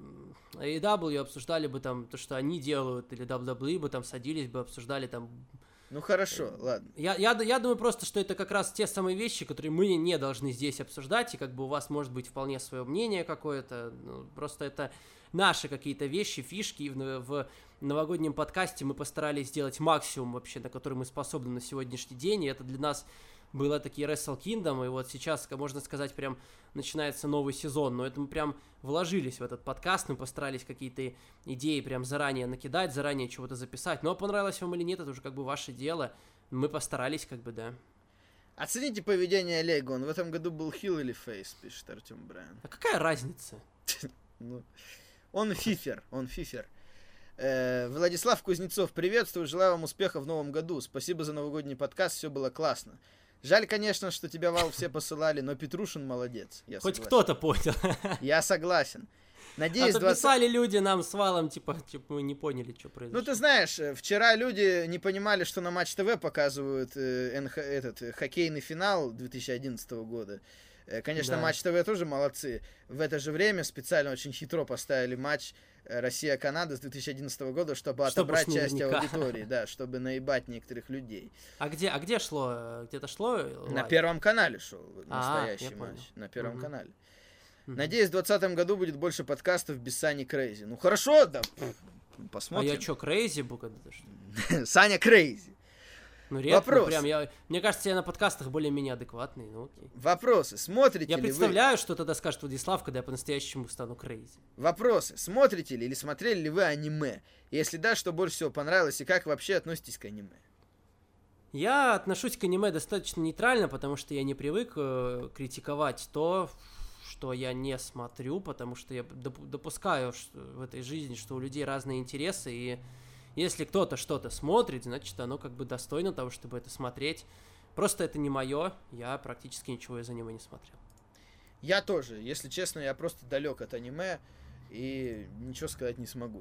э, эй и дабл ю обсуждали бы там то, что они делают, или дабл ю дабл ю и бы там садились бы, обсуждали там. Ну, хорошо, ладно. Я, я, я думаю просто, что это как раз те самые вещи, которые мы не должны здесь обсуждать, и как бы у вас может быть вполне свое мнение какое-то, ну, просто это наши какие-то вещи, фишки, и в, в новогоднем подкасте мы постарались сделать максимум вообще, на который мы способны на сегодняшний день, и это для нас было такие Wrestle Kingdom, и вот сейчас, как можно сказать, прям начинается новый сезон, но это мы прям вложились в этот подкаст, мы постарались какие-то идеи прям заранее накидать, заранее чего-то записать, но понравилось вам или нет, это уже как бы ваше дело, мы постарались как бы, да. Оцените поведение Олега, он в этом году был хил или фейс, пишет Артем Брайан. А какая разница? Ну, он фифер, он фифер. Э, Владислав Кузнецов, приветствую, желаю вам успеха в новом году. Спасибо за новогодний подкаст, все было классно. Жаль, конечно, что тебя, Вал, все посылали, но Петрушин молодец. Я Хоть согласен. кто-то понял. Я согласен. А Надеюсь, то двадцать... писали люди нам с Валом, типа, типа, мы не поняли, что произошло. Ну, ты знаешь, э, вчера люди не понимали, что на Матч ТВ показывают э, НХ... этот э, хоккейный финал две тысячи одиннадцатого года. Э, Конечно, Да. Матч ТВ тоже молодцы. В это же время специально очень хитро поставили матч э, Россия-Канада с две тысячи одиннадцатого года, чтобы Чтобы отобрать уж часть наверняка. аудитории, да, чтобы наебать некоторых людей. А где, а где шло? Где-то шло? На лайв? Первом канале шел А, настоящий я матч. понял. На Первом Мгм. канале. Мгм. Надеюсь, в двадцатом году будет больше подкастов без Сани Крейзи. Ну хорошо, да, пф, А посмотрим. я чё, крейзи был когда-то, что ли? Саня Крейзи. Ну, редко, Вопрос. Прям, я, мне кажется, я на подкастах более-менее адекватный, ну окей. Вопросы. Смотрите я ли вы... Я представляю, что тогда скажет Владислав, когда я по-настоящему стану крейзи. Вопросы. Смотрите ли или смотрели ли вы аниме? Если да, что больше всего понравилось и как вообще относитесь к аниме? Я отношусь к аниме достаточно нейтрально, потому что я не привык э, критиковать то, что я не смотрю, потому что я доп- допускаю что в этой жизни, что у людей разные интересы, и если кто-то что-то смотрит, значит, оно как бы достойно того, чтобы это смотреть. Просто это не мое, я практически ничего из аниме не смотрел. Я тоже, если честно, я просто далек от аниме и ничего сказать не смогу.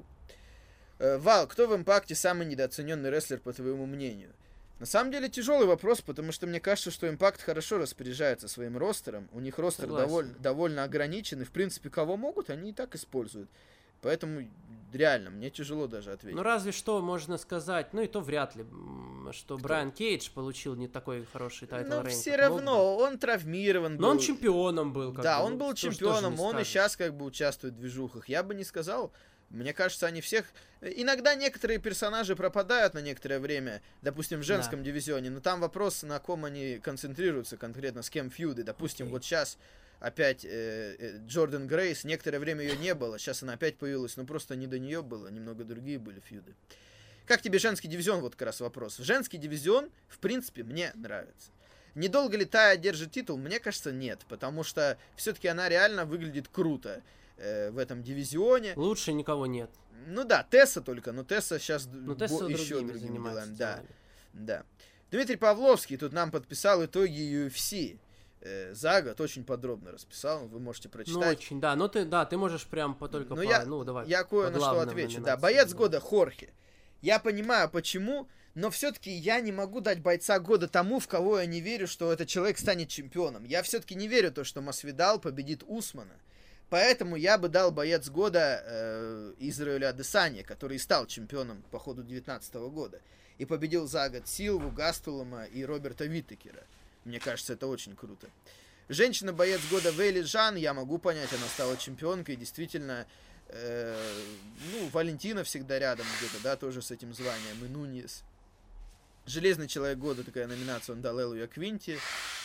Э, Вал, кто в Импакте самый недооцененный рестлер, по твоему мнению? На самом деле тяжелый вопрос, потому что мне кажется, что Impact хорошо распоряжается своим ростером. У них ростер довольно, довольно ограничен, и в принципе кого могут, они и так используют. Поэтому реально, мне тяжело даже ответить. Ну разве что можно сказать, ну и то вряд ли, что Кто? Брайан Кейдж получил не такой хороший тайтл рейнг. Но все равно, он травмирован был. Но он чемпионом был. Как да, бы, он был чемпионом, он и сейчас как бы участвует в движухах. Я бы не сказал... Мне кажется, они всех... Иногда некоторые персонажи пропадают на некоторое время, допустим, в женском да. дивизионе, но там вопрос, на ком они концентрируются конкретно, с кем фьюды. Допустим, okay. вот сейчас опять э, э, Джордан Грейс, некоторое время ее не было, сейчас она опять появилась, но просто не до нее было, немного другие были фьюды. Как тебе женский дивизион? Вот как раз вопрос. Женский дивизион, в принципе, мне нравится. Недолго ли Тая держит титул? Мне кажется, нет, потому что все-таки она реально выглядит круто в этом дивизионе. Лучше никого нет. Ну да, Тесса только, но Тесса сейчас но Тесса бо- еще другими делами. Да, делами. да. Дмитрий Павловский тут нам подписал итоги ю эф си э, за год, очень подробно расписал, вы можете прочитать. Ну очень, да, ну ты, да, ты можешь прям по только но по, я, ну давай. Я кое на что отвечу, да. Боец да. года Хорхе. Я понимаю, почему, но все-таки я не могу дать бойца года тому, в кого я не верю, что этот человек станет чемпионом. Я все-таки не верю в то, что Масвидал победит Усмана. Поэтому я бы дал боец года э, Израилю Адесанье, который стал чемпионом по ходу две тысячи девятнадцатого года. И победил за год Силву, Гастулома и Роберта Виттекера. Мне кажется, это очень круто. Женщина-боец года Вейли Жан, я могу понять, она стала чемпионкой. Действительно, э, ну, Валентина всегда рядом где-то, да, тоже с этим званием. И Нуньес. Железный человек года, такая номинация, он дал Эллу Яквинти.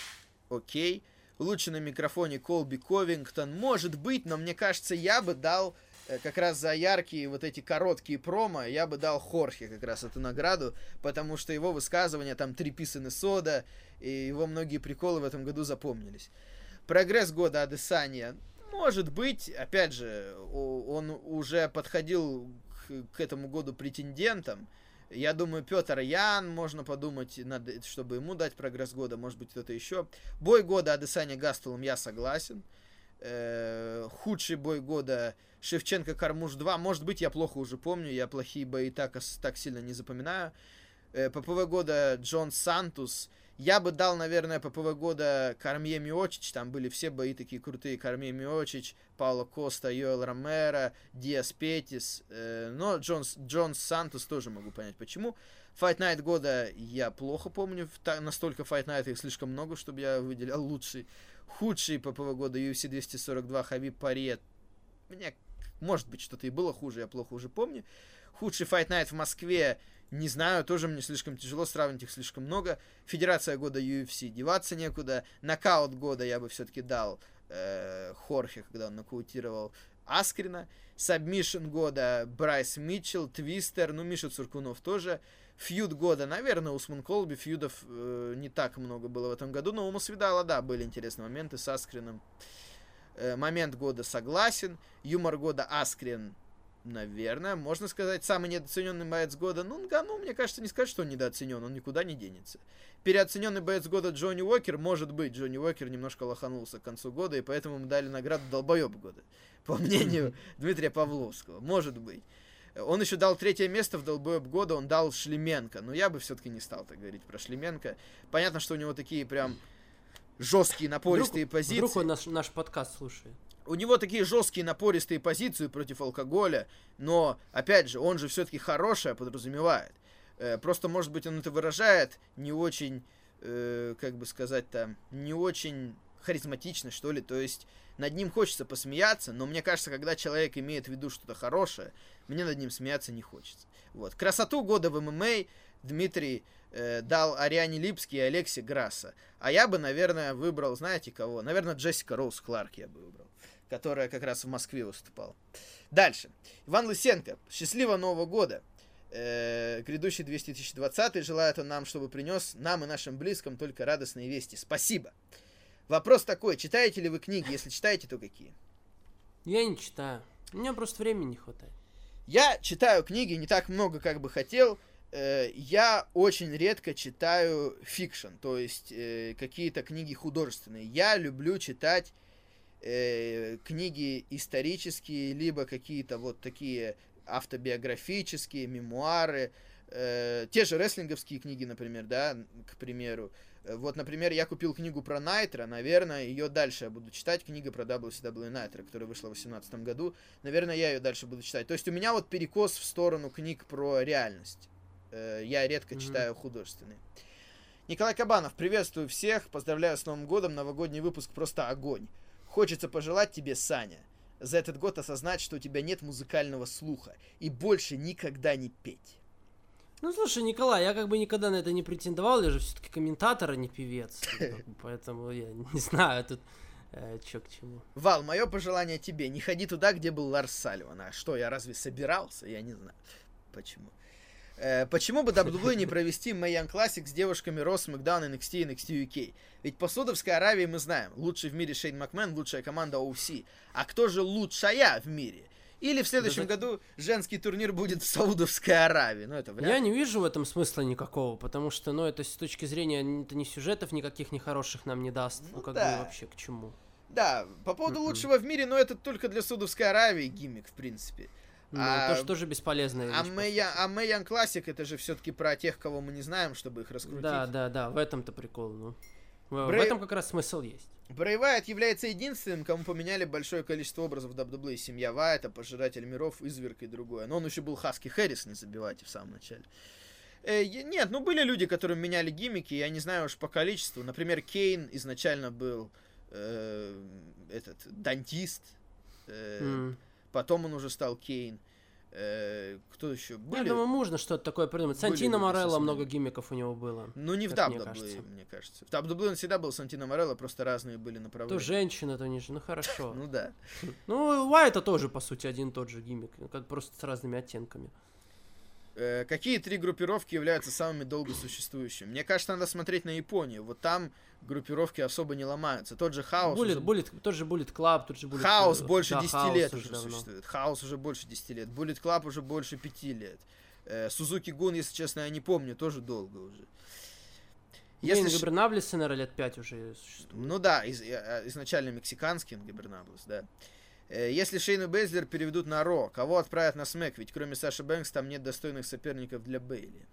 Окей. Лучше на микрофоне Колби Ковингтон. Может быть, но мне кажется, я бы дал э, как раз за яркие вот эти короткие промо, я бы дал Хорхе как раз эту награду, потому что его высказывания, там, три писаны сода, и его многие приколы в этом году запомнились. Прогресс года Адесанья. Может быть, опять же, он уже подходил к, к этому году претендентом. Я думаю, Петр Ян, можно подумать, надо, чтобы ему дать прогресс года, может быть, кто-то еще. Бой года Адесанья Гастулом, я согласен. Э-э- худший бой года Шевченко Кармуш два. Может быть, я плохо уже помню, я плохие бои так, так сильно не запоминаю. Э- ППВ года Джон Сантус. Я бы дал, наверное, ППВ года Кармье Миочич. Там были все бои такие крутые. Кармье Миочич, Пауло Коста, Йоэл Ромеро, Диас Петис. Э, но Джон, Джон Сантос тоже могу понять, почему. Fight Night года я плохо помню. Настолько Fight Night их слишком много, чтобы я выделял лучший. Худший ППВ года ю эф си двести сорок два Хабиб Парье. Мне, может быть, что-то и было хуже, я плохо уже помню. Худший Fight Night в Москве. Не знаю, тоже мне слишком тяжело, сравнить их слишком много. Федерация года ю эф си, деваться некуда. Нокаут года я бы все-таки дал э, Хорхе, когда он нокаутировал Аскрина. Сабмишн года Брайс Митчелл, Твистер, ну Миша Цуркунов тоже. Фьюд года, наверное, Усман Колби. Фьюдов э, не так много было в этом году, но у Масвидала, да, были интересные моменты с Аскрином. Э, момент года согласен. Юмор года Аскрин. Наверное, можно сказать, самый недооцененный боец года. Ну, ну, мне кажется, не сказать, что он недооценен, он никуда не денется. Переоцененный боец года Джонни Уокер, может быть, Джонни Уокер немножко лоханулся к концу года, и поэтому ему дали награду долбоеб года, по мнению Дмитрия Павловского. Может быть. Он еще дал третье место в долбоеб года, он дал Шлеменко, но я бы все-таки не стал так говорить про Шлеменко. Понятно, что у него такие прям жесткие, напористые вдруг, позиции. Вдруг он наш, наш подкаст слушает. У него такие жесткие напористые позиции против алкоголя, но, опять же, он же все-таки хорошее подразумевает. Э, просто, может быть, он это выражает не очень, э, как бы сказать-то, не очень харизматичный, что ли, то есть над ним хочется посмеяться, но мне кажется, когда человек имеет в виду что-то хорошее, мне над ним смеяться не хочется. Вот. Красоту года в эм эм а Дмитрий э, дал Ариане Липски и Алексе Грасса. А я бы, наверное, выбрал, знаете кого? Наверное, Джессика Роуз Кларк я бы выбрал, которая как раз в Москве выступала. Дальше. Иван Лысенко. Счастливого Нового года. Э, грядущий две тысячи двадцатый. Желает он нам, чтобы принес нам и нашим близким только радостные вести. Спасибо. Вопрос такой. Читаете ли вы книги? Если читаете, то какие? Я не читаю. У меня просто времени не хватает. Я читаю книги не так много, как бы хотел. Я очень редко читаю фикшн, то есть э, какие-то книги художественные. Я люблю читать э, книги исторические, либо какие-то вот такие автобиографические, мемуары, э, те же рестлинговские книги, например, да, к примеру. Вот, например, я купил книгу про Найтро, наверное, ее дальше я буду читать, книга про дабл ю си дабл ю Nitro, которая вышла в две тысячи восемнадцатом году, наверное, я ее дальше буду читать. То есть у меня вот перекос в сторону книг про реальность. Я редко mm-hmm. читаю художественные. Николай Кабанов, приветствую всех, поздравляю с Новым годом, новогодний выпуск просто огонь. Хочется пожелать тебе, Саня, за этот год осознать, что у тебя нет музыкального слуха, и больше никогда не петь. Ну, слушай, Николай, я как бы никогда на это не претендовал, я же все-таки комментатор, а не певец, поэтому я не знаю тут, что к чему. Вал, мое пожелание тебе, не ходи туда, где был Ларс Салливан. А что, я разве собирался? Я не знаю. Почему? Почему бы дабл ю дабл ю и не провести Mae Young Classic с девушками Raw, SmackDown, эн экс ти и эн экс ти ю кей? Ведь по Саудовской Аравии мы знаем, лучший в мире Шейн Макмен, лучшая команда о си. А кто же лучшая в мире? Или в следующем да, году женский турнир будет в Саудовской Аравии? Ну, это вряд ли. Я не вижу в этом смысла никакого, потому что, ну, это с точки зрения, это ни сюжетов никаких нехороших нам не даст. Ну, ну как да. бы вообще к чему? Да, по поводу mm-hmm. лучшего в мире, но это только для Саудовской Аравии гиммик, в принципе. Ну, а, тоже, тоже бесполезная вещь. А Mae Young Classic это же все-таки про тех, кого мы не знаем, чтобы их раскрутить. Да, да, да, в этом-то прикол, ну. В, Брей... в этом как раз смысл есть. Брэй Уайт является единственным, кому поменяли большое количество образов в дабл ю дабл ю и. Семья Вайта, Пожиратель миров, Изверг и другое. Но он еще был Хаски Хэррис, не забивайте в самом начале. Э, нет, ну были люди, которым меняли гиммики, я не знаю уж по количеству. Например, Кейн изначально был э, этот дантист. Э, mm. Потом он уже стал Кейн. Э, кто еще? Были... Я думаю, можно что-то такое придумать. Сантино Морелло много гиммиков у него было. Ну, не в дабл ю дабл ю и, мне, мне кажется. В дабл ю дабл ю и он всегда был Сантино Морелло, просто разные были направления. То женщина, то ниже. Ну, хорошо. Ну, да. Ну, Уайта тоже, по сути, один и тот же гиммик. Как просто с разными оттенками. Какие три группировки являются самыми долго существующими? Мне кажется, надо смотреть на Японию. Вот там группировки особо не ломаются. Тот же Хаос... Bullet, уже... Bullet, тот же Bullet Club, тот же Bullet... Хаос больше да, десяти лет уже давно. существует. Хаос уже больше десяти лет. Bullet Club уже больше пяти лет. Сузуки Гун, если честно, я не помню, тоже долго уже. Если Ингабернаблес, наверное, лет пять уже существует. Ну да, из, изначально мексиканский Ингабернаблес, да. Если Шейну Бейзлер переведут на Ро, кого отправят на Смэк? Ведь кроме Саши Бэнкс там нет достойных соперников для Бейли.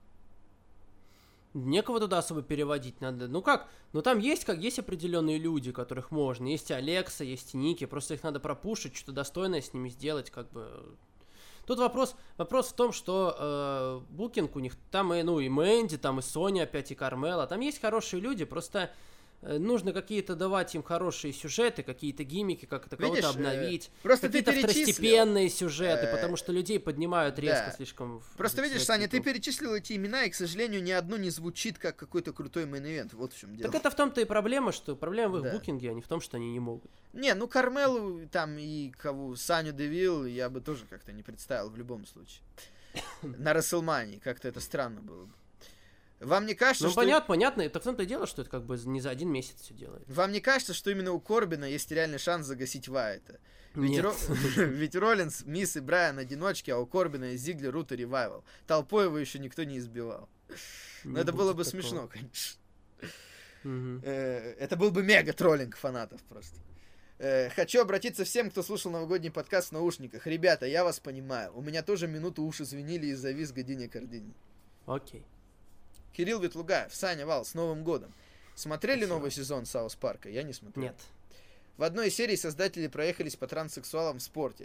Некого туда особо переводить надо. Ну как? Ну там есть как есть определенные люди, которых можно. Есть Алекса, есть Ники. Просто их надо пропушить, что-то достойное с ними сделать, как бы. Тут вопрос, вопрос в том, что э, букинг у них там и, ну, и Мэнди, там и Соня опять, и Кармела. Там есть хорошие люди, просто э, нужно какие-то давать им хорошие сюжеты, какие-то гиммики, как-то кого-то обновить. Э, просто какие-то ты второстепенные сюжеты, э, потому что людей поднимают резко да. слишком. Просто видишь, Саня, ты перечислил эти имена, и, к сожалению, ни одно не звучит как какой-то крутой мейн-ивент. Вот в чем дело. Так это в том-то и проблема, что проблема в их да. букинге, а не в том, что они не могут. Не, ну Кармелу там и кого, Саню Девил я бы тоже как-то не представил в любом случае. На Расселмании как-то это странно было бы. Вам не кажется, ну, что... Ну, понятно, понятно. Это в том-то и дело, что это как бы не за один месяц все делает. Вам не кажется, что именно у Корбина есть реальный шанс загасить Вайта? Ведь, Ро... Ведь Роллинс, Мисс и Брайан одиночки, а у Корбина и Зиглер Рута ревайвал. Толпой его еще никто не избивал. Но это было бы такого. Смешно, конечно. Угу. Это был бы мега-троллинг фанатов просто. Хочу обратиться всем, кто слушал новогодний подкаст в наушниках. Ребята, я вас понимаю. У меня тоже минуту уши звенели из-за визга Дини Кардини. Окей. Кирилл Ветлугаев, Саня, Вал, с Новым годом. Смотрели Спасибо. Новый сезон Саус Парка? Я не смотрел. Нет. В одной серии создатели проехались по транссексуалам в спорте.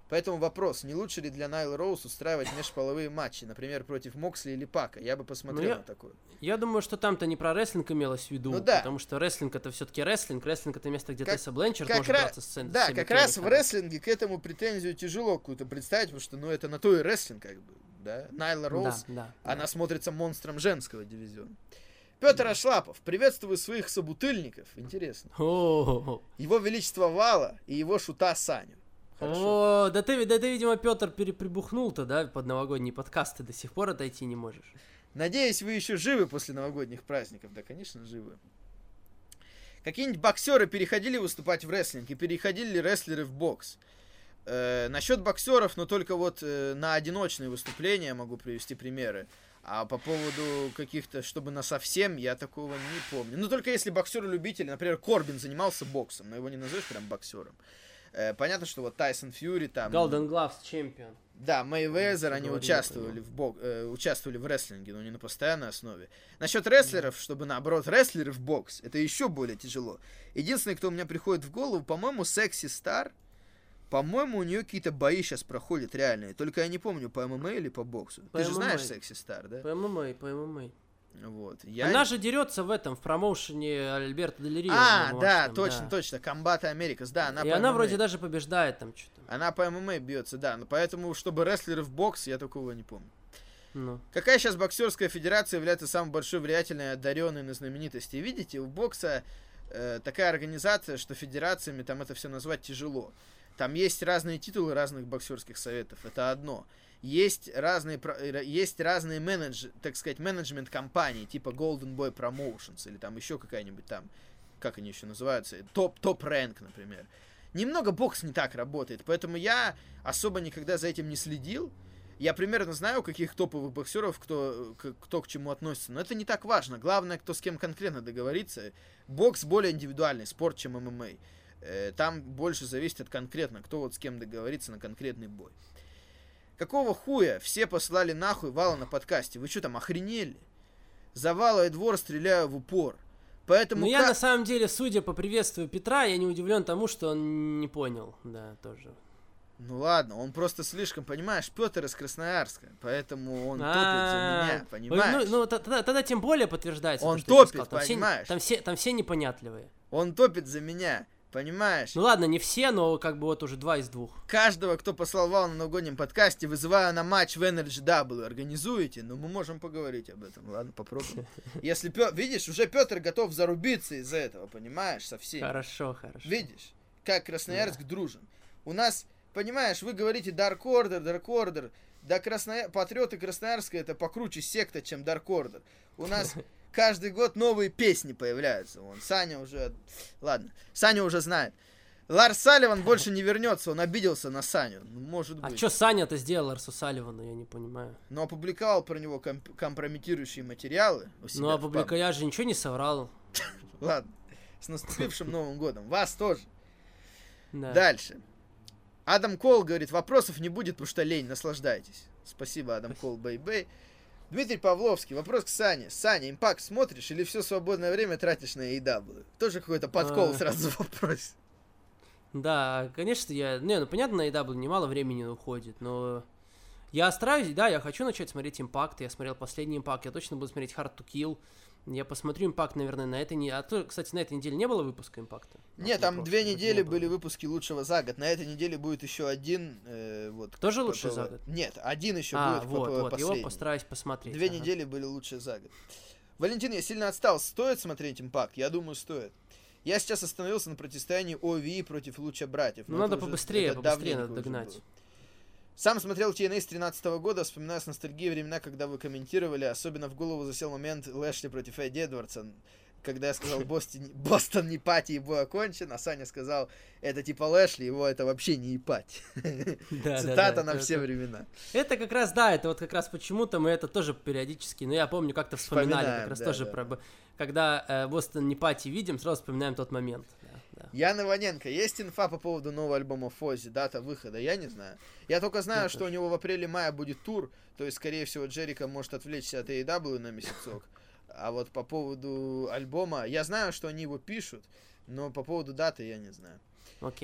Поэтому вопрос, не лучше ли для Найл Роуз устраивать межполовые матчи, например, против Моксли или Пака? Я бы посмотрел ну, я, на такое. Я думаю, что там-то не про рестлинг имелось в виду, ну, да. потому что рестлинг это все-таки рестлинг, рестлинг это место, где Тесса Бленчард может ra- драться с сценой. Да, как раз в рестлинге к этому претензию тяжело какую-то представить, потому что, ну, это на то и рестлинг, как бы, да. Найла Роуз, да, да, она да. смотрится монстром женского дивизиона. Петр да. Ашлапов, приветствую своих собутыльников, интересно. О-о-о. Его величество Вала и его шута Саню. Хорошо. О, да ты, да ты, видимо, Петр переприбухнул-то, да, под новогодние подкасты, до сих пор отойти не можешь. Надеюсь, вы еще живы после новогодних праздников. Да, конечно, живы. Какие-нибудь боксеры переходили выступать в рестлинг и переходили ли рестлеры в бокс? Э, насчет боксеров, но только вот э, на одиночные выступления могу привести примеры. А по поводу каких-то, чтобы на совсем, я такого не помню. Ну, только если боксеры-любители, например, Корбин занимался боксом, но его не назовешь прям боксером. Э, понятно, что вот Тайсон Фьюри там... Golden Gloves чемпион. Да, Мэйвезер, они участвовали в, бок, э, участвовали в рестлинге, но не на постоянной основе. Насчет рестлеров, mm-hmm. чтобы наоборот рестлеры в бокс, это еще более тяжело. Единственное, кто у меня приходит в голову, по-моему, Секси Стар. По-моему, у нее какие-то бои сейчас проходят реальные. Только я не помню, по ММА или по боксу. По Ты же ММА. знаешь Секси Стар, да? По ММА, по ММА. Вот. Я... Она же дерется в этом, в промоушене Альберто Дель Рио. А, да, точно, да. точно. Комбата Америкас, да. Она И она вроде даже побеждает там что-то. Она по ММА бьется, да. Но поэтому, чтобы рестлеры в бокс, я такого не помню. Ну. Какая сейчас боксерская федерация является самой большой, влиятельной и одаренной на знаменитости? Видите, у бокса э, такая организация, что федерациями там это все назвать тяжело. Там есть разные титулы разных боксерских советов, это одно. Есть разные, есть разные менедж, так сказать, менеджмент-компании, типа Golden Boy Promotions, или там еще какая-нибудь там, как они еще называются, топ, топ-рэнк, например. Немного бокс не так работает, поэтому я особо никогда за этим не следил. Я примерно знаю, каких топовых боксеров, кто, кто к чему относится, но это не так важно. Главное, кто с кем конкретно договорится. Бокс более индивидуальный спорт, чем ММА. Там больше зависит от конкретно, кто вот с кем договорится на конкретный бой. Какого хуя все послали нахуй Вала на подкасте? Вы что там, охренели? За Вала и двор стреляю в упор. Поэтому... Ну как... я на самом деле, судя по приветствию Петра, я не удивлен тому, что он не понял. Да, тоже. Ну ладно, он просто слишком, понимаешь, Петр из Красноярска, поэтому он топит за меня, понимаешь? Ну, ну тогда, тогда тем более подтверждается. Он то, топит, там понимаешь? Все, там, все, там все непонятливые. Он топит за меня. Понимаешь? Ну ладно, не все, но как бы вот уже два из двух. Каждого, кто послал Вал на новогоднем подкасте, вызываю на матч в эн эр джи дабл ю. Организуете? Ну, мы можем поговорить об этом. Ладно, попробуем. Если, Пё... видишь, уже Петр готов зарубиться из-за этого, понимаешь, со всеми. Хорошо, хорошо. Видишь, как Красноярск да. дружен. У нас, понимаешь, вы говорите Dark Order, Dark Order. Да, Красноя... Патриоты Красноярска это покруче секта, чем Dark Order. У нас... Каждый год новые песни появляются. Вон, Саня уже... Ладно, Саня уже знает. Ларс Салливан больше не вернется, он обиделся на Саню. Ну, может быть. А что Саня-то сделал Ларсу Салливану, я не понимаю. Ну, опубликовал про него комп- компрометирующие материалы. У себя ну, опубликовал, я же ничего не соврал. Ладно, с наступившим Новым годом. Вас тоже. Да. Дальше. Адам Кол говорит, вопросов не будет, потому что лень, наслаждайтесь. Спасибо, Адам Кол, бэй-бэй. Дмитрий Павловский, вопрос к Сане. Саня, Импакт смотришь или все свободное время тратишь на эй и дабл ю? Тоже какой-то подкол сразу в вопросе. Да, конечно, я... Не, ну понятно, на эй и дабл ю немало времени уходит, но... Я стараюсь, да, я хочу начать смотреть Импакт. Я смотрел последний Импакт, я точно буду смотреть Hard to Kill. Я посмотрю Импакт, наверное, на этой неделе. А то, кстати, на этой неделе не было выпуска Импакта? Нет, там две недели были выпуски лучшего за год. На этой неделе будет еще один. Э, вот, Тоже лучший за год? Нет, один еще а, будет. Вот, вот, последний. его постараюсь посмотреть. Две ага. недели были лучшие за год. Валентин, я сильно отстал. Стоит смотреть Импакт? Я думаю, стоит. Я сейчас остановился на противостоянии о ви против Луча Братьев. Ну, надо побыстрее, побыстрее надо догнать. Сам смотрел ти эн эй с тринадцатого года, вспоминаю с ностальгией времена, когда вы комментировали, особенно в голову засел момент Лэшли против Эдди Эдвардса, когда я сказал, Бостон, Бостон не пати, и бой окончен, а Саня сказал, это типа Лэшли, его это вообще не ипать. Цитата на все времена. Это как раз, да, это вот как раз почему-то мы это тоже периодически, ну я помню, как-то вспоминали, как раз тоже про... Когда Бостон не пати видим, сразу вспоминаем тот момент. Да. Ян Иваненко, есть инфа по поводу нового альбома Фоззи, дата выхода? Я не знаю. Я только знаю, я что тоже. У него в апреле-мае будет тур, то есть, скорее всего, Джерика может отвлечься от эй и дабл ю на месяцок. А вот по поводу альбома, я знаю, что они его пишут, но по поводу даты я не знаю. Окей.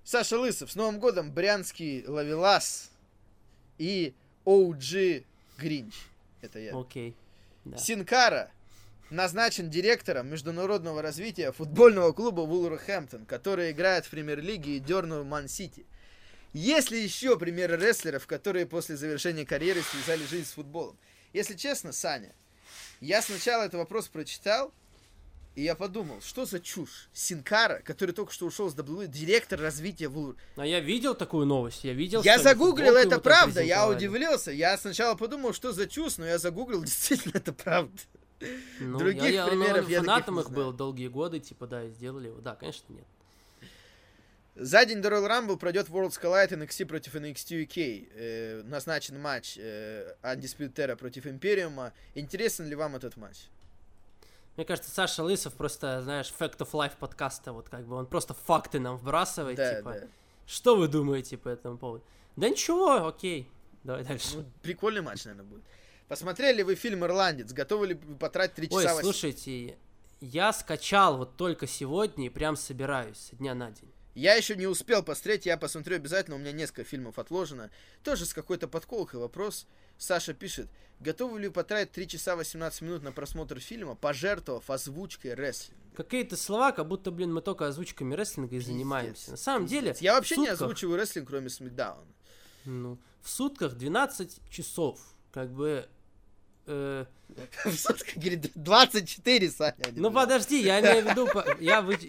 Саша Лысов, с Новым годом, Брянский Ловелас и о джи Гринч. Это я. Окей. Да. Синкара назначен директором международного развития футбольного клуба Вулверхэмптон, который играет в премьер-лиге и дернул Ман-Сити. Есть ли еще примеры рестлеров, которые после завершения карьеры связали жизнь с футболом? Если честно, Саня, я сначала этот вопрос прочитал, и я подумал, что за чушь? Синкара, который только что ушел с дабл ю дабл ю и, директор развития Вулверхэмптон. А я видел такую новость, я видел... Я загуглил, это правда, я удивился. Я сначала подумал, что за чушь, но я загуглил, действительно, это правда. Ну, Других я, я, примеров ну, я фанатом таких их не был знаю. долгие годы, типа, да, и сделали его. Да, конечно, нет. За день до Royal Rumble пройдет Worlds Collide эн экс ти против эн экс ти ю кей. Э, назначен матч э, Undisputed Era против Империума. Интересен ли вам этот матч? Мне кажется, Саша Лысов просто, знаешь, Fact of Life подкаста, вот как бы он просто факты нам вбрасывает, Да, типа, да. что вы думаете по этому поводу? Да ничего, окей, давай дальше. Ну, прикольный матч, наверное, будет. Посмотрели вы фильм «Ирландец»? Готовы ли вы потратить три часа? Ой, слушайте, я скачал вот только сегодня и прям собираюсь со дня на день. Я еще не успел посмотреть, я посмотрю обязательно, у меня несколько фильмов отложено. Тоже с какой-то подколкой вопрос. Саша пишет, готовы ли вы потратить три часа восемнадцать минут на просмотр фильма, пожертвовав озвучкой рестлинга? Какие-то слова, как будто, блин, мы только озвучками рестлинга и Пиздец, занимаемся. На самом пиздец. деле... Я вообще в сутках, не озвучиваю рестлинг, кроме Смакдауна. Ну, в сутках двенадцать часов, как бы... Э, В сутках, говорит, двадцать четыре, Саня. ну подожди, я имею в виду, по- я вы...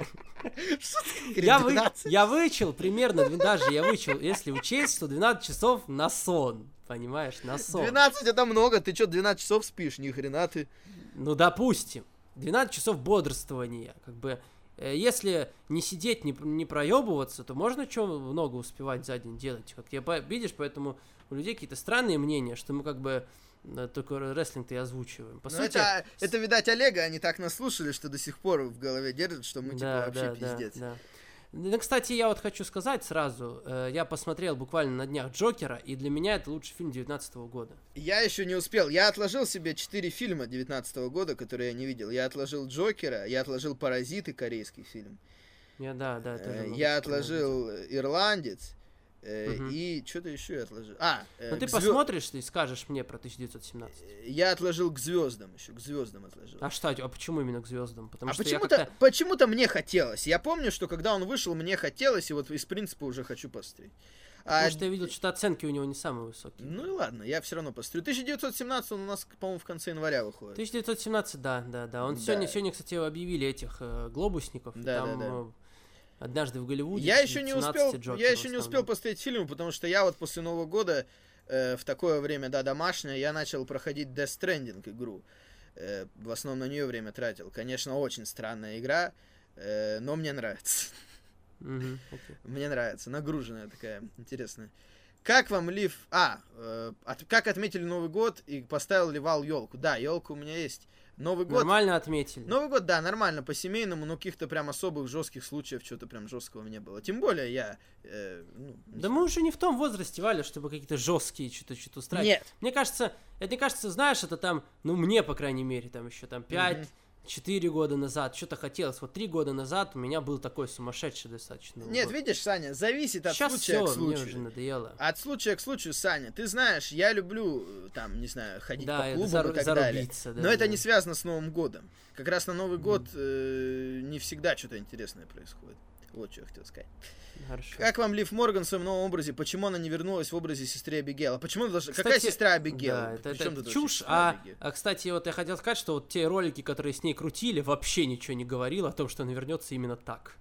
Я, вы... я вычел примерно, даже я вычел, если учесть, что двенадцать часов на сон, понимаешь, на сон. двенадцать это много, ты что, двенадцать часов спишь, ни хрена ты. Ну, допустим, двенадцать часов бодрствования, как бы, э, если не сидеть, не, не проебываться, то можно что много успевать за день делать, как я, по- видишь, поэтому у людей какие-то странные мнения, что мы как бы э, только рестлинг-то и озвучиваем. По Ну, сути... это, это, видать, Олега, они так наслушали, что до сих пор в голове держат, что мы, типа, вообще да, пиздец. Да, да. Ну, кстати, я вот хочу сказать сразу, э, я посмотрел буквально на днях Джокера, и для меня это лучший фильм девятнадцатого года. Я еще не успел. Я отложил себе четыре фильма девятнадцатого года, которые я не видел. Я отложил Джокера, я отложил Паразиты, корейский фильм. Я, да, да. тоже Э, много Я чего отложил Ирландец. э, Мгм. И что-то еще я отложил. А, э, Ну ты к звё- посмотришь и скажешь мне про тысяча девятьсот семнадцать. Я отложил к звездам еще, к звездам отложил. А что, а почему именно к звездам? Потому А что я почему-то, как-то... почему-то мне хотелось. Я помню, что когда он вышел, мне хотелось, и вот из принципа уже хочу посмотреть. А, Потому что я видел, что оценки у него не самые высокие. Ну и ладно, я все равно посмотрю. тысяча девятьсот семнадцать он у нас, по-моему, в конце января выходит. тысяча девятьсот семнадцать, да, да, да. Он Да. сегодня, сегодня, кстати, объявили этих э, глобусников. и Да, там да, да. э, однажды в Голливуде. Я еще не семнадцать успел, Джокеров я еще не в успел основном. посмотреть фильмы, потому что я вот после Нового года э, в такое время, да, домашнее, я начал проходить Death Stranding игру. Э, в основном на нее время тратил. Конечно, очень странная игра, э, но мне нравится. Мгм, окей. Мне нравится, нагруженная такая, интересная. Как вам Лив... А, э, от- как отметили Новый год и поставил ли Вал елку? Да, елка у меня есть. Новый год... Нормально отметили. Новый год, да, нормально, по-семейному, но каких-то прям особых жестких случаев, что-то прям жесткого не было. Тем более я... э, ну, не Да знаю. мы уже не в том возрасте, Валя, чтобы какие-то жесткие что-то что-то устраивать. Нет. Мне кажется, это мне кажется, знаешь, это там, ну мне, по крайней мере, там еще там пять-четыре года назад, что-то хотелось. Вот три года назад у меня был такой сумасшедший достаточно. Нет, год. видишь, Саня, зависит от Сейчас случая все, к мне случаю. уже надоело. От случая к случаю, Саня, ты знаешь, я люблю, э, там, не знаю, ходить Да, по это клубам зару- и так далее. зарубиться, да, Но это да. не связано с Новым годом. Как раз на Новый год э, не всегда что-то интересное происходит. Вот что я хотел сказать. Хорошо. Как вам Лив Морган в своем новом образе? Почему она не вернулась в образе сестры Абигейл? А почему она должна... Какая Кстати, сестра Абигейл? Да, это, Причем это тут вообще чушь. сестра А, Абигейл? а, кстати, вот я хотел сказать, что вот те ролики, которые с ней крутили, вообще ничего не говорил о том, что она вернется именно так.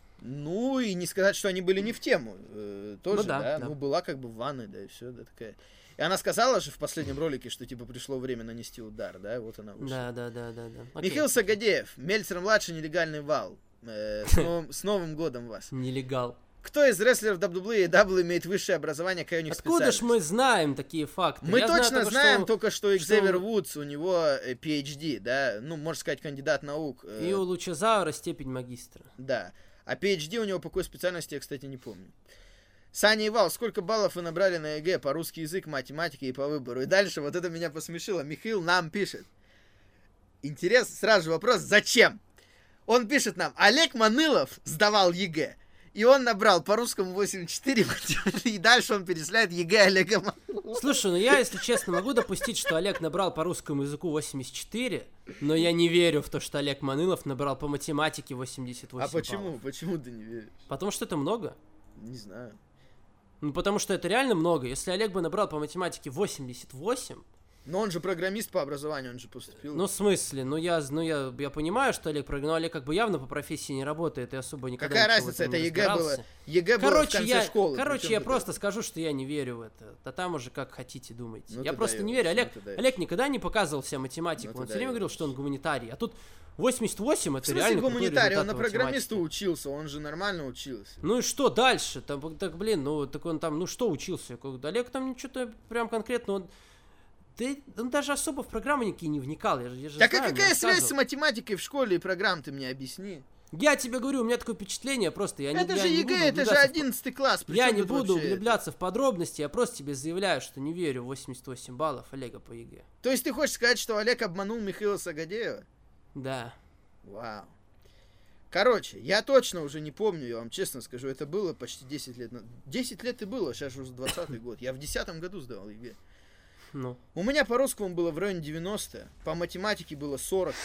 Ну, и не сказать, что они были не в тему. Э, тоже, Ну да, да, да. Ну, была как бы в ванной, да, и все, да, такая. И она сказала же в последнем ролике, что, типа, пришло время нанести удар, да, вот она вышла. Да, да, да, да, да. Окей. Михаил Сагадеев, Мельцер-младший, нелегальный вал. Э, с, новым, с Новым годом вас. Нелегал. Кто из рестлеров дабл ю дабл ю и и дабл ю имеет высшее образование, какая у них Откуда ж специальность? мы знаем такие факты? Мы Я точно знаю только, знаем что только, что что Экзевер у- Вудс, у него э, пи эйч ди, да, ну, можно сказать, кандидат наук. э, и у Лучезаура степень магистра. Да. А пи эйч ди у него по какой специальности, я, кстати, не помню. Саня и Вал, сколько баллов вы набрали на ЕГЭ по русский язык, математике и по выбору? И дальше вот это меня посмешило. Михаил нам пишет. Интерес, сразу же вопрос, зачем? Он пишет нам, Олег Манылов сдавал ЕГЭ. И он набрал по русскому восемьдесят четыре, и дальше он перечисляет ЕГЭ Олега Манылова. Слушай, ну я, если честно, могу допустить, что Олег набрал по русскому языку восемьдесят четыре, но я не верю в то, что Олег Манылов набрал по математике восемьдесят восемь А почему? баллов. Почему ты не веришь? Потому что это много. Не знаю. Ну, потому что это реально много. Если Олег бы набрал по математике восемьдесят восемь... Но он же программист по образованию, он же поступил. Ну, в смысле? Ну, я, ну, я, я понимаю, что Олег, но Олег как бы явно по профессии не работает и особо никогда Какая ничего в разница, этом это не ЕГЭ было, разбирался. ЕГЭ было Короче, в конце я, школы. короче, причем я тут просто это? скажу, что я не верю в это. А там уже как хотите думайте. Ну я ты просто даешь, не верю. Олег, ну ты даешь. Олег никогда не показывал себе математику. Ну Он ты все время даешь. говорил, что он гуманитарий. А тут восемьдесят восемь это В смысле реально крутой гуманитарий? Он результат на по программиста математике. учился, он же нормально учился. Ну и что дальше? Там, так, блин, ну так он там, ну что учился? Олег там что-то прям конкретно, он... Ты, он даже особо в программы никакие не вникал, я, же- я же Так знаю, а мне какая связь с рассказывал. математикой в школе и программ, ты мне объясни? Я тебе говорю, у меня такое впечатление просто, я не Это я же не ЕГЭ, буду это же углубляться в- одиннадцатый класс. при Я чем не тут буду вообще это? углубляться в подробности, я просто тебе заявляю, что не верю в восемьдесят восемь баллов Олега по ЕГЭ. То есть ты хочешь сказать, что Олег обманул Михаила Сагадеева? Да. Вау. Короче, я точно уже не помню, я вам честно скажу, это было почти десять лет. на- десять лет и было, сейчас уже двадцатый год. Я в десятом году сдавал ЕГЭ. Ну. У меня по русскому было в районе девяносто, по математике было сорок.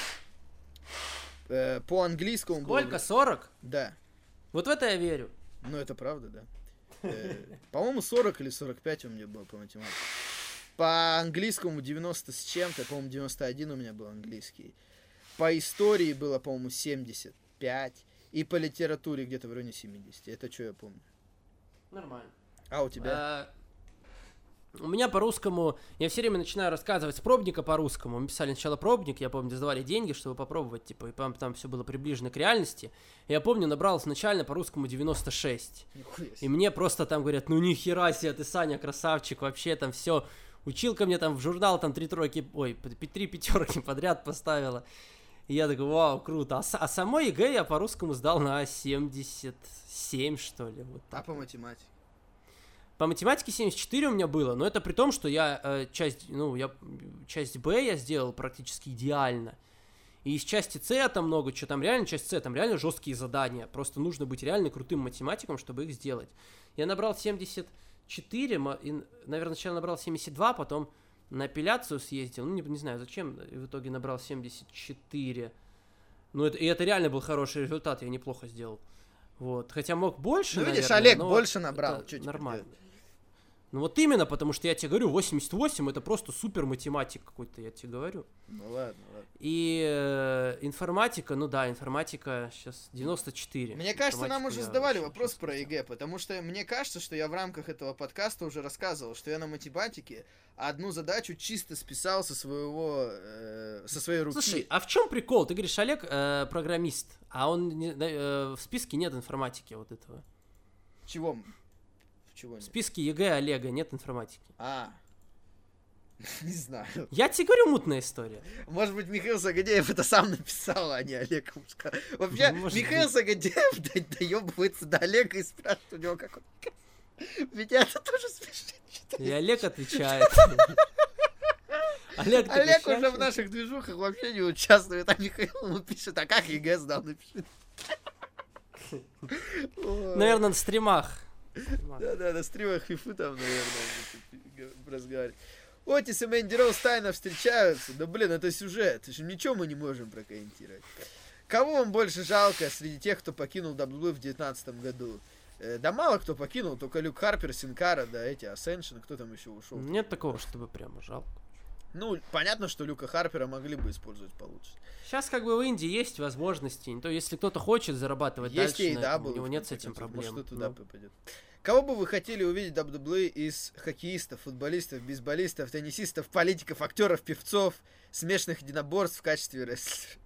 Э, по английскому Сколько? было... сорок? Да. Вот в это я верю. Ну, это правда, да. Э, По-моему, сорок или сорок пять у меня было по математике. По английскому девяносто с чем-то, по-моему, девяносто один у меня был английский. По истории было, по-моему, семьдесят пять. И по литературе где-то в районе семьдесят. Это что я помню. Нормально. А у тебя? А, У меня по-русскому, я все время начинаю рассказывать с пробника по-русскому. Мы писали сначала пробник, я помню, сдавали деньги, чтобы попробовать, типа, и там, там все было приближено к реальности. Я помню, набрал изначально по-русскому девяносто шесть. Нихуя И себе. мне просто там говорят, ну нихера себе, ты, Саня, красавчик, вообще там все. Училка мне там в журнал там три тройки, ой, п- три пятерки подряд поставила. И я такой, вау, круто. А, с- а самой ЕГЭ я по-русскому сдал на семьдесят семь, что ли. Вот А так. по математике? По математике семьдесят четыре у меня было, но это при том, что я э, часть, ну, я часть Б я сделал практически идеально. И из части С там много чего, там реально часть С, там реально жесткие задания. Просто нужно быть реально крутым математиком, чтобы их сделать. Я набрал семьдесят четыре, ма- и, наверное, сначала набрал семьдесят два, потом на апелляцию съездил. Ну, не, не знаю, зачем, и в итоге набрал семьдесят четыре. Ну, это, и это реально был хороший результат, я неплохо сделал. Вот. Хотя мог больше, Ну, видишь, наверное, Олег но больше набрал. это Чё теперь нормально. делать? Ну вот именно, потому что я тебе говорю, восемьдесят восемь это просто супер математик какой-то, я тебе говорю. Ну ладно, ладно. И э, информатика, ну да, информатика сейчас девяносто четыре. Мне кажется, нам Информатику уже я задавали очень вопрос жестко про взял. ЕГЭ, потому что мне кажется, что я в рамках этого подкаста уже рассказывал, что я на математике одну задачу чисто списал со своего, э, со своей руки. Слушай, а в чем прикол? Ты говоришь, Олег э, программист, а он не- э, в списке нет информатики вот этого. Чего? Чего В нет? списке ЕГЭ Олега нет информатики. А. Не знаю. Я тебе говорю, мутная история. Может быть, Михаил Сагадеев это сам написал, а не Олег Умска. Вообще, Может Михаил быть. Сагадеев до- доебывается до Олега и спрашивает у него, как он... Меня это тоже смешно И читать. Олег отвечает. Олег, ты Олег отвечаешь? уже в наших движухах вообще не участвует, а Михаил ему пишет, а как ЕГЭ сдал, напишет. Ой. Наверное, на стримах. Стримах. Да-да, на стримах фифы там, наверное, разговаривать. Отис и Мэнди Роуз тайно встречаются. Да блин, это сюжет. Ничего мы не можем прокомментировать. Кого вам больше жалко среди тех, кто покинул дабл ю дабл ю и в девятнадцатом году? Э, да мало кто покинул, только Люк Харпер, Синкара, да эти, Ascension, кто там еще ушел? Нет такого, чтобы прямо жалко. Ну, понятно, что Люка Харпера могли бы использовать получше. Сейчас как бы в Индии есть возможности. То есть, если кто-то хочет зарабатывать Есть дальше, и на да, этом, был, у него в нет с конце этим концов, проблем. Может, и туда Ну, попадет. Кого бы вы хотели увидеть в дабл ю дабл ю и из хоккеистов, футболистов, бейсболистов, теннисистов, политиков, актеров, певцов, смешанных единоборств в качестве рестлеров?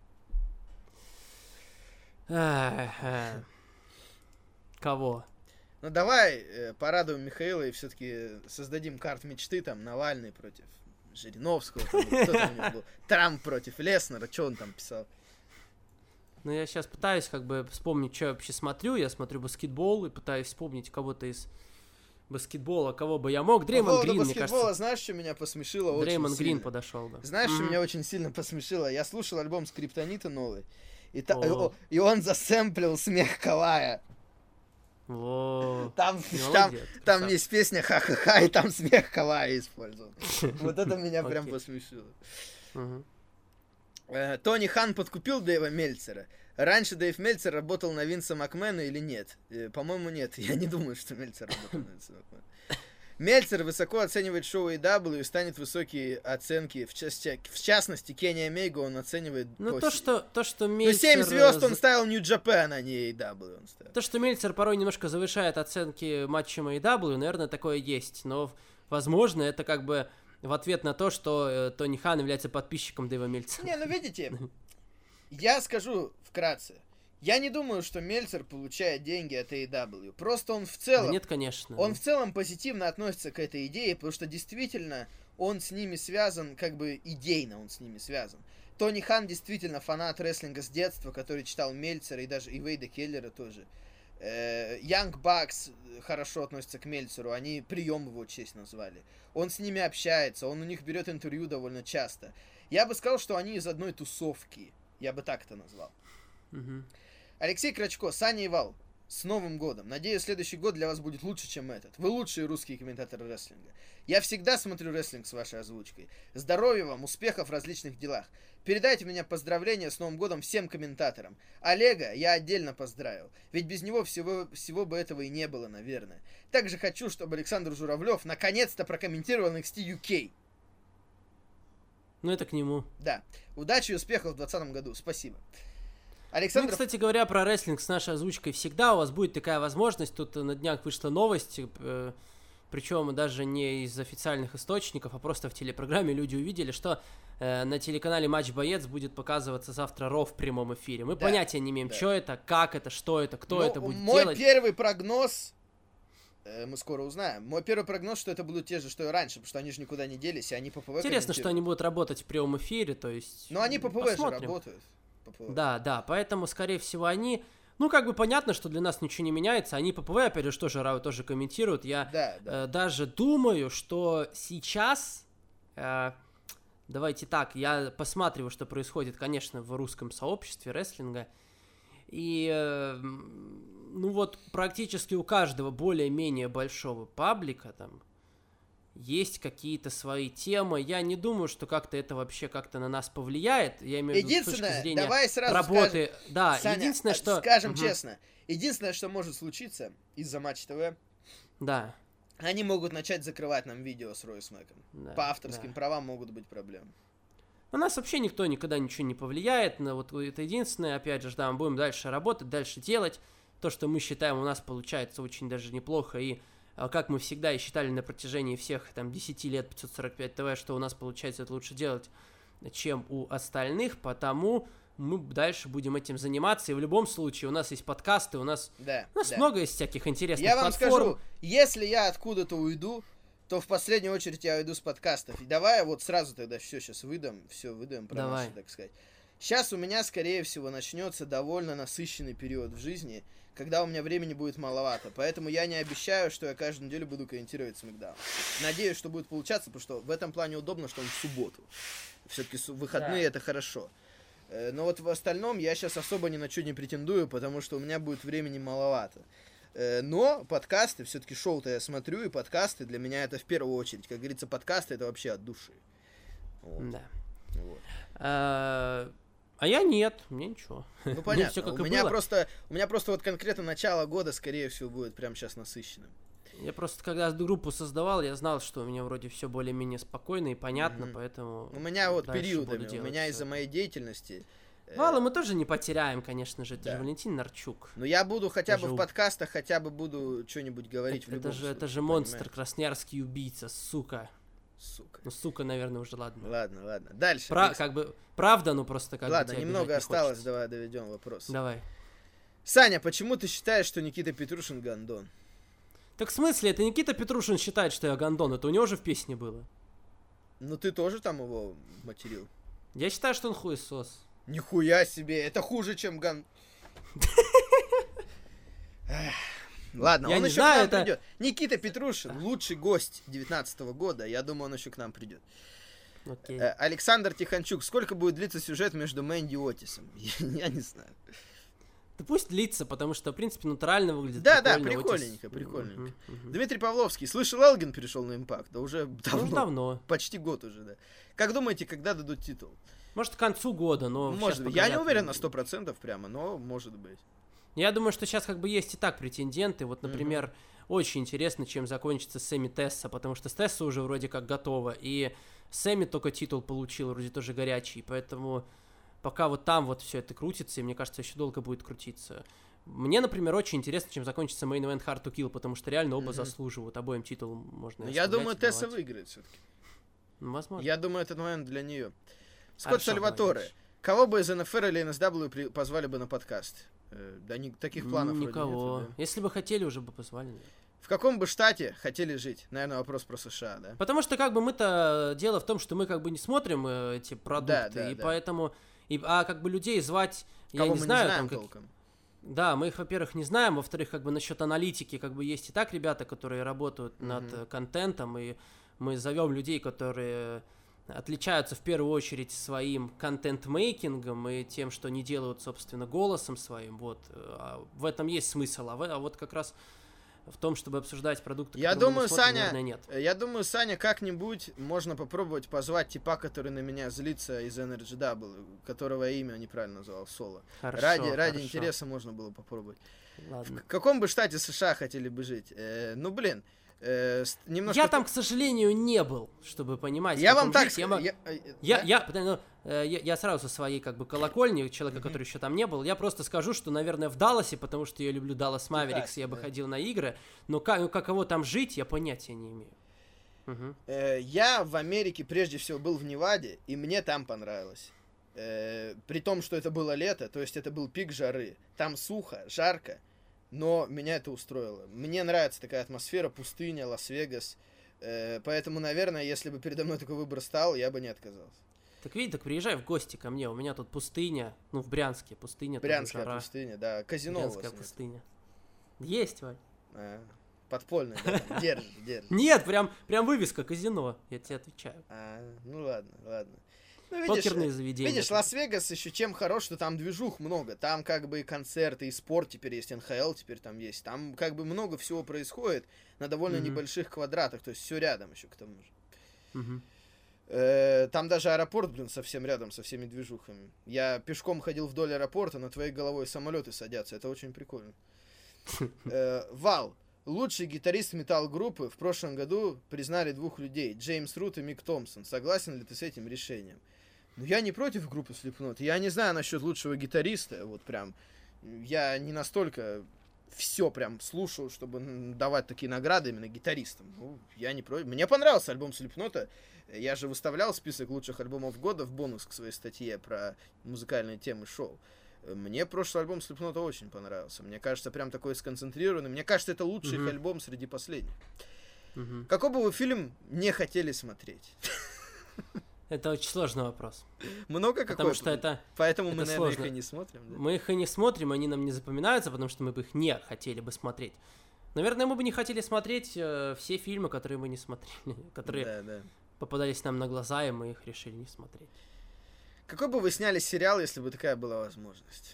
эх, эх. Кого? Ну давай э, порадуем Михаила и все-таки создадим карт мечты, там, Навальный против Жириновского, там, или кто там у него был, Трамп против Леснера, что он там писал? Ну, я сейчас пытаюсь как бы вспомнить, что я вообще смотрю. Я смотрю баскетбол и пытаюсь вспомнить кого-то из баскетбола, кого бы я мог. По Дреймонд поводу Грин, мне баскетбола, кажется. знаешь, что меня посмешило очень Дреймонд Грин сильно? подошел бы. Знаешь, что Мгм. меня очень сильно посмешило? Я слушал альбом Скриптонита новый, и, та- О. и он засэмплил смех Кавая. Во, Там, там, там есть песня ха-ха-ха, и там смех Кавайи использован. Вот это меня прям посмешило. Тони Хан подкупил Дэйва Мельцера. Раньше Дэйв Мельцер работал на Винса Макмена или нет? По-моему, нет. Я не думаю, что Мельцер работал на Винса Макмена. Мельцер высоко оценивает шоу эй дабл ю и станет высокие оценки. В, части, в частности, Кенни Омега он оценивает... Ну, по... то, что, то, что Мельцер... Ну, семь звезд он ставил New Japan, а не эй дабл ю. Он ставил. То, что Мельцер порой немножко завышает оценки матчам эй дабл ю, наверное, такое есть. Но, возможно, это как бы в ответ на то, что э, Тони Хан является подписчиком Дэйва Мельцера. Не, ну, видите, я скажу вкратце. Я не думаю, что Мельцер получает деньги от эй дабл ю. Просто он в целом... Да нет, конечно. Он в целом позитивно относится к этой идее, потому что действительно он с ними связан, как бы идейно он с ними связан. Тони Хан действительно фанат рестлинга с детства, который читал Мельцера и даже и Вейда Келлера тоже. Янг Бакс хорошо относится к Мельцеру, они прием его честь назвали. Он с ними общается, он у них берет интервью довольно часто. Я бы сказал, что они из одной тусовки. Я бы так это назвал. Угу. Алексей Крачко, Саня и Вал, с Новым годом. Надеюсь, следующий год для вас будет лучше, чем этот. Вы лучшие русские комментаторы рестлинга. Я всегда смотрю рестлинг с вашей озвучкой. Здоровья вам, успехов в различных делах. Передайте мне поздравления с Новым годом всем комментаторам. Олега я отдельно поздравил, ведь без него всего, всего бы этого и не было, наверное. Также хочу, чтобы Александр Журавлев наконец-то прокомментировал эн экс ти ю кей. Ну, это к нему. Да. Удачи и успехов в двадцатом году. Спасибо. Александр... Ну, кстати говоря, про рестлинг с нашей озвучкой всегда у вас будет такая возможность. Тут на днях вышла новость, э, причем даже не из официальных источников, а просто в телепрограмме люди увидели, что э, на телеканале Матч Боец будет показываться завтра Ро в прямом эфире. Мы да, понятия не имеем, да. что это, как это, что это, кто ну, это будет мой делать. Мой первый прогноз, э, мы скоро узнаем, мой первый прогноз, что это будут те же, что и раньше, потому что они же никуда не делись, и они по ПВ Интересно, что они будут работать в прямом эфире, то есть... Но они по ПВ же работают. Да, да, поэтому, скорее всего, они... Ну, как бы понятно, что для нас ничего не меняется. Они по ПВ, опять же, тоже, тоже комментируют. Я да, да. Э, даже думаю, что сейчас... Э, давайте так, я посматриваю, что происходит, конечно, в русском сообществе рестлинга. И, э, ну вот, практически у каждого более-менее большого паблика там есть какие-то свои темы. Я не думаю, что как-то это вообще как-то на нас повлияет. Я имею в виду с точки зрения давай сразу работы. Скажем, да, Саня, единственное, что... Скажем угу. честно, единственное, что может случиться из-за Матч ТВ, да. они могут начать закрывать нам видео с Рой Смэком. Да, по авторским да. правам могут быть проблемы. На нас вообще никто никогда ничего не повлияет. Но вот это единственное, опять же, да, мы будем дальше работать, дальше делать. То, что мы считаем, у нас получается очень даже неплохо. И как мы всегда и считали на протяжении всех там десяти лет пятьсот сорок пять ТВ, что у нас получается это лучше делать, чем у остальных, потому мы дальше будем этим заниматься, и в любом случае у нас есть подкасты, у нас, да, у нас да. много есть всяких интересных я вам платформ. Скажу, если я откуда-то уйду, то в последнюю очередь я уйду с подкастов. И давай я вот сразу тогда все сейчас выдам, все выдам про давай. наши, так сказать. Сейчас у меня, скорее всего, начнется довольно насыщенный период в жизни, когда у меня времени будет маловато. Поэтому я не обещаю, что я каждую неделю буду комментировать Смэкдаун. Надеюсь, что будет получаться, потому что в этом плане удобно, что он в субботу. Все-таки выходные да. это хорошо. Но вот в остальном я сейчас особо ни на что не претендую, потому что у меня будет времени маловато. Но подкасты, все-таки шоу-то я смотрю, и подкасты для меня это в первую очередь. Как говорится, подкасты это вообще от души. Вот. Да. Вот. А... А я нет, мне ничего. Ну понятно, все, как у, меня просто, у меня просто вот конкретно начало года, скорее всего, будет прямо сейчас насыщенным. Я просто, когда группу создавал, я знал, что у меня вроде все более-менее спокойно и понятно, mm-hmm. поэтому... У меня вот периодами, у меня из-за моей деятельности... Вала мы тоже не потеряем, конечно же, это да. же Валентин Нарчук. Но я буду хотя бы в подкастах, хотя бы буду что-нибудь говорить это, в любом это же, случае. Это же монстр, понимаешь? Красноярский убийца, сука. Сука. Ну, сука, наверное, уже ладно. Ладно, ладно. Дальше. Пра- как бы, правда, ну просто как ладно, бы немного осталось, не давай доведем вопрос. Давай. Саня, почему ты считаешь, что Никита Петрушин гандон? Так в смысле, это Никита Петрушин считает, что я гандон, это у него же в песне было. Ну ты тоже там его материл? Я считаю, что он хуесос. Нихуя себе, это хуже, чем ган... Ладно, я он не еще знаю, к нам это... придет. Никита Петрушин, лучший гость девятнадцатого года. Я думаю, он еще к нам придет. Okay. Александр Тихончук. Сколько будет длиться сюжет между Мэнди и Отисом? Я не знаю. Да пусть длится, потому что, в принципе, натурально выглядит. Да, да, прикольненько, очень... прикольненько. Uh-huh, uh-huh. Дмитрий Павловский. Слышал, Элгин перешел на Импакт? Да уже давно. Ну, давно. Почти год уже, да. Как думаете, когда дадут титул? Может, к концу года, но... Может быть. Я не уверен на сто процентов прямо, но может быть. Я думаю, что сейчас как бы есть и так претенденты. Вот, например, uh-huh. очень интересно, чем закончится Сэмми Тесса, потому что с Тесса уже вроде как готово, и Сэмми только титул получил, вроде тоже горячий, поэтому пока вот там вот все это крутится, и мне кажется, еще долго будет крутиться. Мне, например, очень интересно, чем закончится Main Event Hard to Kill, потому что реально оба uh-huh. заслуживают, обоим титулом можно. Я думаю, Тесса выиграет все-таки. Ну, возможно. Я думаю, этот момент для нее. Скотт Сальваторе. Кого бы из эн эф эр или эн эс дабл ю при... позвали бы на подкаст? Э, да ни... таких планов Никого. вроде нет. Да? Если бы хотели, уже бы позвали. В каком бы штате хотели жить? Наверное, вопрос про США, да? Потому что как бы мы-то... Дело в том, что мы как бы не смотрим э, эти продукты, да, да, и да. поэтому... И... А как бы людей звать... Кого я мы не знаю, не знаем там, как... толком. Да, мы их, во-первых, не знаем, во-вторых, как бы насчет аналитики, как бы есть и так ребята, которые работают mm-hmm. над э, контентом, и мы зовем людей, которые отличаются в первую очередь своим контент-мейкингом и тем, что они делают, собственно, голосом своим, вот. А в этом есть смысл, а, в, а вот как раз в том, чтобы обсуждать продукты, я которые думаю, мы смотрим, Саня, наверное, нет. Я думаю, Саня, как-нибудь можно попробовать позвать типа, который на меня злится из эн эр джи дабл ю, которого я имя неправильно назвал, Соло. Хорошо, ради ради хорошо. интереса можно было попробовать. Ладно. В каком бы штате США хотели бы жить? Э, ну, блин, э, немножко... Я там, к сожалению, не был, чтобы понимать. Я вам так скажу. Я, я, я, я, ну, я, я сразу со своей как бы колокольни, человека, mm-hmm. который еще там не был, я просто скажу, что, наверное, в Далласе, потому что я люблю Даллас Маверикс, я бы да. ходил на игры, но как, ну, каково там жить, я понятия не имею. Uh-huh. Э, я в Америке прежде всего был в Неваде, и мне там понравилось. Э, при том, что это было лето, то есть это был пик жары. Там сухо, жарко. Но меня это устроило. Мне нравится такая атмосфера, пустыня, Лас-Вегас. Э, поэтому, наверное, если бы передо мной такой выбор стал, я бы не отказался. Так видишь, так приезжай в гости ко мне. У меня тут пустыня. Ну, в Брянске пустыня. Брянская пустыня, да. Казино Брянская у вас пустыня. Нет. Есть, Вань. А, подпольный, да. Держит, держит. Нет, прям, прям вывеска казино. Я тебе отвечаю. А, ну ладно, ладно. Ну, видишь, покерные заведения. Видишь, Лас-Вегас еще чем хорош, что там движух много. Там как бы и концерты, и спорт теперь есть, эн ха эл теперь там есть. Там как бы много всего происходит на довольно mm-hmm. небольших квадратах. То есть все рядом еще к тому же. Mm-hmm. Э, там даже аэропорт, блин, совсем рядом со всеми движухами. Я пешком ходил вдоль аэропорта, над твоей головой самолеты садятся. Это очень прикольно. Э, Вал. Лучший гитарист метал-группы в прошлом году признали двух людей. Джеймс Рут и Мик Томпсон. Согласен ли ты с этим решением? Ну, я не против группы Slipknot. Я не знаю насчет лучшего гитариста. Вот прям. Я не настолько все прям слушаю, чтобы давать такие награды именно гитаристам. Ну, я не против. Мне понравился альбом Slipknot. Я же выставлял список лучших альбомов года в бонус к своей статье про музыкальные темы шоу. Мне прошлый альбом Slipknot очень понравился. Мне кажется, прям такой сконцентрированный. Мне кажется, это лучший uh-huh. их альбом среди последних. Uh-huh. Какой бы вы фильм не хотели смотреть? Это очень сложный вопрос. Много какой? Потому что это Поэтому это мы, наверное, сложно. их и не смотрим. Да? Мы их и не смотрим, они нам не запоминаются, потому что мы бы их не хотели бы смотреть. Наверное, мы бы не хотели смотреть э, все фильмы, которые мы не смотрели, которые да, да. попадались нам на глаза, и мы их решили не смотреть. Какой бы вы сняли сериал, если бы такая была возможность?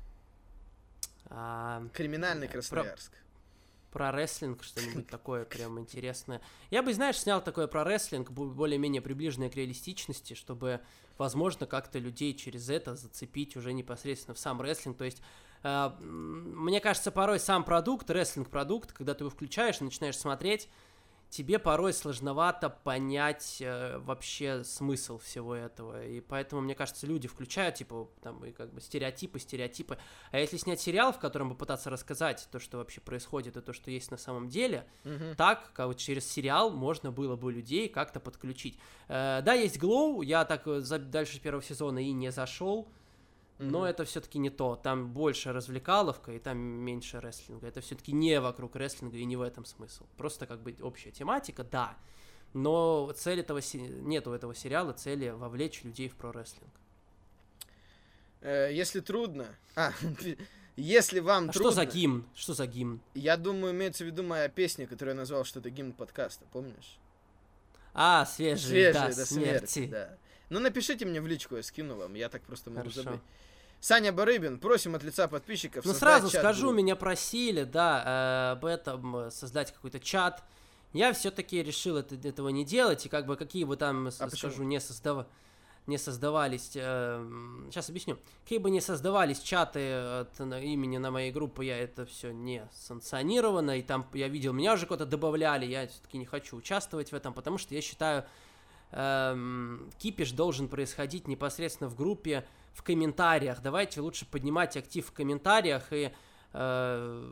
А, Криминальный Красноярск. Про, про рестлинг что-нибудь такое прям интересное. Я бы, знаешь, снял такое про рестлинг, более-менее приближенное к реалистичности, чтобы, возможно, как-то людей через это зацепить уже непосредственно в сам рестлинг. То есть, э, мне кажется, порой сам продукт, рестлинг-продукт, когда ты его включаешь и начинаешь смотреть, тебе порой сложновато понять э, вообще смысл всего этого, и поэтому, мне кажется, люди включают, типа, там, и как бы стереотипы, стереотипы, а если снять сериал, в котором попытаться рассказать то, что вообще происходит, и то, что есть на самом деле, mm-hmm. так, как вот через сериал можно было бы людей как-то подключить. Э, да, есть Glow, я так за, дальше первого сезона и не зашел, но mm-hmm. это все-таки не то. Там больше развлекаловка, и там меньше рестлинга. Это все-таки не вокруг рестлинга, и не в этом смысл. Просто как бы общая тематика, да. Но цель этого нет у этого сериала цели вовлечь людей в про-рестлинг. Э, если трудно... А, если вам а трудно... что за гимн? Что за гимн? Я думаю, имеется в виду моя песня, которую я назвал, что это гимн подкаста, помнишь? А, свежие, свежие да, до смерти. смерти, да. Ну, напишите мне в личку, я скину вам, я так просто могу Хорошо. забыть. Саня Барыбин, просим от лица подписчиков. Ну, сразу скажу, меня просили, да, э, об этом, создать какой-то чат. Я все-таки решил это, этого не делать, и как бы какие бы там, а скажу, почему? не создавали. не создавались, э, сейчас объясню, какие бы не создавались чаты от имени на моей группы, я это все не санкционировано, и там я видел, меня уже куда-то добавляли, я все-таки не хочу участвовать в этом, потому что я считаю, э, кипиш должен происходить непосредственно в группе, в комментариях, давайте лучше поднимать актив в комментариях, и э,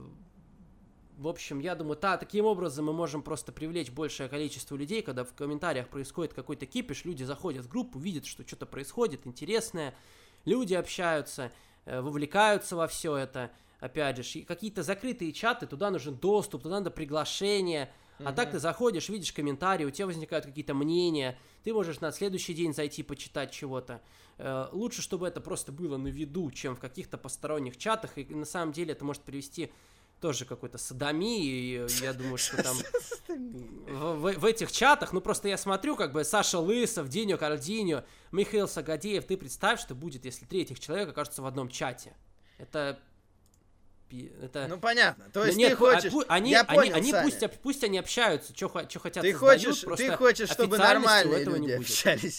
в общем, я думаю, та, таким образом мы можем просто привлечь большее количество людей, когда в комментариях происходит какой-то кипиш, люди заходят в группу, видят, что что-то происходит интересное, люди общаются, э, вовлекаются во все это, опять же, и какие-то закрытые чаты, туда нужен доступ, туда надо приглашение, mm-hmm. а так ты заходишь, видишь комментарии, у тебя возникают какие-то мнения, ты можешь на следующий день зайти почитать чего-то. Э, лучше, чтобы это просто было на виду, чем в каких-то посторонних чатах, и на самом деле это может привести тоже какой-то содомии, и я думаю, что там в, в, в этих чатах, ну просто я смотрю, как бы Саша Лысов, Диньо Кардиньо, Михаил Сагадеев, ты представь, что будет, если три этих человека окажутся в одном чате. Это... это... Ну понятно, то есть нет, ты хочешь, а, они, я они, понял, они Саня. Пусть, пусть они общаются, что хотят ты создают, хочешь, просто ты хочешь, чтобы нормальные этого люди не будет. общались.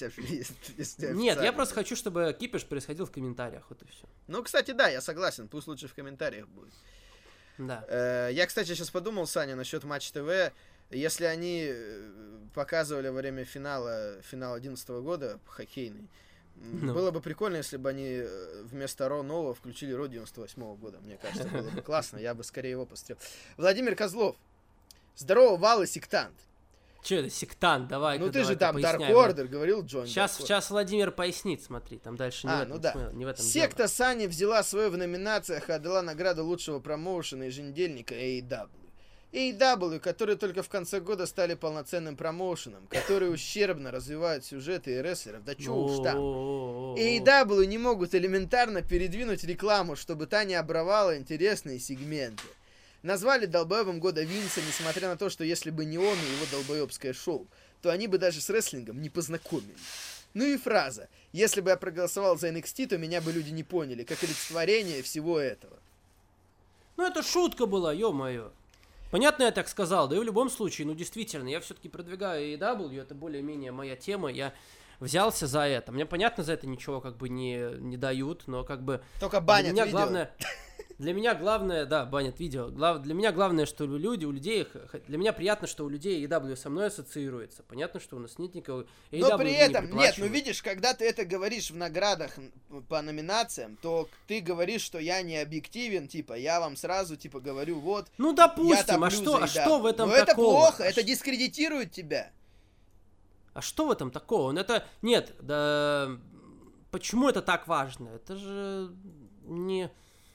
Нет, я просто хочу, чтобы кипиш происходил в комментариях, вот и все. Ну, кстати, да, я согласен, пусть лучше в комментариях будет. Да. Э, я, кстати, сейчас подумал, Саня, насчет Матч ТВ. Если они показывали во время финала, финал одиннадцатого года, хоккейный, no. было бы прикольно, если бы они вместо Ро нового включили Ро девяносто восьмого года. Мне кажется, было бы классно, я бы скорее его посмотрел. Владимир Козлов. Здорово, Вал и сектант. Че это, сектант, давай. Ну ты же там Dark Order, говорил Джон. Сейчас, сейчас Владимир пояснит, смотри, там дальше не, а, в этом, ну да. смысл, не в этом Секта дело. Сани взяла свое в номинациях и отдала награду лучшего промоушена еженедельника эй и дабл ю. эй и дабл ю, которые только в конце года стали полноценным промоушеном, которые ущербно развивают сюжеты и рестлеров. Да чё уж там. эй и дабл ю не могут элементарно передвинуть рекламу, чтобы та не обрывала интересные сегменты. Назвали долбоебом года Винса, несмотря на то, что если бы не он и его долбоебское шоу, то они бы даже с рестлингом не познакомились. Ну и фраза: если бы я проголосовал за эн экс ти, то меня бы люди не поняли, как олицетворение всего этого. Ну это шутка была, ё-моё. Понятно, я так сказал, да и в любом случае, ну действительно, я все-таки продвигаю эй и дабл ю, это более-менее моя тема, я взялся за это. Мне понятно, за это ничего как бы не, не дают, но как бы... Только банят для меня видео. Главное, для меня главное, да, банят видео. Глав, для меня главное, что люди, у людей, для меня приятно, что у людей эй и дабл ю со мной ассоциируется. Понятно, что у нас нет никого эй и дабл ю. Но при этом, не нет, ну видишь, когда ты это говоришь в наградах по номинациям, то ты говоришь, что я не объективен, типа, я вам сразу, типа, говорю, вот... Ну, допустим, а что, а что в этом Но такого? это плохо, это дискредитирует тебя. А что в этом такого? Ну, это... Нет, да... Почему это так важно? Это же не...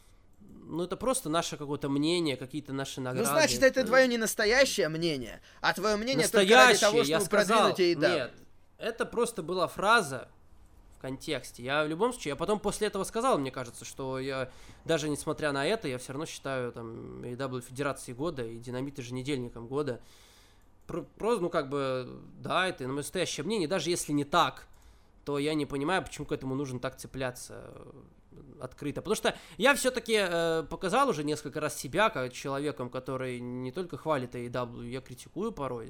Ну, это просто наше какое-то мнение, какие-то наши награды. Ну, значит, это, это твое не настоящее мнение, а твое мнение настоящее, только ради того, чтобы я сказал, продвинуть эй и дабл ю. Нет, это просто была фраза в контексте. Я в любом случае, я потом после этого сказал, мне кажется, что я, даже несмотря на это, я все равно считаю там эй и дабл ю Федерацией года и Динамит еженедельником года. Просто, ну, как бы, да, это настоящее мнение. Даже если не так, то я не понимаю, почему к этому нужно так цепляться открыто. Потому что я все-таки э, показал уже несколько раз себя как человеком, который не только хвалит эй и дабл ю, я критикую порой.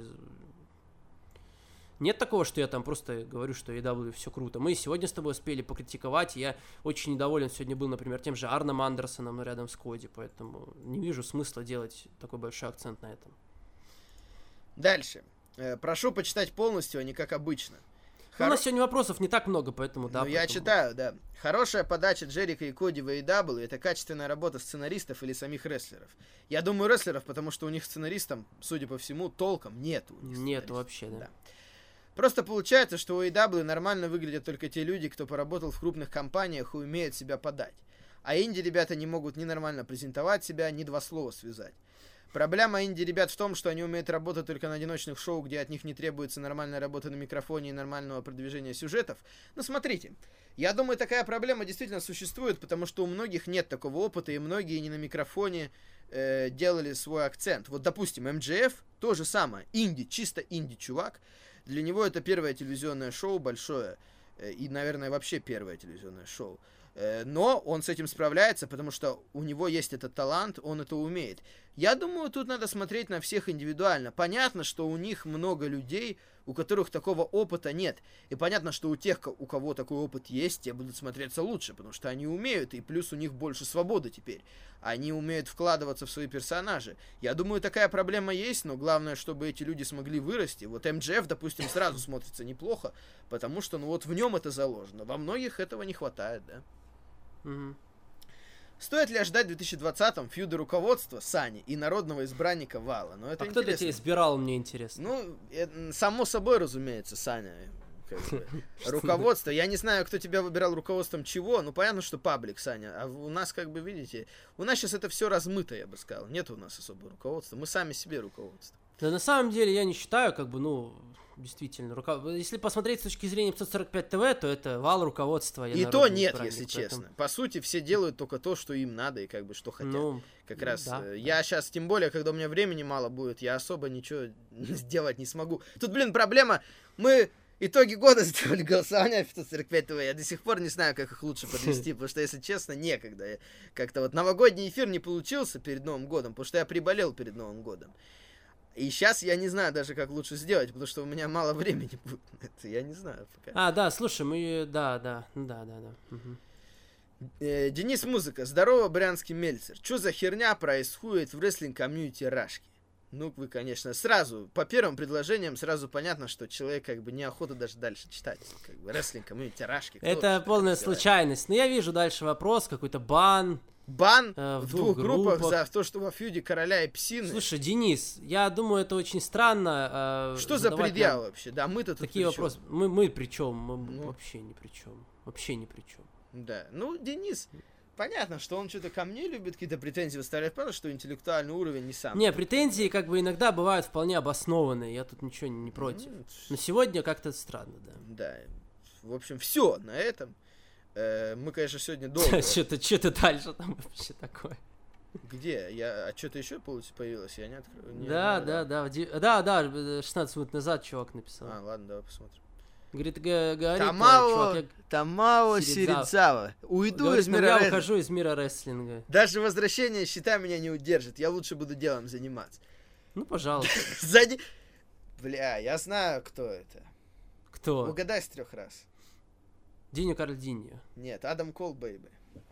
Нет такого, что я там просто говорю, что эй и дабл ю все круто. Мы сегодня с тобой успели покритиковать, и я очень недоволен сегодня был, например, тем же Арном Андерсоном рядом с Коди, поэтому не вижу смысла делать такой большой акцент на этом. Дальше. Э, прошу почитать полностью, а не как обычно. Хор... У нас сегодня вопросов не так много, поэтому да. Ну, поэтому... я читаю, да. Хорошая подача Джерика и Коди в эй и дабл ю — это качественная работа сценаристов или самих рестлеров. Я думаю, рестлеров, потому что у них сценаристам, судя по всему, толком нету. Нету вообще, да. да. Просто получается, что у эй и дабл ю нормально выглядят только те люди, кто поработал в крупных компаниях и умеет себя подать. А инди-ребята не могут ни нормально презентовать себя, ни два слова связать. Проблема инди-ребят в том, что они умеют работать только на одиночных шоу, где от них не требуется нормальная работа на микрофоне и нормального продвижения сюжетов. Но смотрите, я думаю, такая проблема действительно существует, потому что у многих нет такого опыта, и многие не на микрофоне э, делали свой акцент. Вот, допустим, эм джей эф — то же самое. Инди, чисто инди-чувак. Для него это первое телевизионное шоу большое, э, и, наверное, вообще первое телевизионное шоу. Но он с этим справляется, потому что у него есть этот талант, он это умеет. Я думаю, тут надо смотреть на всех индивидуально. Понятно, что у них много людей, у которых такого опыта нет. И понятно, что у тех, у кого такой опыт есть, те будут смотреться лучше, потому что они умеют, и плюс у них больше свободы теперь. Они умеют вкладываться в свои персонажи. Я думаю, такая проблема есть, но главное, чтобы эти люди смогли вырасти. Вот эм джей эф, допустим, сразу смотрится неплохо, потому что, ну вот в нем это заложено. Во многих этого не хватает, да. Угу. Стоит ли ожидать в две тысячи двадцатом фьюда руководства Сани и народного избранника Вала? Ну, это а кто тебя избирал, мне интересно. Ну, это, само собой, разумеется, Саня. Как бы. Руководство. Я не знаю, кто тебя выбирал руководством чего, но понятно, что паблик, Саня. А у нас, как бы, видите, у нас сейчас это все размыто, я бы сказал. Нет у нас особого руководства. Мы сами себе руководство. Да на самом деле я не считаю, как бы, ну, действительно, руко... если посмотреть с точки зрения пятьсот сорок пять ТВ, то это вал руководства. И то нет, если честно. Поэтому... По сути, все делают только то, что им надо и как бы что хотят. Ну, как ну, раз да, я да. сейчас, тем более, когда у меня времени мало будет, я особо ничего сделать не смогу. Тут, блин, проблема, мы итоги года сделали голосование в пятьсот сорок пять ТВ, я до сих пор не знаю, как их лучше подвести, потому что, если честно, некогда. Как-то вот новогодний эфир не получился перед Новым годом, потому что я приболел перед Новым годом. И сейчас я не знаю даже, как лучше сделать, потому что у меня мало времени будет на это, я не знаю пока. А, да, слушай, мы, да, да, да, да, да. Угу. Э, Денис Музыка. Здорово, брянский Мельцер. Чё за херня происходит в рестлинг-комьюнити Рашки? Ну, вы, конечно, сразу, по первым предложениям сразу понятно, что человек как бы неохота даже дальше читать. Как бы рестлинг-комьюнити Рашки. Это полная случайность. Но я вижу дальше вопрос, какой-то бан. Бан э, в, в двух, двух группах, группах за то, что во фьюде Короля и Псины. Слушай, Денис, я думаю, это очень странно. Э, что за предъяв вообще? Да, мы-то тут такие вопросы. Мы, мы при чем? Мы ну. вообще ни при чем. Вообще ни при чем. Да. Ну, Денис, понятно, что он что-то ко мне любит, какие-то претензии выставлять, правда, что интеллектуальный уровень не сам. Не, претензии как бы иногда бывают вполне обоснованные. Я тут ничего не, не против. Ну, но сегодня как-то странно, да. Да. В общем, все на этом. Мы, конечно, сегодня долго... Что-то что-то дальше там вообще такое. Где? Я... А что-то еще появилось? Я не открыл. Не, да, не, да, да, да. Да, да, шестнадцать минут назад чувак написал. А, ладно, давай посмотрим. Говорит, говорит Тамао, чувак, я... Тамао Сиридзава. Уйду говорит, из мира я рестлинга. ухожу из мира рестлинга. Даже возвращение щита меня не удержит. Я лучше буду делом заниматься. Ну, пожалуйста. Сзади... Бля, я знаю, кто это. Кто? Угадай с трех раз. Диньо Карлдиньо. Нет, Адам Кол, бэйби.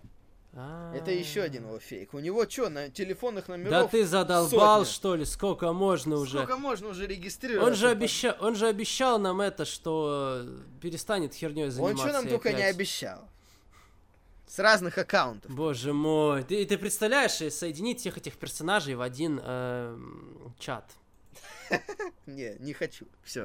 А-а-а. Это еще один его фейк. У него что, на телефонных номеров Да ты задолбал, сотня. Что ли? Сколько можно Сколько уже? Сколько можно уже регистрировать? Он же, обещал, он же обещал нам это, что перестанет херней заниматься. Он что нам только не обещал? С разных аккаунтов. Боже мой. Ты, ты представляешь, соединить всех этих персонажей в один э, чат? Не, не хочу. Все.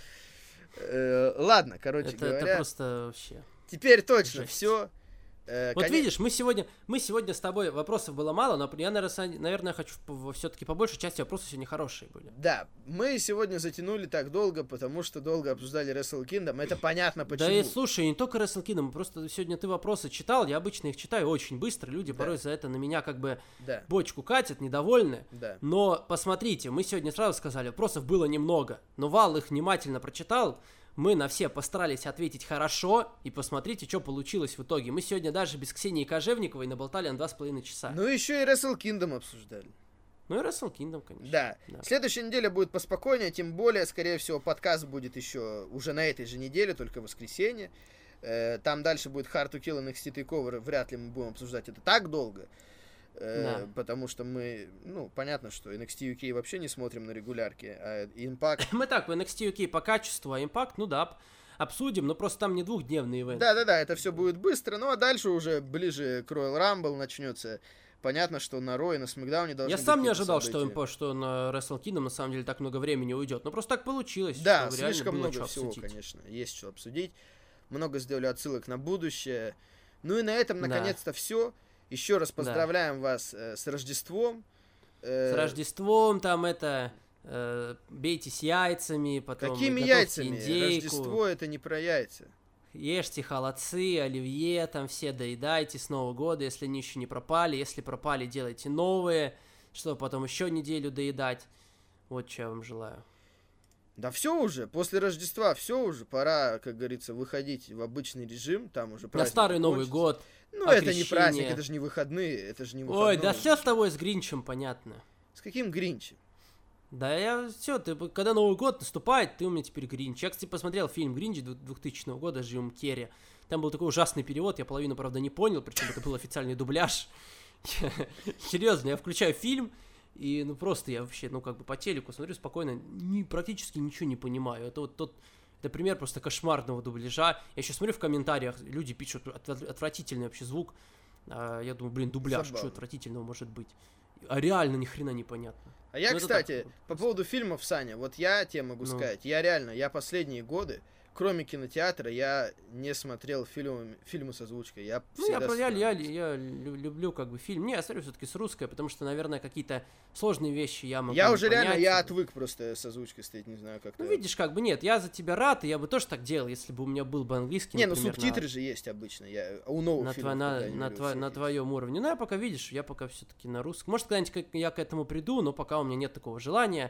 Ладно, короче это, говоря. Это просто вообще. Теперь точно все. Э, вот видишь, мы сегодня, мы сегодня с тобой, вопросов было мало, но я, наверное, хочу все-таки по большей части вопросы сегодня хорошие были. Да, мы сегодня затянули так долго, потому что долго обсуждали Wrestle Kingdom, это понятно почему. Да и слушай, не только Wrestle Kingdom, просто сегодня ты вопросы читал, я обычно их читаю очень быстро, люди да. порой за это на меня как бы да. бочку катят, недовольны. Да. Но посмотрите, мы сегодня сразу сказали, вопросов было немного, но Вал их внимательно прочитал. Мы на все постарались ответить хорошо, и посмотрите, что получилось в итоге. Мы сегодня даже без Ксении Кожевниковой наболтали на два с половиной часа. Ну, еще и Wrestle Kingdom обсуждали. Ну, и Wrestle Kingdom, конечно. Да. да. Следующая неделя будет поспокойнее, тем более, скорее всего, подкаст будет еще уже на этой же неделе, только в воскресенье. Там дальше будет Hard to Kill и эн экс ти Takeover, вряд ли мы будем обсуждать это так долго. Да. Потому что мы, ну, понятно, что эн экс ти ю кей вообще не смотрим на регулярке, а Impact... Мы так, эн экс ти ю кей по качеству, а Impact, ну да, обсудим, но просто там не двухдневный ивент. Да-да-да, это все будет быстро, ну а дальше уже ближе к Royal Rumble начнется. Понятно, что на Ро и на Смэкдауне должны Я быть сам не ожидал, события. что, что на Wrestle Kingdom на самом деле так много времени уйдет, но просто так получилось. Да, что слишком много что всего, обсудить. конечно, есть что обсудить. Много сделали отсылок на будущее. Ну и на этом, да. наконец-то, все. Еще раз поздравляем да. вас э, с Рождеством. Э, с Рождеством, там это, э, бейтесь яйцами, потом какими яйцами? Индейку. Рождество это не про яйца. Ешьте холодцы, оливье, там все доедайте с Нового года, если они еще не пропали. Если пропали, делайте новые, чтобы потом еще неделю доедать. Вот что я вам желаю. Да все уже, после Рождества все уже, пора, как говорится, выходить в обычный режим, там уже праздник. На Старый кончится. Новый год. Ну, это не праздник, это же не выходные, это же не выходные. Ой, да все с тобой с Гринчем понятно. С каким Гринчем? Да я все, ты когда Новый год наступает, ты у меня теперь Гринч. Я, кстати, посмотрел фильм Гринч двухтысячного года с Джимом Керри. Там был такой ужасный перевод, я половину, правда, не понял, причем это был официальный дубляж. Серьезно, я включаю фильм, и ну просто я вообще, ну как бы по телеку смотрю спокойно, не, практически ничего не понимаю. Это вот тот, это пример просто кошмарного дубляжа. Я еще смотрю в комментариях, люди пишут от, отвратительный вообще звук. А, я думаю, блин, дубляж, Забавно. Что отвратительного может быть? А реально ни хрена непонятно. А я, ну, кстати, так, по поводу фильмов, Саня, вот я тебе могу ну. сказать, я реально, я последние годы, кроме кинотеатра, я не смотрел фильмы, фильмы с озвучкой. Я ну, я, я, я, я люблю как бы фильм. Не, я смотрю все-таки с русской, потому что, наверное, какие-то сложные вещи я могу Я уже понять. реально, я отвык просто с озвучкой стоять, не знаю, как-то. Ну, видишь, как бы нет, я за тебя рад, и я бы тоже так делал, если бы у меня был бы английский, Не, например, ну субтитры на... же есть обычно, я у новых на фильмов. Тво, на, на, тво, на твоем уровне. Ну, я пока, видишь, я пока все-таки на русском. Может, когда-нибудь я к этому приду, но пока у меня нет такого желания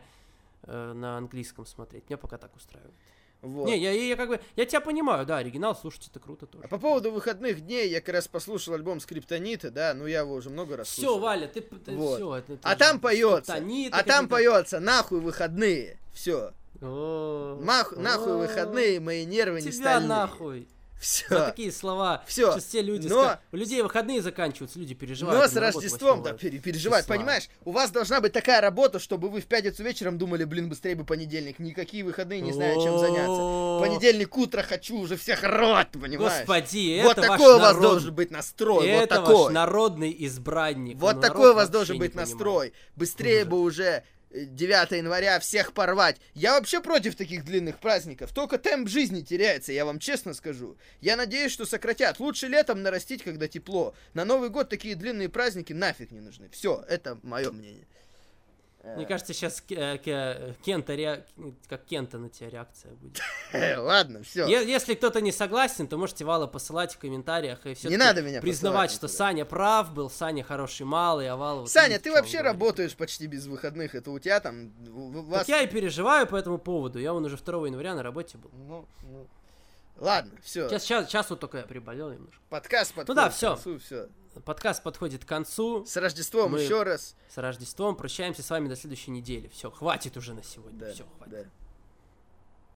э, на английском смотреть. Меня пока так устраивает. Вот. Не, я, я, я как бы, я тебя понимаю, да, оригинал слушать это круто тоже. А по поводу выходных дней, я как раз послушал альбом Скриптонита, да, ну я его уже много раз слушал. Все, Валя, ты, ты вот. все. Это, а там поется, а там поется, нахуй выходные, все. Мах, нахуй выходные, мои нервы не стальные. Тебя нахуй. Все. За такие слова. Все. Сейчас все люди Но... скажут, у людей выходные заканчиваются, люди переживают. Но с Рождеством, да, переживают, числа. Понимаешь? У вас должна быть такая работа, чтобы вы в пятницу вечером думали, блин, быстрее бы понедельник. Никакие выходные, не знаю, чем заняться. Понедельник утро хочу уже всех рот, понимаешь? Господи, вот это такой ваш у вас народ... должен быть настрой. Это вот такой. Ваш народный избранник. Вот такой у вас должен быть настрой. Быстрее Ужас. бы уже... девятого января всех порвать. Я вообще против таких длинных праздников. Только темп жизни теряется, я вам честно скажу. Я надеюсь, что сократят. Лучше летом нарастить, когда тепло. На Новый год такие длинные праздники нафиг не нужны. Все, это мое мнение. Мне кажется, сейчас Кента, ре... как Кента на тебя реакция будет. Ладно, все. Если кто-то не согласен, то можете Вала посылать в комментариях и все не надо меня признавать, что Саня прав был, Саня хороший малый, а Вала... Саня, ты вообще работаешь почти без выходных, это у тебя там... Так я и переживаю по этому поводу, я вон уже второго января на работе был. Ну, ну... Ладно, все. Сейчас, сейчас, сейчас вот только я приболел немножко. Подкаст подходит ну да, к все. концу, все. Подкаст подходит к концу. С Рождеством Мы еще раз. С Рождеством. Прощаемся с вами до следующей недели. Все, хватит уже на сегодня. Да, все, хватит. Да.